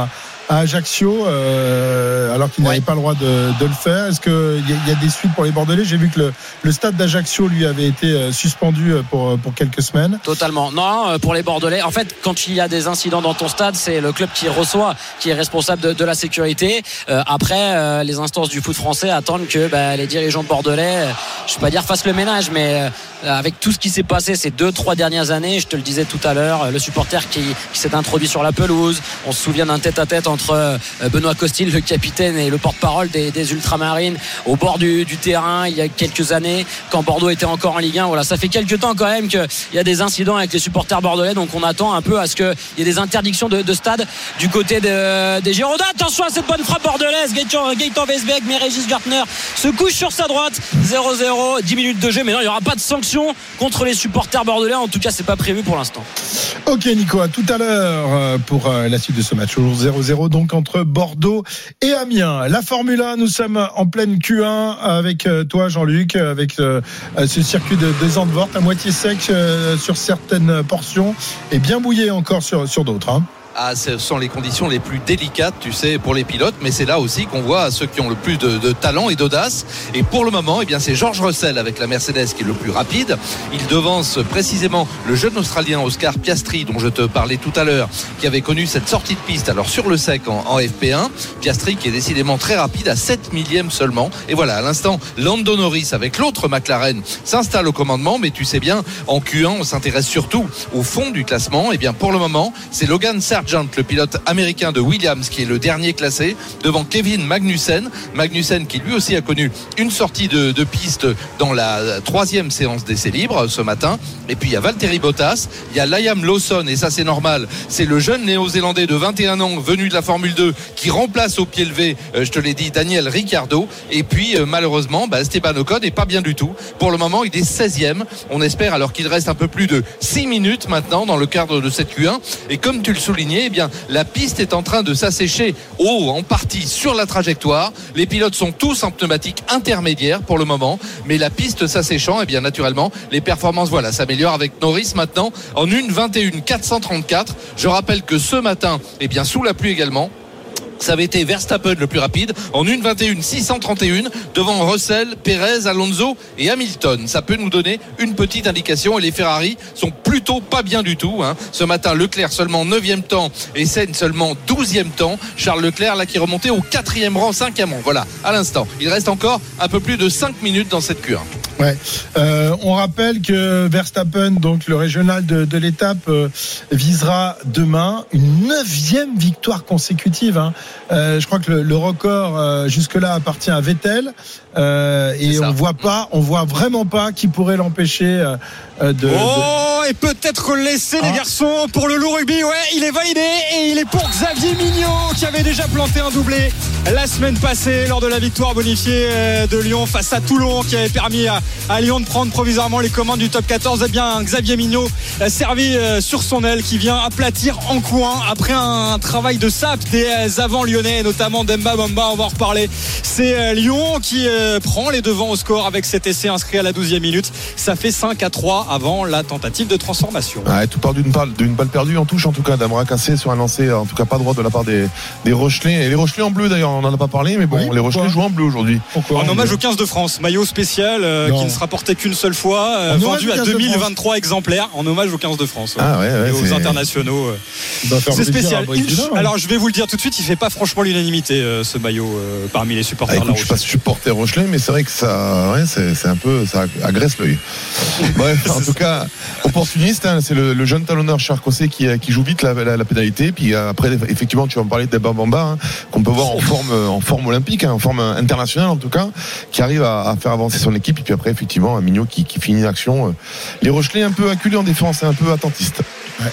à Ajaccio, euh, alors qu'il n'avait ouais. pas le droit de, de le faire. Est-ce qu'il y, y a des suites pour les Bordelais? J'ai vu que le, le stade d'Ajaccio, lui, avait été suspendu pour, pour quelques semaines. Totalement. Non, pour les Bordelais, en fait, quand il y a des incidents dans ton stade, c'est le club qui reçoit, qui est responsable de, de la sécurité. Euh, après, euh, les instances du foot français attendent que bah, les dirigeants bordelais, je ne vais pas dire fassent le ménage, mais euh, avec tout ce qui s'est passé ces deux, trois dernières années, je te le disais tout à l'heure, le supporter qui, qui s'est introduit sur la pelouse, on se souvient d'un tête-à-tête entre euh, Benoît Costil, le capitaine et le porte-parole des, des Ultramarines, au bord du, du terrain, il y a quelques années, quand Bordeaux était encore en Ligue un. Voilà, ça fait quelques temps quand même qu'il y a des incidents avec les supporters bordelais, donc on attend un peu à ce qu'il y ait des interdictions de, de stade du côté de, des Girondins. Attention à cette bonne frappe bordelaise, Gaëtan, Gaëtan Weisbeck, mais Régis Gartner se couche sur sa droite. Zéro zéro, dix minutes de jeu, mais non, il n'y aura pas de sanction contre les supporters bordelais, en tout cas c'est pas prévu pour l'instant. Ok Nico, à tout à l'heure pour la suite de ce match. zéro zéro donc entre Bordeaux et Amiens. La Formule un, nous sommes en pleine Q un avec toi Jean-Luc, avec ce circuit de, de Zandvoort à moitié sec sur certaines portions et bien bouillé encore sur, sur d'autres hein. Ah, ce sont les conditions les plus délicates, tu sais, pour les pilotes, mais c'est là aussi qu'on voit ceux qui ont le plus de, de talent et d'audace. Et pour le moment, eh bien, c'est George Russell avec la Mercedes qui est le plus rapide. Il devance précisément le jeune Australien Oscar Piastri, dont je te parlais tout à l'heure, qui avait connu cette sortie de piste, alors sur le sec en, en F P un. Piastri qui est décidément très rapide, à sept millièmes seulement. Et voilà, à l'instant, Lando Norris avec l'autre McLaren s'installe au commandement, mais tu sais bien, en Q un, on s'intéresse surtout au fond du classement. Et bien, pour le moment, c'est Logan Sargent, le pilote américain de Williams, qui est le dernier classé devant Kevin Magnussen. Magnussen qui lui aussi a connu une sortie de, de piste dans la troisième séance d'essais libres ce matin. Et puis il y a Valtteri Bottas, il y a Liam Lawson, et ça c'est normal, c'est le jeune néo-zélandais de vingt et un ans venu de la Formule deux qui remplace au pied levé, euh, je te l'ai dit, Daniel Ricciardo. Et puis euh, malheureusement bah, Esteban Ocon n'est pas bien du tout. Pour le moment il est seizième. On espère, alors qu'il reste un peu plus de six minutes maintenant dans le cadre de cette Q un, et comme tu le soulignais, eh bien, la piste est en train de s'assécher haut en partie sur la trajectoire. Les pilotes sont tous en pneumatique intermédiaire pour le moment, mais la piste s'asséchant, eh bien naturellement les performances voilà s'améliorent avec Norris maintenant en une vingt et une quatre cent trente-quatre. Je rappelle que ce matin, eh bien sous la pluie également, ça avait été Verstappen le plus rapide en une vingt et une six cent trente et un devant Russell, Perez, Alonso et Hamilton. Ça peut nous donner une petite indication, et les Ferrari sont plutôt pas bien du tout hein. Ce matin, Leclerc seulement neuvième temps et Sainz seulement douzième temps. Charles Leclerc là qui remontait au quatrième rang, cinquième rang. Voilà, à l'instant. Il reste encore un peu plus de cinq minutes dans cette Q un. Ouais. Euh, on rappelle que Verstappen, donc le régional de, de l'étape, euh, visera demain une neuvième victoire consécutive. Hein. Euh, je crois que le, le record euh, jusque-là appartient à Vettel, euh, et on voit pas, on voit vraiment pas qui pourrait l'empêcher euh, de. Oh, de... et peut-être laisser ah. les garçons pour le loup rugby. Ouais, il est validé et il est pour Xavier Mignot qui avait déjà planté un doublé la semaine passée lors de la victoire bonifiée de Lyon face à Toulon, qui avait permis à, à Lyon de prendre provisoirement les commandes du top quatorze. Eh bien, Xavier Mignot servi sur son aile, qui vient aplatir en coin après un travail de sape des avants lyonnais, notamment Demba Bamba. On va en reparler. C'est Lyon qui prend les devants au score avec cet essai inscrit à la douzième minute. Ça fait cinq à trois avant la tentative de transformation. Ouais, tout part d'une balle, d'une balle perdue en touche, en tout cas d'Amra Cassé sur un lancer, en tout cas pas droit de la part des, des Rochelais. Et les Rochelais en bleu d'ailleurs, on n'en a pas parlé, mais bon, oui, les Rochelais jouent en bleu aujourd'hui. Pourquoi en hommage au quinze de France, maillot spécial euh, qui ne sera porté qu'une seule fois, euh, vendu à deux mille vingt-trois exemplaires, en hommage au quinze de France. Ouais. Ah ouais, ouais, et aux c'est... internationaux. Euh. C'est spécial. Il... Alors je vais vous le dire tout de suite, il fait pas franchement l'unanimité euh, ce maillot euh, parmi les supporters. Ah, écoute, je suis pas supporter Rochelais, mais c'est vrai que ça, ouais, c'est, c'est un peu, ça agresse l'œil. Bref, en tout cas, opportuniste, hein, c'est le, le jeune talonneur Charcosset qui, qui joue vite la, la, la pénalité. Puis après, effectivement, tu vas me parler de Demba Bamba, hein, qu'on peut voir en forme, en forme olympique, hein, en forme internationale en tout cas, qui arrive à, à faire avancer son équipe. Et puis après, effectivement, un Mignot qui, qui finit l'action. Les Rochelais un peu acculés en défense, un peu attentistes. Ouais.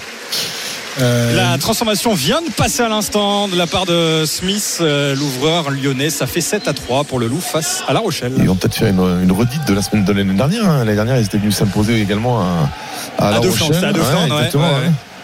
Euh... La transformation vient de passer à l'instant de la part de Smith, euh, l'ouvreur lyonnais. Ça fait sept à trois pour le Loup face à La Rochelle. Ils vont peut-être faire une, une redite de la semaine de l'année dernière. Hein. L'année dernière, ils étaient venus s'imposer également à, à, à La Rochelle. À deux flancs, ouais, ouais, exactement. ouais. Ouais.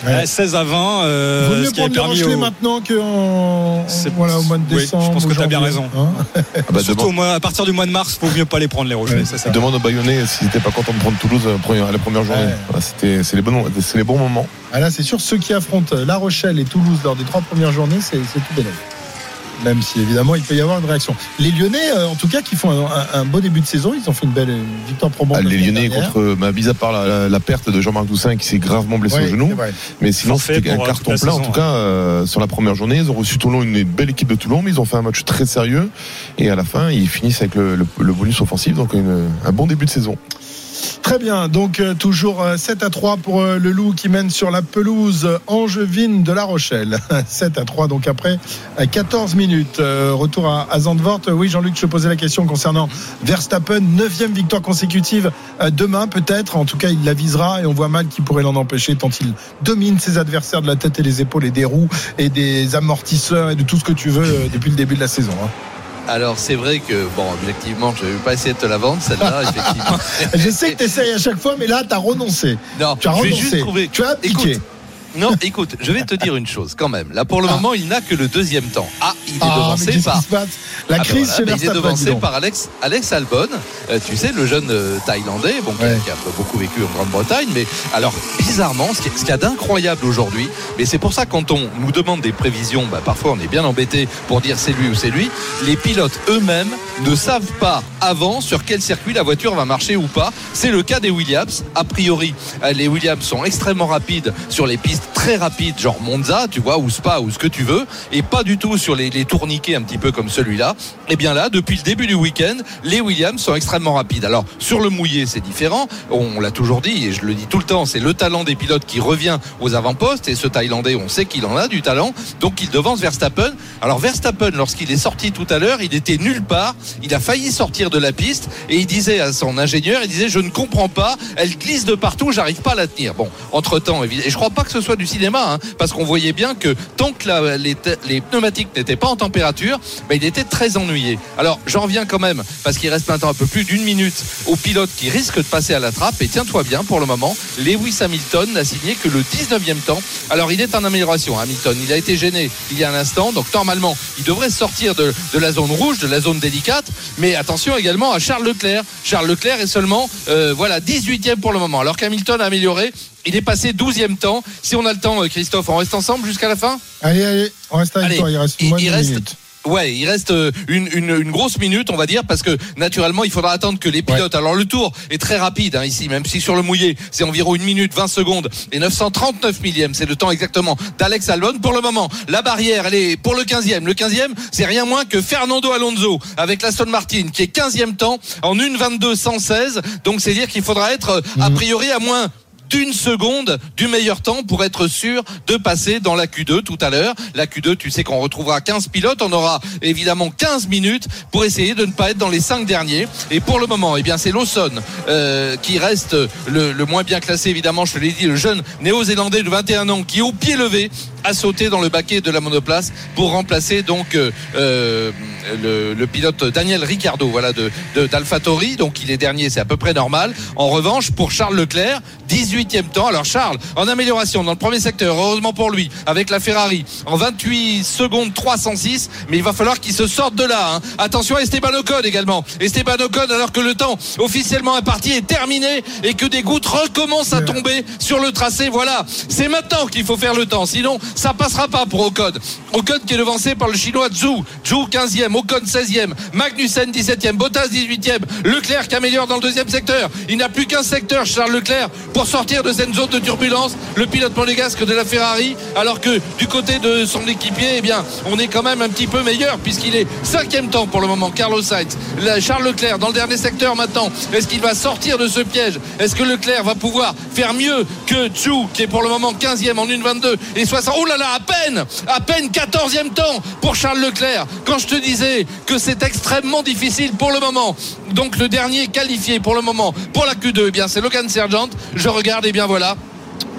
Ouais. seize à vingt. Euh, Vaut mieux prendre le Rochelet au... maintenant qu'en voilà, au mois de décembre. Oui, je pense que tu as bien raison. Hein ah bah Surtout demande... au mois, à partir du mois de mars, il faut mieux pas les prendre les Rochelais. Ouais. C'est ça. Demande aux Bayonnais s'ils n'étaient pas contents de prendre Toulouse à la première journée. Ouais. Voilà, c'était, c'est, les bons, c'est les bons moments. Ah là, c'est sûr, ceux qui affrontent La Rochelle et Toulouse lors des trois premières journées, c'est, c'est tout bénéfique. Même si évidemment il peut y avoir une réaction. Les Lyonnais, euh, en tout cas, qui font un, un, un beau début de saison, ils ont fait une belle une victoire probante. Ah, les Lyonnais contre, bah, mis à part la, la, la perte de Jean-Marc Doussin qui s'est gravement blessé ouais, au genou, mais sinon c'était un carton plein. En tout cas, euh, sur la première journée, ils ont reçu Toulon, une belle équipe de Toulon, mais ils ont fait un match très sérieux et à la fin, ils finissent avec le, le, le bonus offensif, donc une, un bon début de saison. Très bien, donc euh, toujours euh, sept à trois pour euh, le Loup qui mène sur la pelouse angevine de La Rochelle. sept à trois donc après euh, quatorze minutes. Euh, retour à, à Zandvoort. Oui, Jean-Luc, je te posais la question concernant Verstappen, neuvième victoire consécutive euh, demain peut-être. En tout cas, il la visera et on voit mal qui pourrait l'en empêcher tant il domine ses adversaires de la tête et des épaules et des roues et des amortisseurs et de tout ce que tu veux euh, depuis le début de la saison. Hein. Alors c'est vrai que, bon, objectivement, je ne vais pas essayer de te la vendre, celle-là, effectivement. Je sais que tu essayes à chaque fois, mais là, tu as renoncé. Non, tu as je renoncé. vais juste trouver... Tu as abdiqué. Écoute, non, écoute, je vais te dire une chose quand même. Là, pour le ah. moment, il n'a que le deuxième temps. Ah, il est ah, devancé par. La crise ah chez ben voilà, il est devancé donc. par Alex, Alex Albon. Euh, tu sais, le jeune euh, Thaïlandais, bon, ouais. qui, a, qui a beaucoup vécu en Grande-Bretagne. Mais alors, bizarrement, ce qu'il y a d'incroyable aujourd'hui, mais c'est pour ça quand on nous demande des prévisions, bah, parfois on est bien embêté pour dire c'est lui ou c'est lui. Les pilotes eux-mêmes ne savent pas avant sur quel circuit la voiture va marcher ou pas. C'est le cas des Williams. A priori, les Williams sont extrêmement rapides sur les pistes très rapides, genre Monza, tu vois, ou Spa, ou ce que tu veux, et pas du tout sur les, les tourniquets un petit peu comme celui-là. Et bien là, depuis le début du week-end, les Williams sont extrêmement rapides. Alors, sur le mouillé, c'est différent. On l'a toujours dit, et je le dis tout le temps, c'est le talent des pilotes qui revient aux avant-postes, et ce Thaïlandais, on sait qu'il en a du talent, donc il devance Verstappen. Alors, Verstappen, lorsqu'il est sorti tout à l'heure, il était nulle part, il a failli sortir de la piste, et il disait à son ingénieur, il disait, je ne comprends pas, elle glisse de partout, j'arrive pas à la tenir. Bon, entre-temps, et je crois pas que ce soit du cinéma, hein, parce qu'on voyait bien que tant que la, les, les pneumatiques n'étaient pas en température, ben, il était très ennuyé. Alors j'en reviens quand même, parce qu'il reste maintenant un peu plus d'une minute au pilote qui risque de passer à la trappe, et tiens-toi bien, pour le moment, Lewis Hamilton n'a signé que le dix-neuvième temps. Alors il est en amélioration, Hamilton, il a été gêné il y a un instant, donc normalement il devrait sortir de, de la zone rouge, de la zone délicate, mais attention également à Charles Leclerc. Charles Leclerc est seulement euh, voilà, dix-huitième pour le moment, alors qu'Hamilton a amélioré. Il est passé douzième temps. Si on a le temps, Christophe, on reste ensemble jusqu'à la fin ? Allez, allez, on reste avec allez, toi. Il reste moins de reste... minutes. Ouais, il reste une, une, une grosse minute, on va dire, parce que naturellement, il faudra attendre que les pilotes. Ouais. Alors le tour est très rapide hein, ici, même si sur le mouillé, c'est environ une minute vingt secondes et neuf cent trente-neuf millièmes, c'est le temps exactement d'Alex Albon. Pour le moment, la barrière, elle est pour le quinzième. Le quinzième, c'est rien moins que Fernando Alonso avec l'Aston Martin, qui est quinzième temps en une vingt-deux cent seize. Donc c'est dire qu'il faudra être a priori à moins d'une seconde du meilleur temps pour être sûr de passer dans la Q deux tout à l'heure. La Q deux, tu sais qu'on retrouvera quinze pilotes, on aura évidemment quinze minutes pour essayer de ne pas être dans les cinq derniers. Et pour le moment, eh bien c'est Lawson euh, qui reste le, le moins bien classé, évidemment, je te l'ai dit, le jeune néo-zélandais de vingt et un ans qui au pied levé a sauté dans le baquet de la monoplace pour remplacer donc euh, euh, le, le pilote Daniel Ricciardo, voilà, de, de d'AlphaTauri. Donc il est dernier, c'est à peu près normal. En revanche, pour Charles Leclerc, dix-huitième temps. Alors Charles, en amélioration dans le premier secteur, heureusement pour lui, avec la Ferrari, en vingt-huit secondes trois cent six, mais il va falloir qu'il se sorte de là. Hein. Attention à Esteban Ocon également. Esteban Ocon, alors que le temps officiellement imparti est terminé et que des gouttes recommencent à tomber sur le tracé. Voilà, c'est maintenant qu'il faut faire le temps, sinon ça passera pas pour Ocon. Ocon qui est devancé par le chinois Zhou. Zhou quinzième, Ocon seizième, Magnussen dix-septième, Bottas dix-huitième, Leclerc qui améliore dans le deuxième secteur. Il n'a plus qu'un secteur, Charles Leclerc, pour sortir de cette zone de turbulence, le pilote monégasque de la Ferrari, alors que du côté de son équipier, eh bien, on est quand même un petit peu meilleur puisqu'il est cinquième temps pour le moment, Carlos Sainz. Charles Leclerc dans le dernier secteur maintenant. Est-ce qu'il va sortir de ce piège? Est-ce que Leclerc va pouvoir faire mieux que Zhou qui est pour le moment quinzième en une vingt-deux et soixante? Oh là là, à peine, à peine quatorzième temps pour Charles Leclerc. Quand je te disais que c'est extrêmement difficile pour le moment. Donc le dernier qualifié pour le moment pour la Q deux, eh bien c'est Logan Sargent. Je regarde, et eh bien voilà.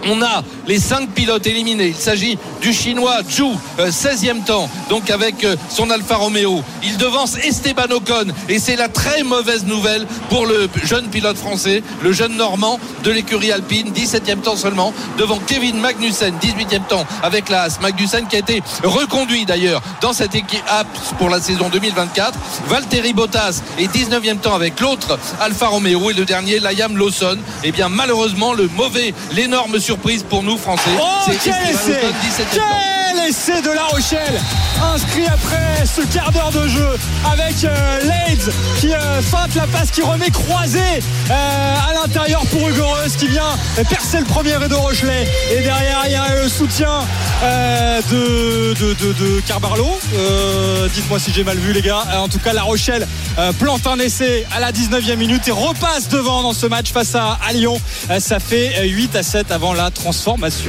On a les cinq pilotes éliminés. Il s'agit du chinois Zhou, euh, seizième temps, donc avec euh, son Alfa Romeo. Il devance Esteban Ocon et c'est la très mauvaise nouvelle pour le jeune pilote français, le jeune normand de l'écurie alpine, dix-septième temps seulement, devant Kevin Magnussen, dix-huitième temps avec la Haas. Magnussen qui a été reconduit d'ailleurs dans cette équipe pour la saison deux mille vingt-quatre. Valtteri Bottas est dix-neuvième temps avec l'autre Alfa Romeo et le dernier Liam Lawson. Et bien malheureusement le mauvais, l'énorme surprise pour nous Français, oh, c'est quel Esteban essai, Ocon, dix-septième temps. quel essai de La Rochelle, inscrit après ce quart d'heure de jeu avec euh, Leeds qui euh, feinte la passe, qui remet croisé euh, à l'intérieur pour Hugo Reus qui vient percer le premier rideau rochelais, et derrière il y a le soutien euh, de, de, de, de Carbarlo. Euh, dites-moi si j'ai mal vu les gars. En tout cas La Rochelle euh, plante un essai à la dix-neuvième minute et repasse devant dans ce match face à, à Lyon. Euh, ça fait huit à sept avant la transformation.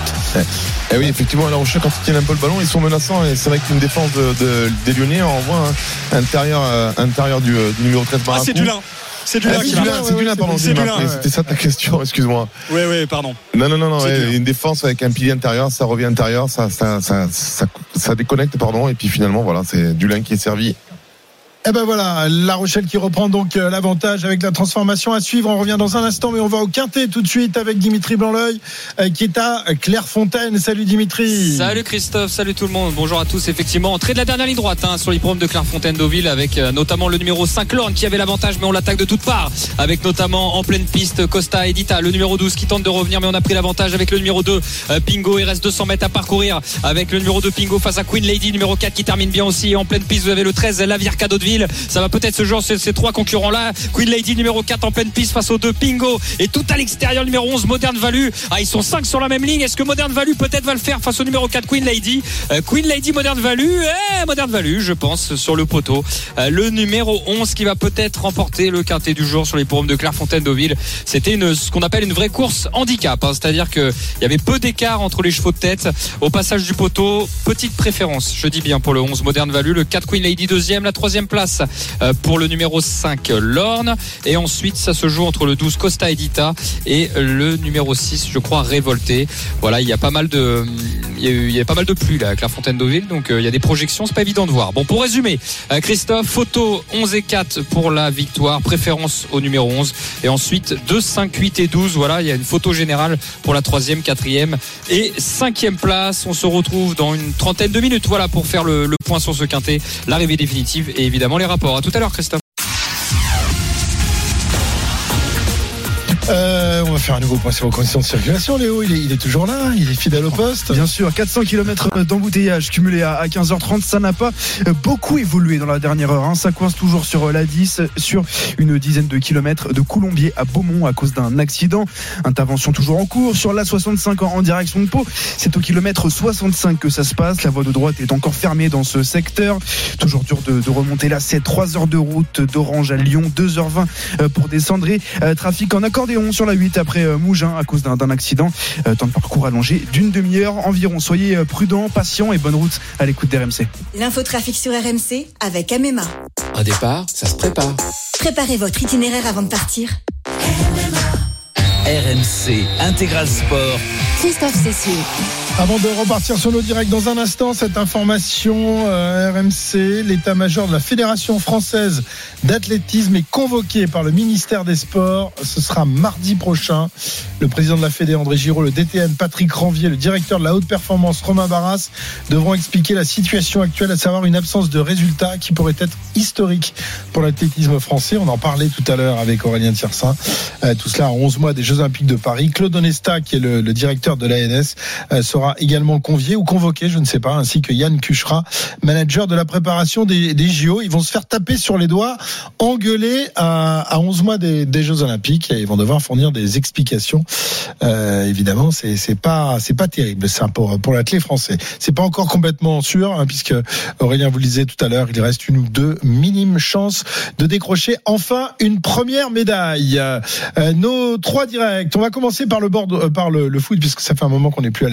Et oui, effectivement, La Rochelle, quand ils tiennent un peu le ballon, ils sont menaçants. Et c'est vrai qu'une défense de, de, des Lyonnais, on voit hein, intérieur, euh, intérieur du, du numéro treize Maracou. Ah, c'est du lin. C'est du lin, ah, c'est, du lin c'est du lin, pardon. C'est du lin, ouais. C'était ça ta question, excuse-moi. Oui, oui, pardon. Non, non, non, non. Ouais, une défense avec un pilier intérieur, ça revient intérieur, ça, ça, ça, ça, ça déconnecte, pardon. Et puis finalement, voilà, c'est du lin qui est servi. Et ben voilà, La Rochelle qui reprend donc l'avantage avec la transformation à suivre. On revient dans un instant, mais on va au Quintet tout de suite avec Dimitri Blanc-L'Oeil qui est à Clairefontaine. Salut Dimitri. Salut Christophe, salut tout le monde. Bonjour à tous. Effectivement, entrée de la dernière ligne droite hein, sur l'hippodrome de Clairefontaine-Deauville avec euh, notamment le numéro cinq Lorne qui avait l'avantage, mais on l'attaque de toutes parts avec notamment en pleine piste Costa Edita, le numéro douze qui tente de revenir, mais on a pris l'avantage avec le numéro deux euh, Pingo. Il reste deux cents mètres à parcourir avec le numéro deux Pingo face à Queen Lady, numéro quatre qui termine bien aussi. Et en pleine piste, vous avez le treize Lavirca d'Hauteville. Ça va peut-être ce genre ces, ces trois concurrents là. Queen Lady numéro quatre en pleine piste face aux deux Pingo, et tout à l'extérieur numéro onze Modern Value. Ah, ils sont cinq sur la même ligne. Est-ce que Modern Value peut-être va le faire face au numéro quatre Queen Lady? euh, Queen Lady, Modern Value, eh, Modern Value je pense sur le poteau. euh, le numéro onze qui va peut-être remporter le quintet du jour sur les l'hippodrome de Clairefontaine-Deauville. C'était une, ce qu'on appelle une vraie course handicap hein, c'est-à-dire qu'il y avait peu d'écart entre les chevaux de tête au passage du poteau. Petite préférence, je dis bien, pour le onze Modern Value, le quatre Queen Lady deuxième, la troisième place euh, pour le numéro cinq Lorne, et ensuite ça se joue entre le douze Costa Edita et le numéro six je crois Révolté. Voilà, il y a pas mal de il y a, eu, il y a pas mal de pluie là à Clairefontaine-Deauville, donc euh, il y a des projections, c'est pas évident de voir. Bon, pour résumer, euh, Christophe, photo onze et quatre pour la victoire, préférence au numéro onze, et ensuite deux, cinq, huit et douze. Voilà, il y a une photo générale pour la troisième, quatrième et cinquième place. On se retrouve dans une trentaine de minutes, voilà, pour faire le, le point sur ce quintet, l'arrivée définitive et évidemment les rapports. À tout à l'heure Christophe. Euh, on va faire un nouveau point sur vos conditions de circulation. Léo, il est, il est toujours là, il est fidèle au poste. Bien sûr, quatre cents kilomètres d'embouteillage cumulé à quinze heures trente. Ça n'a pas beaucoup évolué dans la dernière heure. Hein. Ça coince toujours sur la dix, sur une dizaine de kilomètres de Coulombier à Beaumont à cause d'un accident. Intervention toujours en cours sur l'A soixante-cinq en direction de Pau. C'est au kilomètre soixante-cinq que ça se passe. La voie de droite est encore fermée dans ce secteur. Toujours dur de, de remonter là. C'est trois heures de route d'Orange à Lyon, deux heures vingt pour descendre, et euh, trafic en accordéon sur la huit après euh, Mougins à cause d'un, d'un accident. Euh, temps de parcours allongé d'une demi-heure environ. Soyez prudents, patients et bonne route à l'écoute d'R M C. L'infotrafic sur R M C avec Amema. Un départ, ça se prépare. Préparez votre itinéraire avant de partir. R M C Intégral Sport. Christophe Cessieux. Avant de repartir sur nos directs dans un instant, cette information euh, R M C, l'état-major de la Fédération française d'athlétisme est convoqué par le ministère des Sports. Ce sera mardi prochain. Le président de la Fédé, André Giraud, le D T N, Patrick Ranvier, le directeur de la haute performance, Romain Barras, devront expliquer la situation actuelle, à savoir une absence de résultats qui pourrait être historique pour l'athlétisme français. On en parlait tout à l'heure avec Aurélien Tiersin. Euh, tout cela à onze mois des Jeux Olympiques de Paris. Claude Onesta, qui est le, le directeur de l'A N S, euh, sera également convié ou convoqué, je ne sais pas, ainsi que Yann Cuchera, manager de la préparation des, des J O. Ils vont se faire taper sur les doigts, engueuler à, à onze mois des, des Jeux Olympiques, et ils vont devoir fournir des explications. Euh, évidemment, c'est, c'est pas, c'est pas terrible, ça, pour, pour l'athlète français. C'est pas encore complètement sûr, hein, puisque Aurélien vous le disait tout à l'heure, il reste une ou deux minimes chances de décrocher enfin une première médaille. Euh, nos trois directs. On va commencer par le Bordeaux, euh, par le, le foot, puisque ça fait un moment qu'on n'est plus allé à Bordeaux.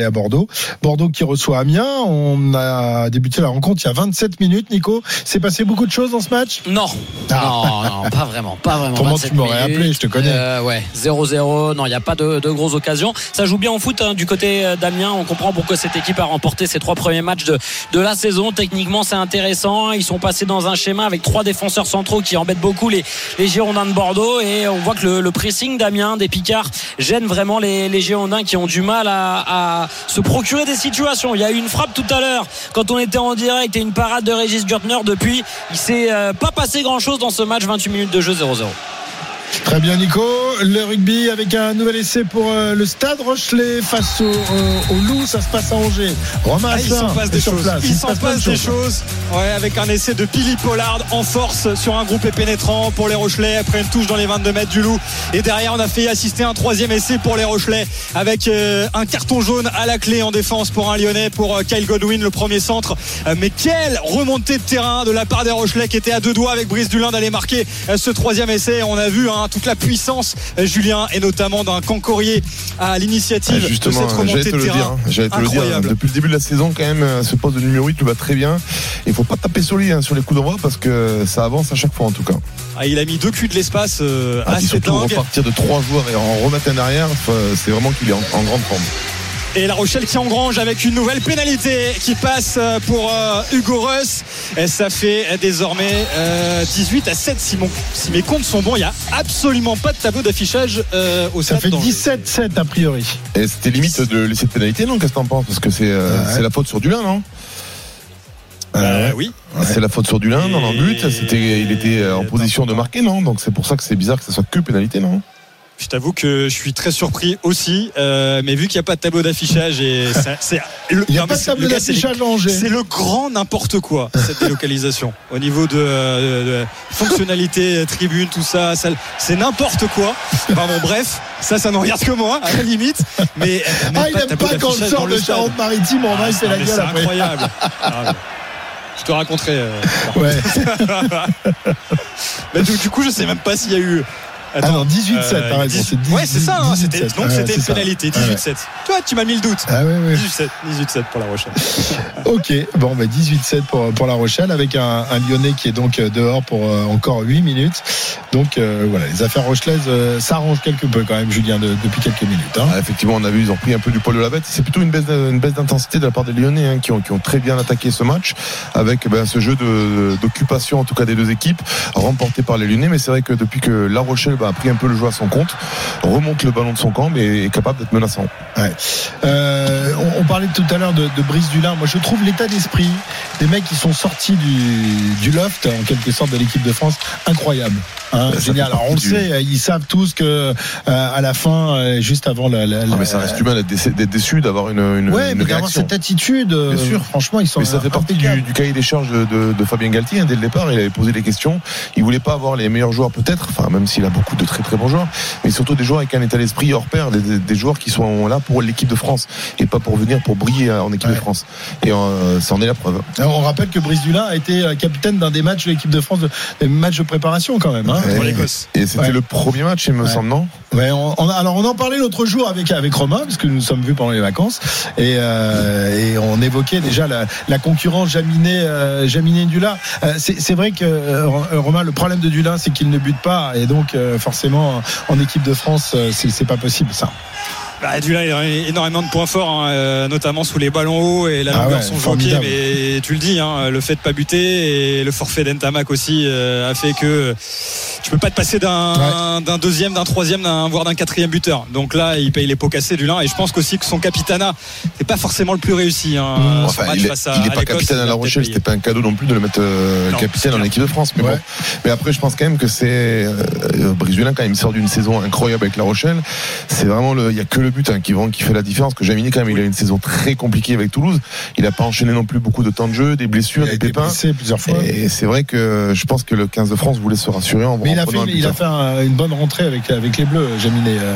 Bordeaux. Bordeaux qui reçoit Amiens. On a débuté la rencontre il y a vingt-sept minutes, Nico. C'est passé beaucoup de choses dans ce match ? Non, ah. non, non, pas vraiment, pas vraiment. Comment tu m'aurais minutes, appelé, je te connais. Euh, ouais, zéro zéro, non, il n'y a pas de, de grosses occasions. Ça joue bien au foot hein, du côté d'Amiens. On comprend pourquoi cette équipe a remporté ses trois premiers matchs de, de la saison. Techniquement, c'est intéressant. Ils sont passés dans un schéma avec trois défenseurs centraux qui embêtent beaucoup les, les Girondins de Bordeaux. Et on voit que le, le pressing d'Amiens, des Picards, gêne vraiment les, les Girondins qui ont du mal à, à se procurer des situations. Il y a eu une frappe tout à l'heure quand on était en direct et une parade de Régis Gürtner. Depuis, il s'est euh, pas passé grand chose dans ce match. Vingt-huit minutes de jeu, zéro zéro. Très bien, Nico. Le rugby avec un nouvel essai pour euh, le Stade Rochelais face au, euh, au Loup. Ça se passe à Angers. Romain ah, il s'en passe des choses. Place. Il, il s'en passe, passe des choses. choses. Ouais, avec un essai de Billy Pollard en force sur un groupe pénétrant pour les Rochelais après une touche dans les vingt-deux mètres du Loup. Et derrière, on a fait assister un troisième essai pour les Rochelais avec euh, un carton jaune à la clé en défense pour un Lyonnais, pour euh, Kyle Godwin, le premier centre. Euh, mais quelle remontée de terrain de la part des Rochelais qui était à deux doigts avec Brice Dulin d'aller marquer euh, ce troisième essai. On a vu hein, toute la puissance Julien et notamment d'un Cancorier à l'initiative ah, justement, de cette remontée te de le terrain dire, j'allais te incroyable. Le dire, depuis le début de la saison quand même ce poste de numéro huit le va très bien. Il faut pas taper sur lui hein, sur les coups d'envoi parce que ça avance à chaque fois en tout cas. Ah, il a mis deux culs de l'espace euh, ah, assez surtout dingue. Repartir de trois joueurs et en remettre un derrière, c'est vraiment qu'il est en, en grande forme. Et La Rochelle qui engrange avec une nouvelle pénalité qui passe pour euh, Hugo Reus. Et ça fait désormais euh, dix-huit à sept si, mon, si mes comptes sont bons. Il n'y a absolument pas de tableau d'affichage euh, au ça stade. Ça fait dix-sept sept a priori. Et c'était limite de laisser de pénalité, non ? Qu'est-ce que t'en penses ? Parce que c'est, euh, ouais. c'est la faute sur Dulin, non ? Euh, oui. C'est la faute sur Dulin dans le but. C'était, il était en position de marquer, non ? Donc c'est pour ça que c'est bizarre que ça soit que pénalité, non ? Je t'avoue que je suis très surpris aussi, euh, mais vu qu'il n'y a pas de tableau d'affichage et ça, c'est le, il n'y a non, pas de tableau d'affichage à Angers. C'est le grand n'importe quoi cette délocalisation au niveau de, de, de fonctionnalité tribune, tout ça, ça c'est n'importe quoi. Enfin bon, bref, ça, ça ne regarde que moi à la limite. Mais ah, il n'aime pas quand on sort de Charente-Maritime, on va il fait la gueule. C'est après. Incroyable. Ah, je te raconterai. Euh, ouais. Mais du, du coup, je sais même pas s'il y a eu. Attends, ah non, dix-huit sept, euh, t'as raison. C'est dix, ouais, c'est ça, hein, c'était, donc ouais, c'était une pénalité, dix-huit sept. Ouais. Toi, tu m'as mis le doute. Ah ouais, ouais. dix-huit sept pour La Rochelle. Ok, bon, bah, dix-huit sept pour, pour La Rochelle, avec un, un Lyonnais qui est donc dehors pour euh, encore huit minutes. Donc, euh, voilà, les affaires rochelaises euh, s'arrangent quelque peu quand même, Julien, de, depuis quelques minutes. Hein. Ah, effectivement, on a vu, ils ont pris un peu du poil de la bête. C'est plutôt une baisse, une baisse d'intensité de la part des Lyonnais, hein, qui, ont, qui ont très bien attaqué ce match, avec ben, ce jeu de, d'occupation, en tout cas des deux équipes, remporté par les Lyonnais. Mais c'est vrai que depuis que La Rochelle bah, a pris un peu le jeu à son compte, remonte le ballon de son camp mais est capable d'être menaçant. Ouais. Euh, on, on parlait tout à l'heure de, de Brice Dulin. Moi je trouve l'état d'esprit des mecs qui sont sortis du, du loft en quelque sorte de l'équipe de France incroyable. Hein, génial. Alors on le sait, ils savent tous que euh, à la fin, juste avant la. la, la ah, mais ça reste humain d'être déçu, d'être déçu d'avoir une, une, ouais, une mais réaction. d'avoir cette attitude. Bien sûr. Euh, franchement, ils sont. Mais ça fait partie du, du cahier des charges de, de, de Fabien Galtier. Hein, dès le départ, il avait posé des questions. Il voulait pas avoir les meilleurs joueurs peut-être, enfin même s'il a beaucoup de très très bons joueurs, mais surtout des joueurs avec un état d'esprit hors pair, des, des, des joueurs qui sont là pour l'équipe de France et pas pour venir pour briller en équipe ouais. de France. Et euh, ça en est la preuve. Alors, on rappelle que Brice Dulin a été capitaine d'un des matchs de l'équipe de France, des matchs de préparation quand même. Hein, et, pour l'Écosse. Et c'était ouais. le premier match, il me ouais. semble, non ? Ouais, on, on a, alors on en parlait l'autre jour avec avec Romain, parce que nous nous sommes vus pendant les vacances, et, euh, et on évoquait déjà la, la concurrence Jaminet, euh, Jaminet Dulin. Euh, c'est, c'est vrai que euh, Romain, le problème de Dulin, c'est qu'il ne bute pas, et donc euh, forcément en équipe de France, c'est, c'est pas possible ça. Bah, Dulin, il a énormément de points forts, hein, euh, notamment sous les ballons hauts et la longueur ah ouais, son jeu au pied. Mais tu le dis, hein, le fait de pas buter et le forfait d'Ntamak aussi euh, a fait que tu peux pas te passer d'un, ouais. d'un deuxième, d'un troisième, d'un, voire d'un quatrième buteur. Donc là, il paye les pots cassés, Dulin. Et je pense qu'aussi que son capitana n'est pas forcément le plus réussi. Hein, mmh. enfin, il, est, face à, il est pas capitaine à La Rochelle. C'était pas un cadeau non plus de le mettre euh, non, capitaine en équipe de France. Mais ouais. bon. Mais après, je pense quand même que c'est euh, Brice Dulin quand même il sort d'une saison incroyable avec La Rochelle. C'est vraiment le, il y a que le but hein, qui, qui fait la différence. Que Jaminet quand même, oui. il a une saison très compliquée avec Toulouse. Il a pas enchaîné non plus beaucoup de temps de jeu, des blessures, des pépins. Plusieurs fois. Et c'est vrai que je pense que le quinze de France voulait se rassurer en. Mais il a fait, il a fait un, une bonne rentrée avec avec les Bleus, Jaminet.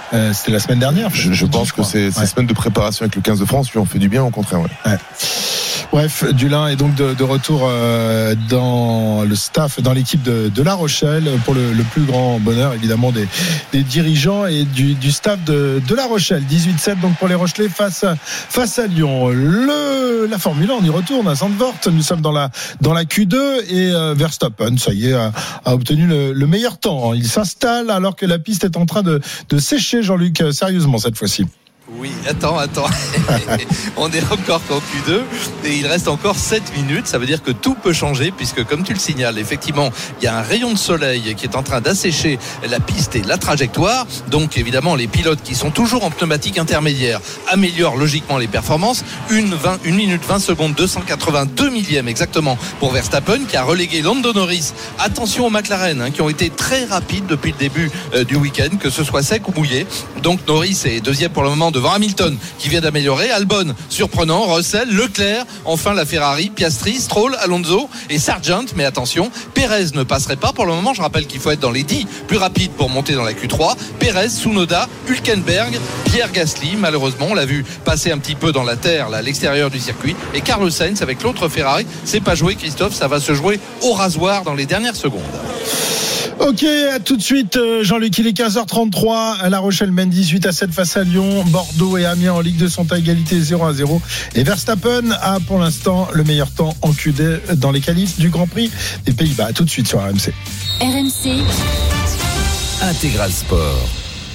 Euh, c'était la semaine dernière. Je, je pense je que ces, ces ouais. semaines de préparation avec le quinze de France lui ont fait du bien, au contraire. Ouais. Ouais. Bref, Dulin est donc de, de retour euh, dans le staff, dans l'équipe de, de La Rochelle, pour le, le plus grand bonheur évidemment des, des dirigeants et du, du staff de, de La Rochelle. dix-huit sept donc pour les Rochelais face à, face à Lyon. Le, la Formule un, on y retourne à Zandvoort. Nous sommes dans la, dans la Q deux et euh, Verstappen, ça y est, a, a obtenu le, le meilleur temps. Il s'installe alors que la piste est en train de, de sécher, Jean-Luc, sérieusement cette fois-ci. Oui, attends, attends. On est encore qu'en Q deux et il reste encore sept minutes. Ça veut dire que tout peut changer puisque, comme tu le signales, effectivement, il y a un rayon de soleil qui est en train d'assécher la piste et la trajectoire. Donc, évidemment, les pilotes qui sont toujours en pneumatique intermédiaire améliorent logiquement les performances. Une, vingt, une minute vingt secondes, deux cent quatre-vingt-deux millièmes exactement pour Verstappen qui a relégué Lando Norris. Attention aux McLaren hein, qui ont été très rapides depuis le début euh, du week-end, que ce soit sec ou mouillé. Donc, Norris est deuxième pour le moment devant Hamilton qui vient d'améliorer, Albon surprenant, Russell, Leclerc, enfin la Ferrari, Piastri, Stroll, Alonso et Sargent, mais attention, Pérez ne passerait pas pour le moment. Je rappelle qu'il faut être dans les dix plus rapides pour monter dans la Q trois. Pérez, Tsunoda, Hülkenberg, Pierre Gasly, malheureusement on l'a vu passer un petit peu dans la terre là, à l'extérieur du circuit, et Carlos Sainz avec l'autre Ferrari. C'est pas joué, Christophe, ça va se jouer au rasoir dans les dernières secondes. Ok, à tout de suite Jean-Luc, il est quinze heures trente-trois à La Rochelle mène dix-huit à sept face à Lyon. Bordeaux et Amiens en Ligue deux sont à égalité zéro à zéro et Verstappen a pour l'instant le meilleur temps en Q deux dans les qualifs du Grand Prix des Pays-Bas. À tout de suite sur R M C. R M C Intégral Sport.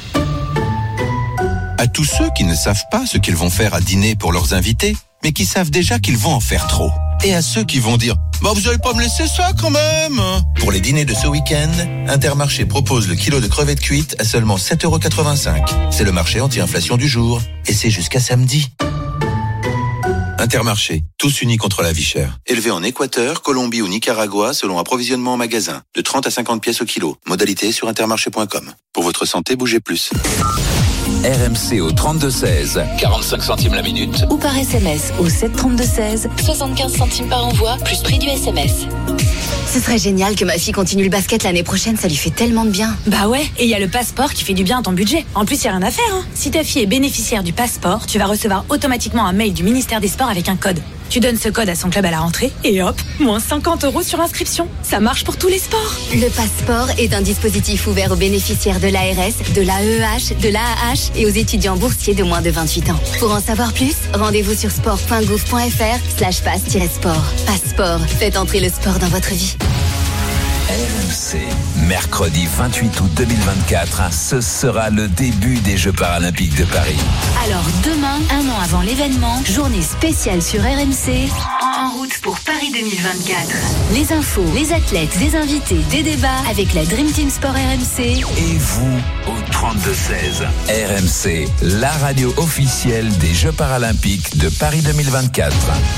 À tous ceux qui ne savent pas ce qu'ils vont faire à dîner pour leurs invités, mais qui savent déjà qu'ils vont en faire trop. Et à ceux qui vont dire « Bah vous allez pas me laisser ça quand même !» Pour les dîners de ce week-end, Intermarché propose le kilo de crevettes cuites à seulement sept euros quatre-vingt-cinq. C'est le marché anti-inflation du jour. Et c'est jusqu'à samedi. Intermarché, tous unis contre la vie chère. Élevé en Équateur, Colombie ou Nicaragua selon approvisionnement en magasin. De trente à cinquante pièces au kilo. Modalité sur intermarché point com. Pour votre santé, bougez plus. R M C au trente-deux seize, quarante-cinq centimes la minute. Ou par S M S au sept trente-deux seize, soixante-quinze centimes par envoi, plus prix du S M S. Ce serait génial que ma fille continue le basket l'année prochaine, ça lui fait tellement de bien. Bah ouais, et il y a le passeport qui fait du bien à ton budget. En plus, il n'y a rien à faire. Hein. Si ta fille est bénéficiaire du passeport, tu vas recevoir automatiquement un mail du ministère des Sports avec un code. Tu donnes ce code à son club à la rentrée et hop, moins cinquante euros sur inscription. Ça marche pour tous les sports. Le passeport est un dispositif ouvert aux bénéficiaires de l'A R S, de l'A E H, de l'A A H et aux étudiants boursiers de moins de vingt-huit ans. Pour en savoir plus, rendez-vous sur sport point gouv point f r slash passe-sport. Passeport, faites entrer le sport dans votre vie. R M C, mercredi vingt-huit août deux mille vingt-quatre, ce sera le début des Jeux Paralympiques de Paris. Alors demain, un an avant l'événement, journée spéciale sur R M C, en route pour Paris deux mille vingt-quatre. Les infos, les athlètes, des invités, des débats avec la Dream Team Sport R M C. Et vous au trente-deux seize. R M C, la radio officielle des Jeux Paralympiques de Paris deux mille vingt-quatre.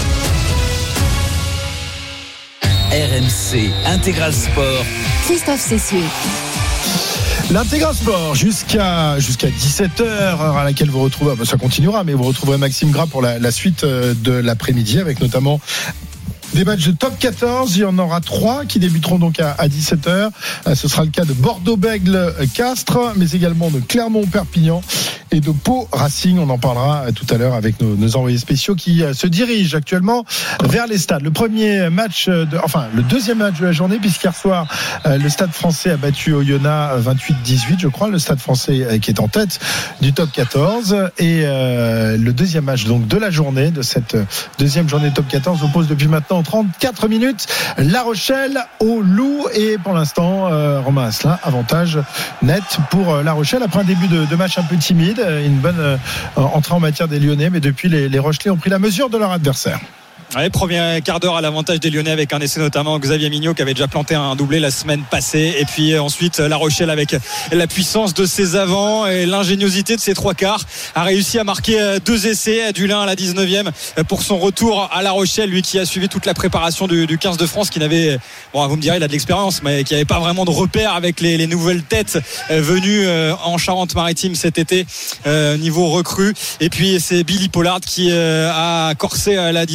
R M C Intégral Sport. Christophe Cessieux. L'Intégral Sport jusqu'à jusqu'à dix-sept heures, heure à laquelle vous retrouvez, ça continuera, mais vous retrouverez Maxime Gras pour la, la suite de l'après-midi avec notamment des matchs de top quatorze. Il y en aura trois qui débuteront donc à, à dix-sept heures. Ce sera le cas de Bordeaux-Bègles-Castres, mais également de Clermont-Perpignan et de Pau Racing. On en parlera tout à l'heure avec nos, nos envoyés spéciaux qui se dirigent actuellement vers les stades. Le premier match, de, enfin le deuxième match de la journée, puisqu'hier soir le Stade Français a battu Oyonnax vingt-huit dix-huit, je crois. Le Stade Français qui est en tête du top quatorze. Et euh, le deuxième match donc de la journée, de cette deuxième journée de top quatorze, oppose depuis maintenant trente-quatre minutes La Rochelle au Loup. Et pour l'instant, euh, Romain Asselin, avantage net pour La Rochelle après un début de, de match un peu timide. Une bonne euh, entrée en matière des Lyonnais, mais depuis les, les Rochelais ont pris la mesure de leur adversaire. Ouais, premier quart d'heure à l'avantage des Lyonnais avec un essai notamment Xavier Mignot qui avait déjà planté un doublé la semaine passée, et puis ensuite La Rochelle avec la puissance de ses avants et l'ingéniosité de ses trois quarts a réussi à marquer deux essais. Dulin à la dix-neuvième pour son retour à La Rochelle, lui qui a suivi toute la préparation du, du quinze de France, qui n'avait, bon vous me direz il a de l'expérience, mais qui n'avait pas vraiment de repères avec les, les nouvelles têtes venues en Charente-Maritime cet été euh, niveau recrue. Et puis c'est Billy Pollard qui euh, a corsé l'addition. Ensuite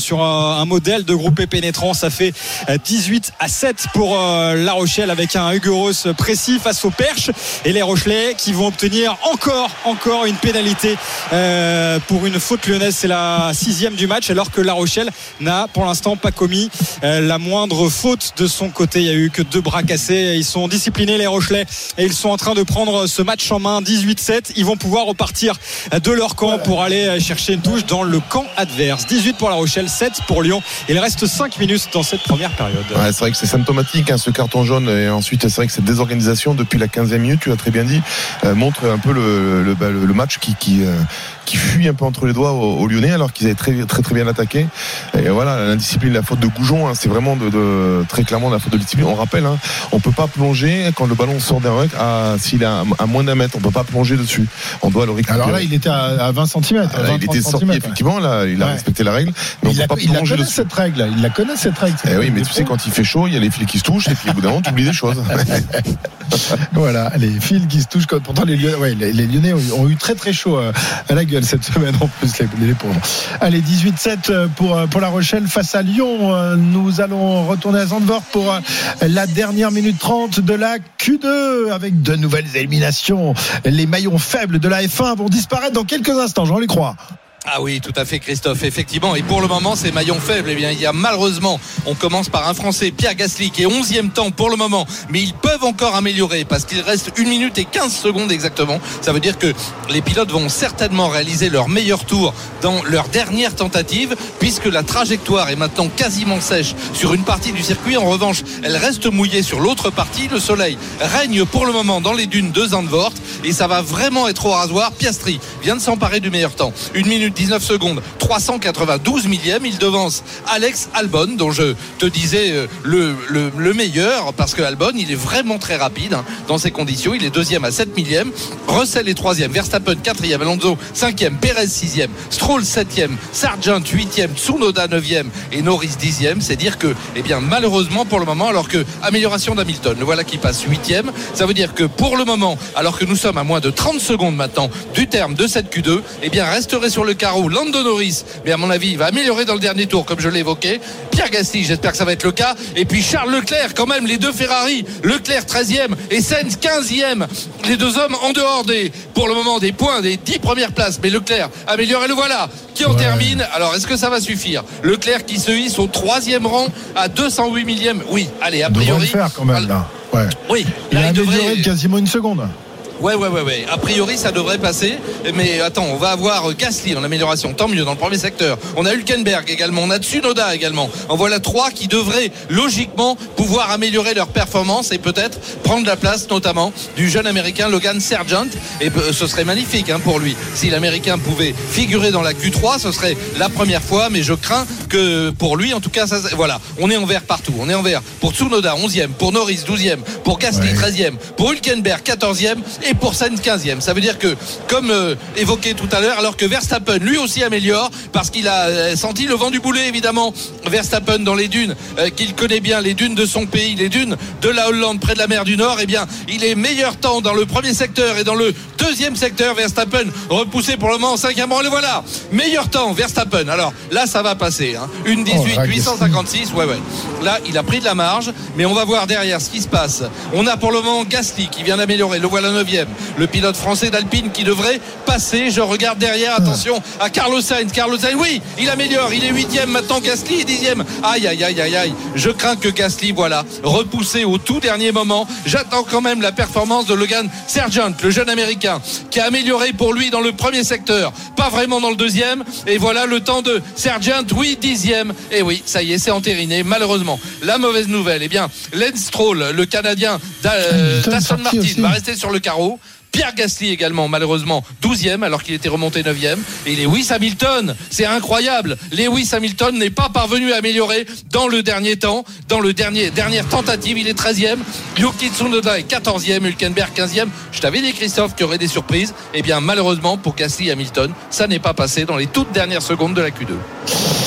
sur un, un modèle de groupé pénétrant. Ça fait dix-huit à sept pour euh, La Rochelle avec un Hugo Ross précis face au Perche, et les Rochelais qui vont obtenir encore, encore une pénalité euh, pour une faute lyonnaise. C'est la sixième du match, alors que La Rochelle n'a pour l'instant pas commis euh, la moindre faute de son côté. Il n'y a eu que deux bras cassés. Ils sont disciplinés, les Rochelais, et ils sont en train de prendre ce match en main. Dix-huit sept, ils vont pouvoir repartir de leur camp pour aller chercher une touche dans le camp adverse. Dix-huit pour La Rochelle, sept pour Lyon. Il reste cinq minutes dans cette première période. Ouais, c'est vrai que c'est symptomatique, hein, ce carton jaune, et ensuite c'est vrai que cette désorganisation depuis la quinzième minute, tu l'as très bien dit, euh, montre un peu le, le, le, le match qui, qui, euh, qui fuit un peu entre les doigts aux, aux Lyonnais, alors qu'ils avaient très, très très bien attaqué. Et voilà, l'indiscipline, la faute de Goujon, hein, c'est vraiment de, de, très clairement la faute de discipline. On rappelle, hein, on peut pas plonger quand le ballon sort d'un ruck à, s'il est à, à moins d'un mètre, on peut pas plonger dessus. On doit le récupérer. Alors là, il était à, à vingt centimètres. Ah, là, il était sorti, effectivement, là, il a ouais. respecté la règle. Mais il, a, il la connaît cette règle, il la connaît cette règle. Eh oui, mais tu sais, quand il fait chaud, il y a les fils qui se touchent, et puis au bout d'un moment, tu oublies des choses. Voilà, les fils qui se touchent. Pourtant, les Lyonnais, ouais, les, les Lyonnais ont, ont eu très très chaud à la gueule cette semaine, en plus, les, les pauvres. Allez, dix-huit sept pour, pour La Rochelle face à Lyon. Nous allons retourner à Zandvoort pour la dernière minute trente de la Q deux, avec de nouvelles éliminations. Les maillons faibles de la F un vont disparaître dans quelques instants, j'en les crois. Ah oui, tout à fait, Christophe, effectivement. Et pour le moment, ces maillons faibles, eh bien, il y a malheureusement, on commence par un Français, Pierre Gasly, qui est onzième temps pour le moment, mais ils peuvent encore améliorer parce qu'il reste une minute et quinze secondes exactement. Ça veut dire que les pilotes vont certainement réaliser leur meilleur tour dans leur dernière tentative, puisque la trajectoire est maintenant quasiment sèche sur une partie du circuit. En revanche, elle reste mouillée sur l'autre partie. Le soleil règne pour le moment dans les dunes de Zandvoort, et ça va vraiment être au rasoir. Piastri vient de s'emparer du meilleur temps. Une minute dix-neuf secondes, trois cent quatre-vingt-douze millièmes. Il devance Alex Albon, dont je te disais le, le, le meilleur, parce que Albon, il est vraiment très rapide hein, dans ces conditions. Il est deuxième à sept millièmes. Russell est troisième, Verstappen quatrième, Alonso cinquième, Perez sixième, Stroll septième, Sargent huitième, Tsunoda neuvième et Norris dixième. C'est dire que, eh bien, malheureusement pour le moment, alors que amélioration d'Hamilton, le voilà qui passe huitième. Ça veut dire que pour le moment, alors que nous sommes à moins de trente secondes maintenant du terme de cette Q deux, eh bien, resterait sur le carreau Lando Norris, mais à mon avis il va améliorer dans le dernier tour comme je l'ai évoqué. Pierre Gasly, j'espère que ça va être le cas, et puis Charles Leclerc, quand même, les deux Ferrari, Leclerc treizième et Sainz quinzième, les deux hommes en dehors des, pour le moment, des points des dix premières places, mais Leclerc amélioré, le voilà qui en ouais. termine. Alors est-ce que ça va suffire? Leclerc qui se hisse au troisième rang à deux cent huit millièmes. Oui, allez, a priori il devrait le faire quand même là. Ouais. Oui, il là, a il amélioré devrait de quasiment une seconde. Ouais, ouais, ouais, ouais. A priori, ça devrait passer. Mais attends, on va avoir Gasly en amélioration. Tant mieux dans le premier secteur. On a Hülkenberg également. On a Tsunoda également. En voilà trois qui devraient logiquement pouvoir améliorer leur performance et peut-être prendre la place notamment du jeune américain Logan Sargent. Et ce serait magnifique hein, pour lui. Si l'américain pouvait figurer dans la Q trois, ce serait la première fois. Mais je crains que pour lui, en tout cas, ça, voilà. On est en vert partout. On est en vert pour Tsunoda, onzième. Pour Norris, douzième. Pour Gasly, ouais. treizième. Pour Hülkenberg, quatorzième. Et pour Sainz quinzième. Ça veut dire que, comme euh, évoqué tout à l'heure, alors que Verstappen lui aussi améliore parce qu'il a euh, senti le vent du boulet, évidemment, Verstappen dans les dunes euh, qu'il connaît bien, les dunes de son pays, les dunes de la Hollande près de la mer du Nord. Eh bien, il est meilleur temps dans le premier secteur et dans le deuxième secteur. Verstappen repoussé pour le moment en cinquième rang. Le voilà, meilleur temps Verstappen. Alors là, ça va passer hein. Une dix-huit huit cent cinquante-six. Ouais, ouais. Là, il a pris de la marge, mais on va voir derrière ce qui se passe. On a pour le moment Gasly qui vient d'améliorer. Le voilà neuvième. Le pilote français d'Alpine qui devrait passer. Je regarde derrière, attention à Carlos Sainz. Carlos Sainz, oui, il améliore, il est huitième maintenant. Gasly est dixième. Aïe, aïe, aïe, aïe, aïe. Je crains que Gasly, voilà, repoussé au tout dernier moment. J'attends quand même la performance de Logan Sargent, le jeune américain, qui a amélioré pour lui dans le premier secteur, pas vraiment dans le deuxième. Et voilà le temps de Sargent, oui, dixième. Et oui, ça y est, c'est entériné, malheureusement. La mauvaise nouvelle, eh bien, Lance Stroll, le Canadien d'Aston Martin, aussi. va rester sur le carreau. Pierre Gasly également, malheureusement douzième alors qu'il était remonté neuvième. Et Lewis Hamilton, c'est incroyable, Lewis Hamilton n'est pas parvenu à améliorer dans le dernier temps, dans le dernier dernière tentative. Il est treizième, Yuki Tsunoda est quatorzième, Hülkenberg quinzième. Je t'avais dit, Christophe, qu'il y aurait des surprises. Et bien malheureusement pour Gasly et Hamilton, ça n'est pas passé dans les toutes dernières secondes de la Q deux.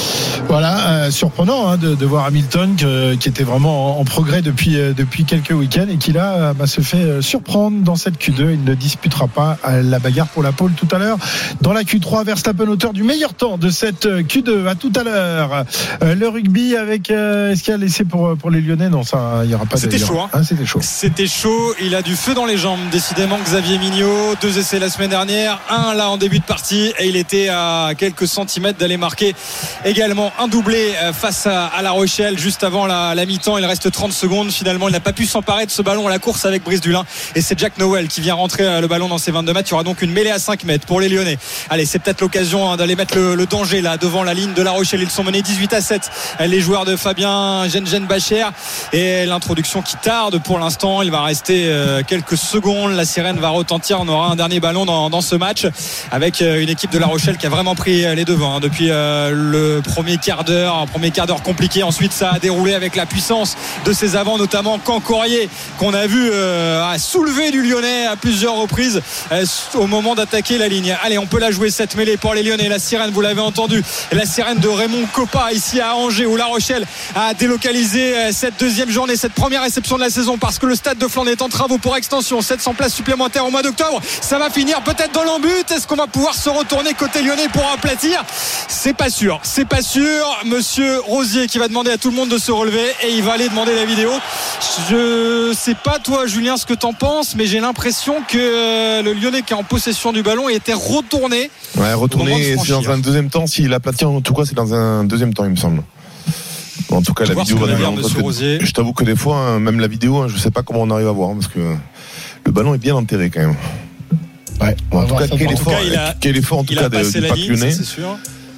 Voilà, euh, surprenant hein, de, de voir Hamilton que, qui était vraiment en, en progrès depuis, euh, depuis quelques week-ends et qui là euh, bah, se fait euh, surprendre dans cette Q deux. Il ne disputera pas euh, la bagarre pour la pole tout à l'heure. Dans la Q trois, Verstappen auteur du meilleur temps de cette Q deux. À tout à l'heure. Euh, le rugby avec euh, est-ce qu'il y a laissé pour, pour les Lyonnais? Non, ça, il n'y aura pas de. C'était chaud. Hein. Hein, c'était chaud. C'était chaud. Il a du feu dans les jambes. Décidément, Xavier Mignot. Deux essais la semaine dernière. Un là en début de partie. Et il était à quelques centimètres d'aller marquer également un doublé face à, à La Rochelle juste avant la, la mi-temps. Il reste trente secondes. Finalement, il n'a pas pu s'emparer de ce ballon à la course avec Brice Dulin. Et c'est Jack Nowell qui vient rentrer le ballon dans ses vingt-deux mètres. Il y aura donc une mêlée à cinq mètres pour les Lyonnais. Allez, c'est peut-être l'occasion hein, d'aller mettre le, le danger là devant la ligne de La Rochelle. Ils sont menés dix-huit à sept. Les joueurs de Fabien Gengen Bacher. Et l'introduction qui tarde pour l'instant. Il va rester euh, quelques secondes. La sirène va retentir. On aura un dernier ballon dans, dans ce match avec euh, une équipe de La Rochelle qui a vraiment pris les devants hein, depuis euh, le premier quart d'heure. Un premier quart d'heure compliqué. Ensuite, ça a déroulé avec la puissance de ses avants, notamment Cancorier, qu'on a vu euh, à soulever du Lyonnais à plusieurs reprises euh, au moment d'attaquer la ligne. Allez, on peut la jouer cette mêlée pour les Lyonnais. La sirène, vous l'avez entendu, la sirène de Raymond Coppa ici à Angers où La Rochelle a délocalisé euh, cette deuxième journée, cette première réception de la saison parce que le stade de Flandre est en travaux pour extension. sept cents places supplémentaires au mois d'octobre. Ça va finir peut-être dans l'embut. Est-ce qu'on va pouvoir se retourner côté lyonnais pour aplatir? C'est pas sûr. C'est pas sûr. Monsieur Rosier qui va demander à tout le monde de se relever et il va aller demander la vidéo. Je sais pas toi Julien ce que t'en penses, mais j'ai l'impression que le Lyonnais qui est en possession du ballon était retourné. Ouais, retourné. C'est dans un deuxième temps. S'il aplatit en tout cas, c'est dans un deuxième temps, il me semble. En tout cas, la vidéo va dire, je t'avoue que des fois, même la vidéo, je sais pas comment on arrive à voir parce que le ballon est bien enterré quand même. Ouais. En tout cas, quel effort, quel effort en tout cas du pack lyonnais. C'est sûr.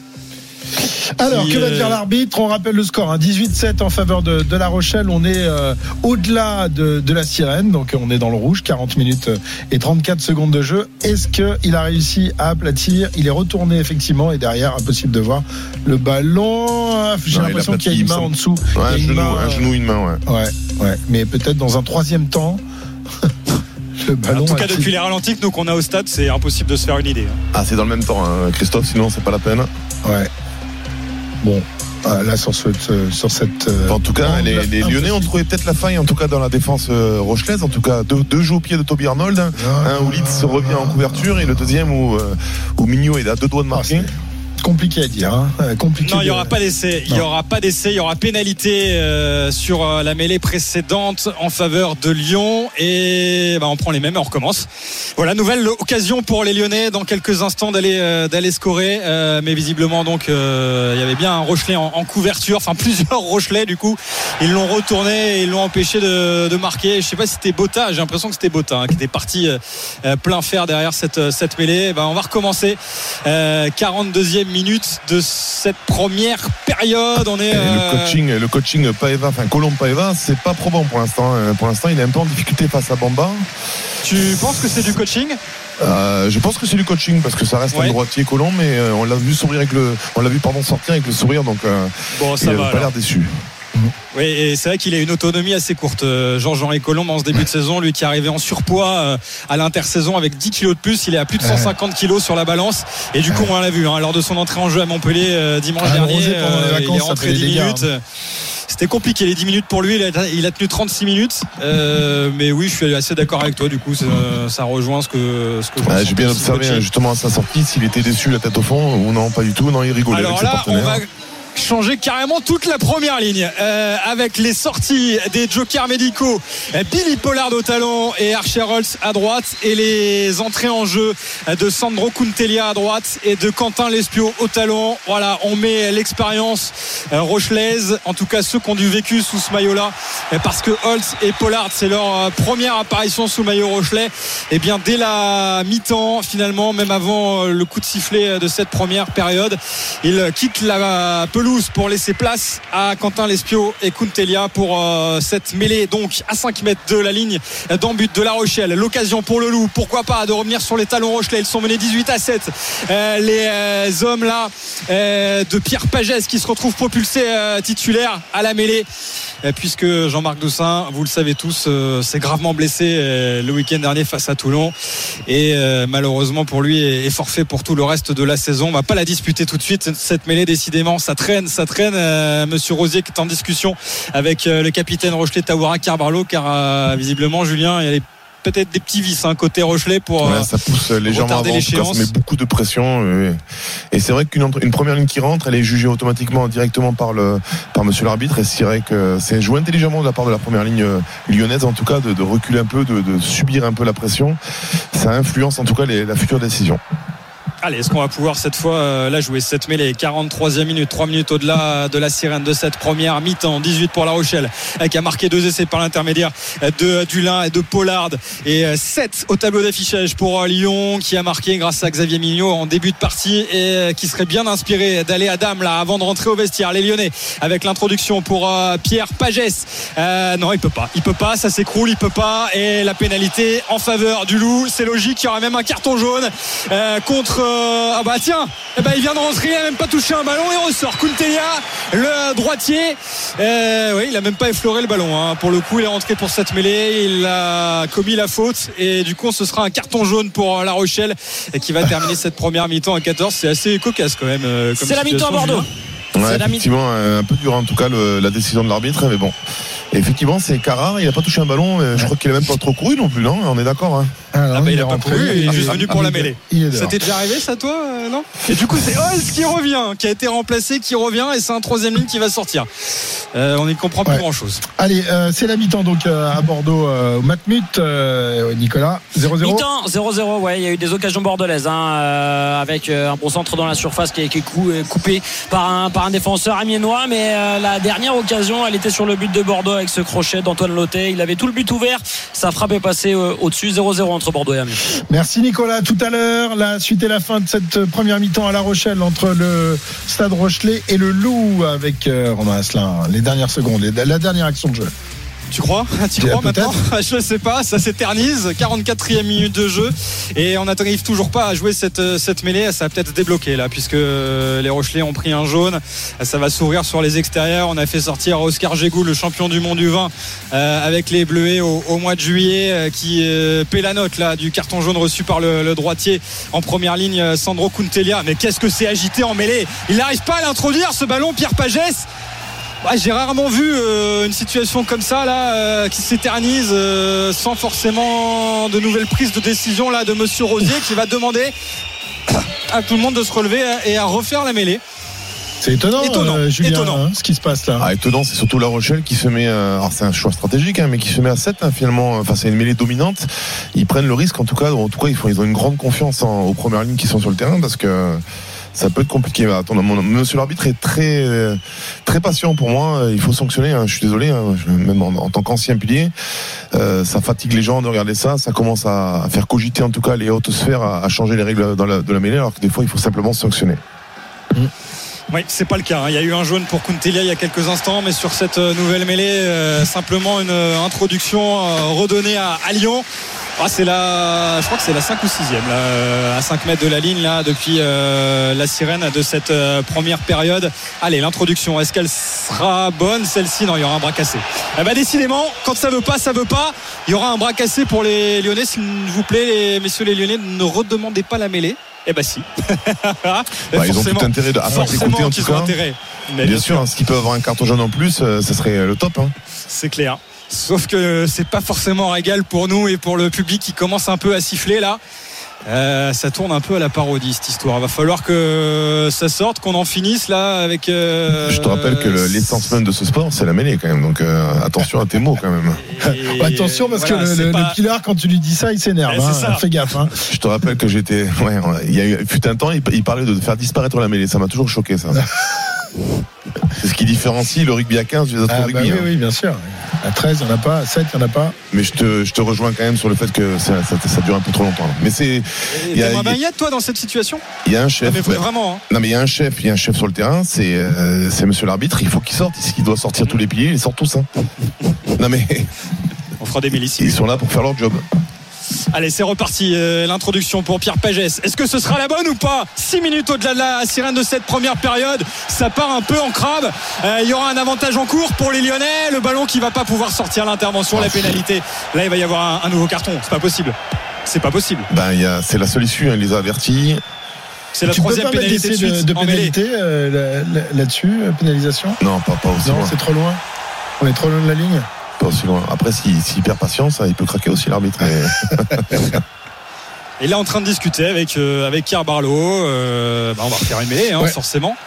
Alors, que va dire l'arbitre? On rappelle le score, hein, dix-huit sept en faveur de, de La Rochelle. On est euh, au-delà de, de la sirène, donc on est dans le rouge, quarante minutes et trente-quatre secondes de jeu. Est-ce qu'il a réussi à aplatir? Il est retourné effectivement et derrière, impossible de voir le ballon. J'ai non, l'impression qu'il y a une main en dessous. Ouais, un, genou, main, un genou, une main, ouais. Ouais, ouais. Mais peut-être dans un troisième temps. Le ballon en tout cas, depuis les ralentis que nous qu'on a au stade, c'est impossible de se faire une idée. Ah, c'est dans le même temps, hein, Christophe, sinon c'est pas la peine. Ouais. Bon, là sur, ce, sur cette. En tout cas, les, les Lyonnais ont trouvé peut-être la faille, en tout cas dans la défense rochelaise. En tout cas, deux, deux jeux au pied de Toby Arnold, hein, un où Litz revient en couverture et le deuxième où, où Mignot est à deux doigts de marquer. Compliqué à dire. Hein. Compliqué non, il n'y aura de... pas d'essai. Il n'y aura pas d'essai. Il y aura pénalité euh, sur euh, la mêlée précédente en faveur de Lyon. Et bah, on prend les mêmes et on recommence. Voilà, nouvelle occasion pour les Lyonnais dans quelques instants d'aller euh, d'aller scorer. Euh, mais visiblement, donc, euh, il y avait bien un Rochelet en, en couverture. Enfin, plusieurs Rochelais, du coup. Ils l'ont retourné et ils l'ont empêché de, de marquer. Je ne sais pas si c'était Botta. J'ai l'impression que c'était Botta hein, qui était parti euh, plein fer derrière cette, cette mêlée. Bah, on va recommencer. Euh, quarante-deuxième minutes de cette première période. On est euh... le coaching, le coaching Paeva, enfin Colombe Paeva, c'est pas probant pour l'instant. Pour l'instant, il est un peu en difficulté face à Bamba. Tu penses que c'est du coaching? Euh, je pense que c'est du coaching parce que ça reste ouais. un droitier Colombe, mais on l'a vu sourire avec le, on l'a vu pardon sortir avec le sourire, donc euh, bon, ça il va, n'a pas l'air déçu. Oui, et c'est vrai qu'il a une autonomie assez courte. Jean-Jean Colombe en ce début de saison, lui qui est arrivé en surpoids à l'intersaison avec dix kilos de plus, il est à plus de cent cinquante kilos sur la balance. Et du coup, on l'a vu hein, lors de son entrée en jeu à Montpellier euh, dimanche ah, dernier, euh, vacances, il est rentré dix minutes. Hein. C'était compliqué les dix minutes pour lui, il a, il a tenu trente-six minutes. Euh, mais oui, je suis assez d'accord avec toi. Du coup, ça, ça rejoint ce que ce que je ouais, j'ai bien observé justement à sa sortie, s'il était déçu la tête au fond ou non, pas du tout. Non, il rigolait. Alors avec là, ses partenaires. On va changer carrément toute la première ligne euh, avec les sorties des jokers médicaux Billy Pollard au talon et Archer Holtz à droite et les entrées en jeu de Sandro Kuntelia à droite et de Quentin Lespio au talon. Voilà, on met l'expérience euh, rochelaise, en tout cas ceux qui ont du vécu sous ce maillot là, parce que Holtz et Pollard c'est leur euh, première apparition sous maillot rochelais. Et bien dès la mi-temps finalement, même avant euh, le coup de sifflet de cette première période, ils quittent la pelouse pour laisser place à Quentin Lespio et Kuntelia pour euh, cette mêlée donc à cinq mètres de la ligne d'en but de La Rochelle. L'occasion pour le Loup, pourquoi pas, de revenir sur les talons rochelais. Ils sont menés dix-huit à sept. Euh, les euh, hommes là euh, de Pierre Pagès qui se retrouvent propulsés euh, titulaires à la mêlée euh, puisque Jean-Marc Doussin, vous le savez tous, euh, s'est gravement blessé euh, le week-end dernier face à Toulon et euh, malheureusement pour lui est, est forfait pour tout le reste de la saison. On va pas la disputer tout de suite cette mêlée, décidément ça traîne traîne, ça traîne. Euh, Monsieur Rosier qui est en discussion avec euh, le capitaine Rochelet Tawara Carbarlo, car euh, visiblement Julien, il y a les peut-être des petits vices hein, côté Rochelet pour ouais, ça pousse légèrement avant, en tout cas, ça met beaucoup de pression et, et c'est vrai qu'une une première ligne qui rentre, elle est jugée automatiquement directement par le par monsieur l'arbitre, et c'est vrai que c'est joué intelligemment de la part de la première ligne lyonnaise en tout cas de, de reculer un peu, de, de subir un peu la pression. Ça influence en tout cas les, la future décision. Allez, est-ce qu'on va pouvoir cette fois euh, là jouer cette mêlée? quarante-troisième minute, trois minutes au-delà de la sirène de cette première mi-temps. dix-huit pour La Rochelle, euh, qui a marqué deux essais par l'intermédiaire de Dulin et de Pollard, et euh, sept au tableau d'affichage pour euh, Lyon, qui a marqué grâce à Xavier Mignot en début de partie, et euh, qui serait bien inspiré d'aller à Dame là avant de rentrer au vestiaire. Les Lyonnais avec l'introduction pour euh, Pierre Pagès. Euh, non, il peut pas, il peut pas, ça s'écroule, il peut pas, et la pénalité en faveur du Loup. C'est logique, il y aura même un carton jaune euh, contre euh, ah bah tiens, eh ben il vient de rentrer, il n'a même pas touché un ballon et ressort. Kuntelia, le droitier, euh, oui, il a même pas effleuré le ballon hein. Pour le coup, il est rentré pour cette mêlée, il a commis la faute, et du coup ce sera un carton jaune pour La Rochelle, et qui va terminer cette première mi-temps à quatorze. C'est assez cocasse quand même euh, comme c'est la mi-temps à Bordeaux. Ouais, effectivement, un peu dur en tout cas le, la décision de l'arbitre, mais bon. Effectivement, c'est Carrard, il n'a pas touché un ballon, je crois qu'il n'a même pas trop couru non plus, non? On est d'accord hein. Ah, bah, il n'a pas couru, il est juste venu pour la mêlée. Ça t'est déjà arrivé ça toi euh, non? Et du coup c'est Holz qui revient, qui a été remplacé, qui revient, et c'est un troisième ligne qui va sortir. Euh, on n'y comprend plus ouais. grand chose. Allez, euh, c'est la mi-temps donc euh, à Bordeaux euh, au Matmut, euh, Nicolas, zéro zéro. Mi-temps zéro zéro, ouais, il y a eu des occasions bordelaises hein, euh, avec euh, un bon centre dans la surface qui est, qui est cou- coupé par un, par un défenseur amiénois, mais euh, la dernière occasion elle était sur le but de Bordeaux avec ce crochet d'Antoine Lotet. Il avait tout le but ouvert, sa frappe est passée euh, au-dessus. Zéro zéro entre Bordeaux et Amiens. Merci Nicolas, tout à l'heure la suite et la fin de cette première mi-temps à La Rochelle entre le Stade Rochelet et le Loup, avec euh, Romain Asselin, les dernières secondes, les, la dernière action de jeu. Tu crois? Tu crois maintenant? Je ne sais pas, ça s'éternise. quarante-quatrième minute de jeu, et on n'arrive toujours pas à jouer cette, cette mêlée. Ça va peut-être débloquer là, puisque les Rochelais ont pris un jaune. Ça va s'ouvrir sur les extérieurs. On a fait sortir Oscar Gégou, le champion du monde du vin, euh, avec les Bleuets au, au mois de juillet, euh, qui euh, paie la note là, du carton jaune reçu par le, le droitier en première ligne, Sandro Kuntelia. Mais qu'est-ce que c'est agité en mêlée! Il n'arrive pas à l'introduire ce ballon, Pierre Pagès. Ouais, j'ai rarement vu euh, une situation comme ça là euh, qui s'éternise euh, sans forcément de nouvelles prises de décision là de monsieur Rosier, qui va demander à tout le monde de se relever et à refaire la mêlée. C'est étonnant, étonnant, euh, Julien, étonnant. Hein, ce qui se passe là. Ah, étonnant, c'est surtout La Rochelle qui se met, euh, alors c'est un choix stratégique, hein, mais qui se met à sept hein, finalement. Enfin, c'est une mêlée dominante. Ils prennent le risque, en tout cas. En tout cas, ils font, ils ont une grande confiance en, aux premières lignes qui sont sur le terrain, parce que ça peut être compliqué. Attends, mon, monsieur l'arbitre est très, très patient pour moi. Il faut sanctionner. Hein, je suis désolé, hein, je, même en, en tant qu'ancien pilier, euh, ça fatigue les gens de regarder ça. Ça commence à, à faire cogiter, en tout cas, les hautes sphères à, à changer les règles dans la, de la mêlée, alors que des fois, il faut simplement sanctionner. Mmh. Oui, c'est pas le cas. Il y a eu un jaune pour Kuntelia il y a quelques instants, mais sur cette nouvelle mêlée, euh, simplement une introduction euh, redonnée à, à Lyon. Ah, c'est la, je crois que c'est la cinq ou sixième là, à cinq mètres de la ligne là, depuis euh, la sirène de cette euh, première période. Allez, l'introduction, est-ce qu'elle sera bonne celle-ci? Non, il y aura un bras cassé. Eh ben, décidément, quand ça veut pas, ça veut pas. Il y aura un bras cassé pour les Lyonnais, s'il vous plaît, les messieurs les Lyonnais, ne redemandez pas la mêlée. Eh ben si. bah, ils ont tout intérêt de, à part écouter en tout cas. Intérêt. Mais bien, bien sûr, hein, s'ils peuvent avoir un carton jaune en plus, euh, ça serait le top. Hein. C'est clair. Sauf que c'est pas forcément régal pour nous et pour le public qui commence un peu à siffler là. Euh, ça tourne un peu à la parodie cette histoire. Va falloir que ça sorte, qu'on en finisse là avec. Euh, Je te rappelle que le, l'essence même de ce sport, c'est la mêlée quand même. Donc euh, attention à tes mots quand même. Et... bah, attention parce voilà, que le, pas... le Pilar, quand tu lui dis ça, il s'énerve. Ouais, hein, fais gaffe. Hein. Je te rappelle que j'étais. Ouais, il y a eu fut un temps, il, il parlait de faire disparaître la mêlée. Ça m'a toujours choqué ça. C'est ce qui différencie le rugby à quinze des autres ah, rugby. Bah oui, hein. oui, bien sûr. À treize, il n'y en a pas. À sept, il n'y en a pas. Mais je te, je te rejoins quand même sur le fait que ça, ça, ça dure un peu trop longtemps. Là. Mais c'est. Il y a, il y a toi dans cette situation. Il y a un chef. Non, mais vraiment. Hein. Non mais il y a un chef, il y a un chef sur le terrain. C'est, euh, c'est monsieur l'arbitre. Il faut qu'il sorte. Il doit sortir tous les piliers. Il sort tous. Hein. Non mais. On fera des mélissimes. Ils sont là pour faire leur job. Allez, c'est reparti, euh, l'introduction pour Pierre Pagès. Est-ce que ce sera la bonne ou pas? six minutes au-delà de la sirène de cette première période. Ça part un peu en crabe. Euh, il y aura un avantage en cours pour les Lyonnais. Le ballon qui va pas pouvoir sortir, l'intervention, la pénalité. Là, il va y avoir un, un nouveau carton. C'est pas possible. C'est pas possible. Ben, il y a, c'est la seule issue. Hein, il les a avertis. C'est la tu troisième peux pas pénalité mettre de d'essai suite de, de en mêlée. pénalité euh, là, là, là-dessus, euh, pénalisation. Non, pas, pas aussi non, loin. c'est trop loin. On est trop loin de la ligne. Pas aussi loin. Après, s'il si, si perd patience, il peut craquer aussi l'arbitre. Mais... Et là, en train de discuter avec euh, avec Pierre Barlow. Euh, bah, on va refaire une mêlée, hein, ouais. forcément.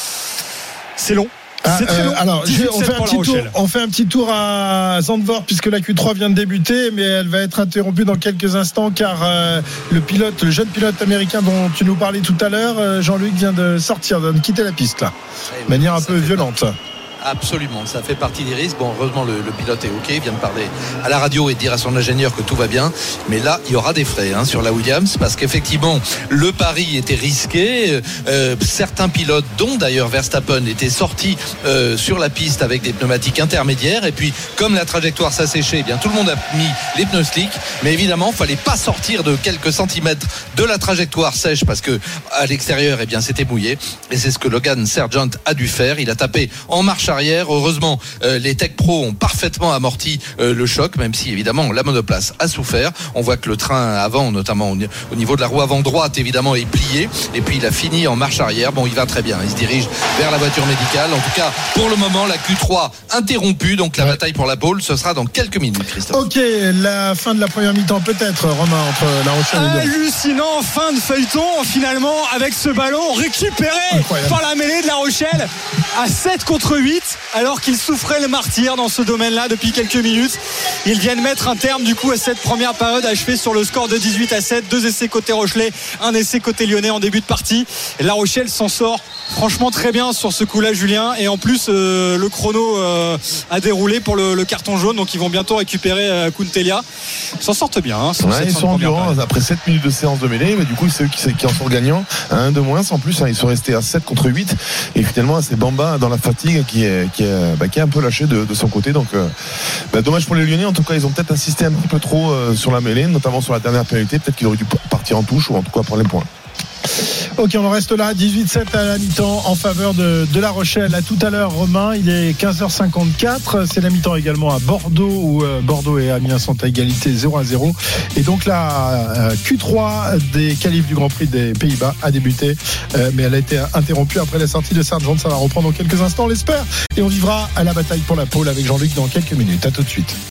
C'est long. Ah, c'est très long. Euh, alors, je, on, fait un petit tour, on fait un petit tour à Zandvoort puisque la Q trois vient de débuter, mais elle va être interrompue dans quelques instants car euh, le pilote, le jeune pilote américain dont tu nous parlais tout à l'heure, euh, Jean-Luc, vient de sortir, de quitter la piste là, de manière un peu violente. Absolument, ça fait partie des risques. Bon, heureusement, le, le pilote est OK, il vient de parler à la radio et de dire à son ingénieur que tout va bien. Mais là, il y aura des frais hein, sur la Williams parce qu'effectivement, le pari était risqué. Euh, certains pilotes, dont d'ailleurs Verstappen, étaient sortis euh, sur la piste avec des pneumatiques intermédiaires. Et puis, comme la trajectoire s'asséchait, eh bien tout le monde a mis les pneus slick. Mais évidemment, il fallait pas sortir de quelques centimètres de la trajectoire sèche parce que à l'extérieur, eh bien, c'était mouillé. Et c'est ce que Logan Sargent a dû faire. Il a tapé en marche arrière. Heureusement, euh, les Tech Pro ont parfaitement amorti euh, le choc, même si évidemment la monoplace a souffert. On voit que le train avant, notamment au, au niveau de la roue avant droite, évidemment, est plié. Et puis il a fini en marche arrière. Bon, il va très bien. Il se dirige vers la voiture médicale. En tout cas, pour le moment, la Q trois interrompue. Donc la ouais. bataille pour la pole, ce sera dans quelques minutes, Christophe. Ok, la fin de la première mi-temps peut-être, Romain, entre La Rochelle et Lyon. Hallucinant, fin de feuilleton, finalement, avec ce ballon récupéré Incroyable. par la mêlée de La Rochelle à sept contre huit. Alors qu'ils souffraient le martyr dans ce domaine-là depuis quelques minutes. Ils viennent mettre un terme du coup à cette première période achevée sur le score de dix-huit à sept. Deux essais côté Rochelais, un essai côté Lyonnais en début de partie. Et La Rochelle s'en sort franchement très bien sur ce coup-là, Julien. Et en plus, euh, le chrono euh, a déroulé pour le, le carton jaune. Donc ils vont bientôt récupérer euh, Kuntelia. Ils s'en sortent bien. Hein, ouais, ils sont endurants après sept minutes de séance de mêlée. Mais du coup, c'est eux qui, qui en sont gagnants. Un de moins en plus. Hein, ils sont restés à sept contre huit. Et finalement, c'est Bamba dans la fatigue qui est, qui est, bah, qui est un peu lâché de, de son côté. Donc, euh, bah, dommage pour les Lyonnais. En tout cas, ils ont peut-être insisté un petit peu trop euh, sur la mêlée, notamment sur la dernière pénalité. Peut-être qu'ils auraient dû partir en touche ou en tout cas prendre les points. Ok, on en reste là, dix-huit sept à la mi-temps en faveur de, de La Rochelle. À tout à l'heure, Romain, il est quinze heures cinquante-quatre. C'est la mi-temps également à Bordeaux où euh, Bordeaux et Amiens sont à égalité zéro à zéro. Et donc la euh, Q trois des qualifs du Grand Prix des Pays-Bas a débuté, euh, mais elle a été interrompue après la sortie de Sargent. Ça va reprendre dans quelques instants, on l'espère. Et on vivra à la bataille pour la pole avec Jean-Luc dans quelques minutes. À tout de suite.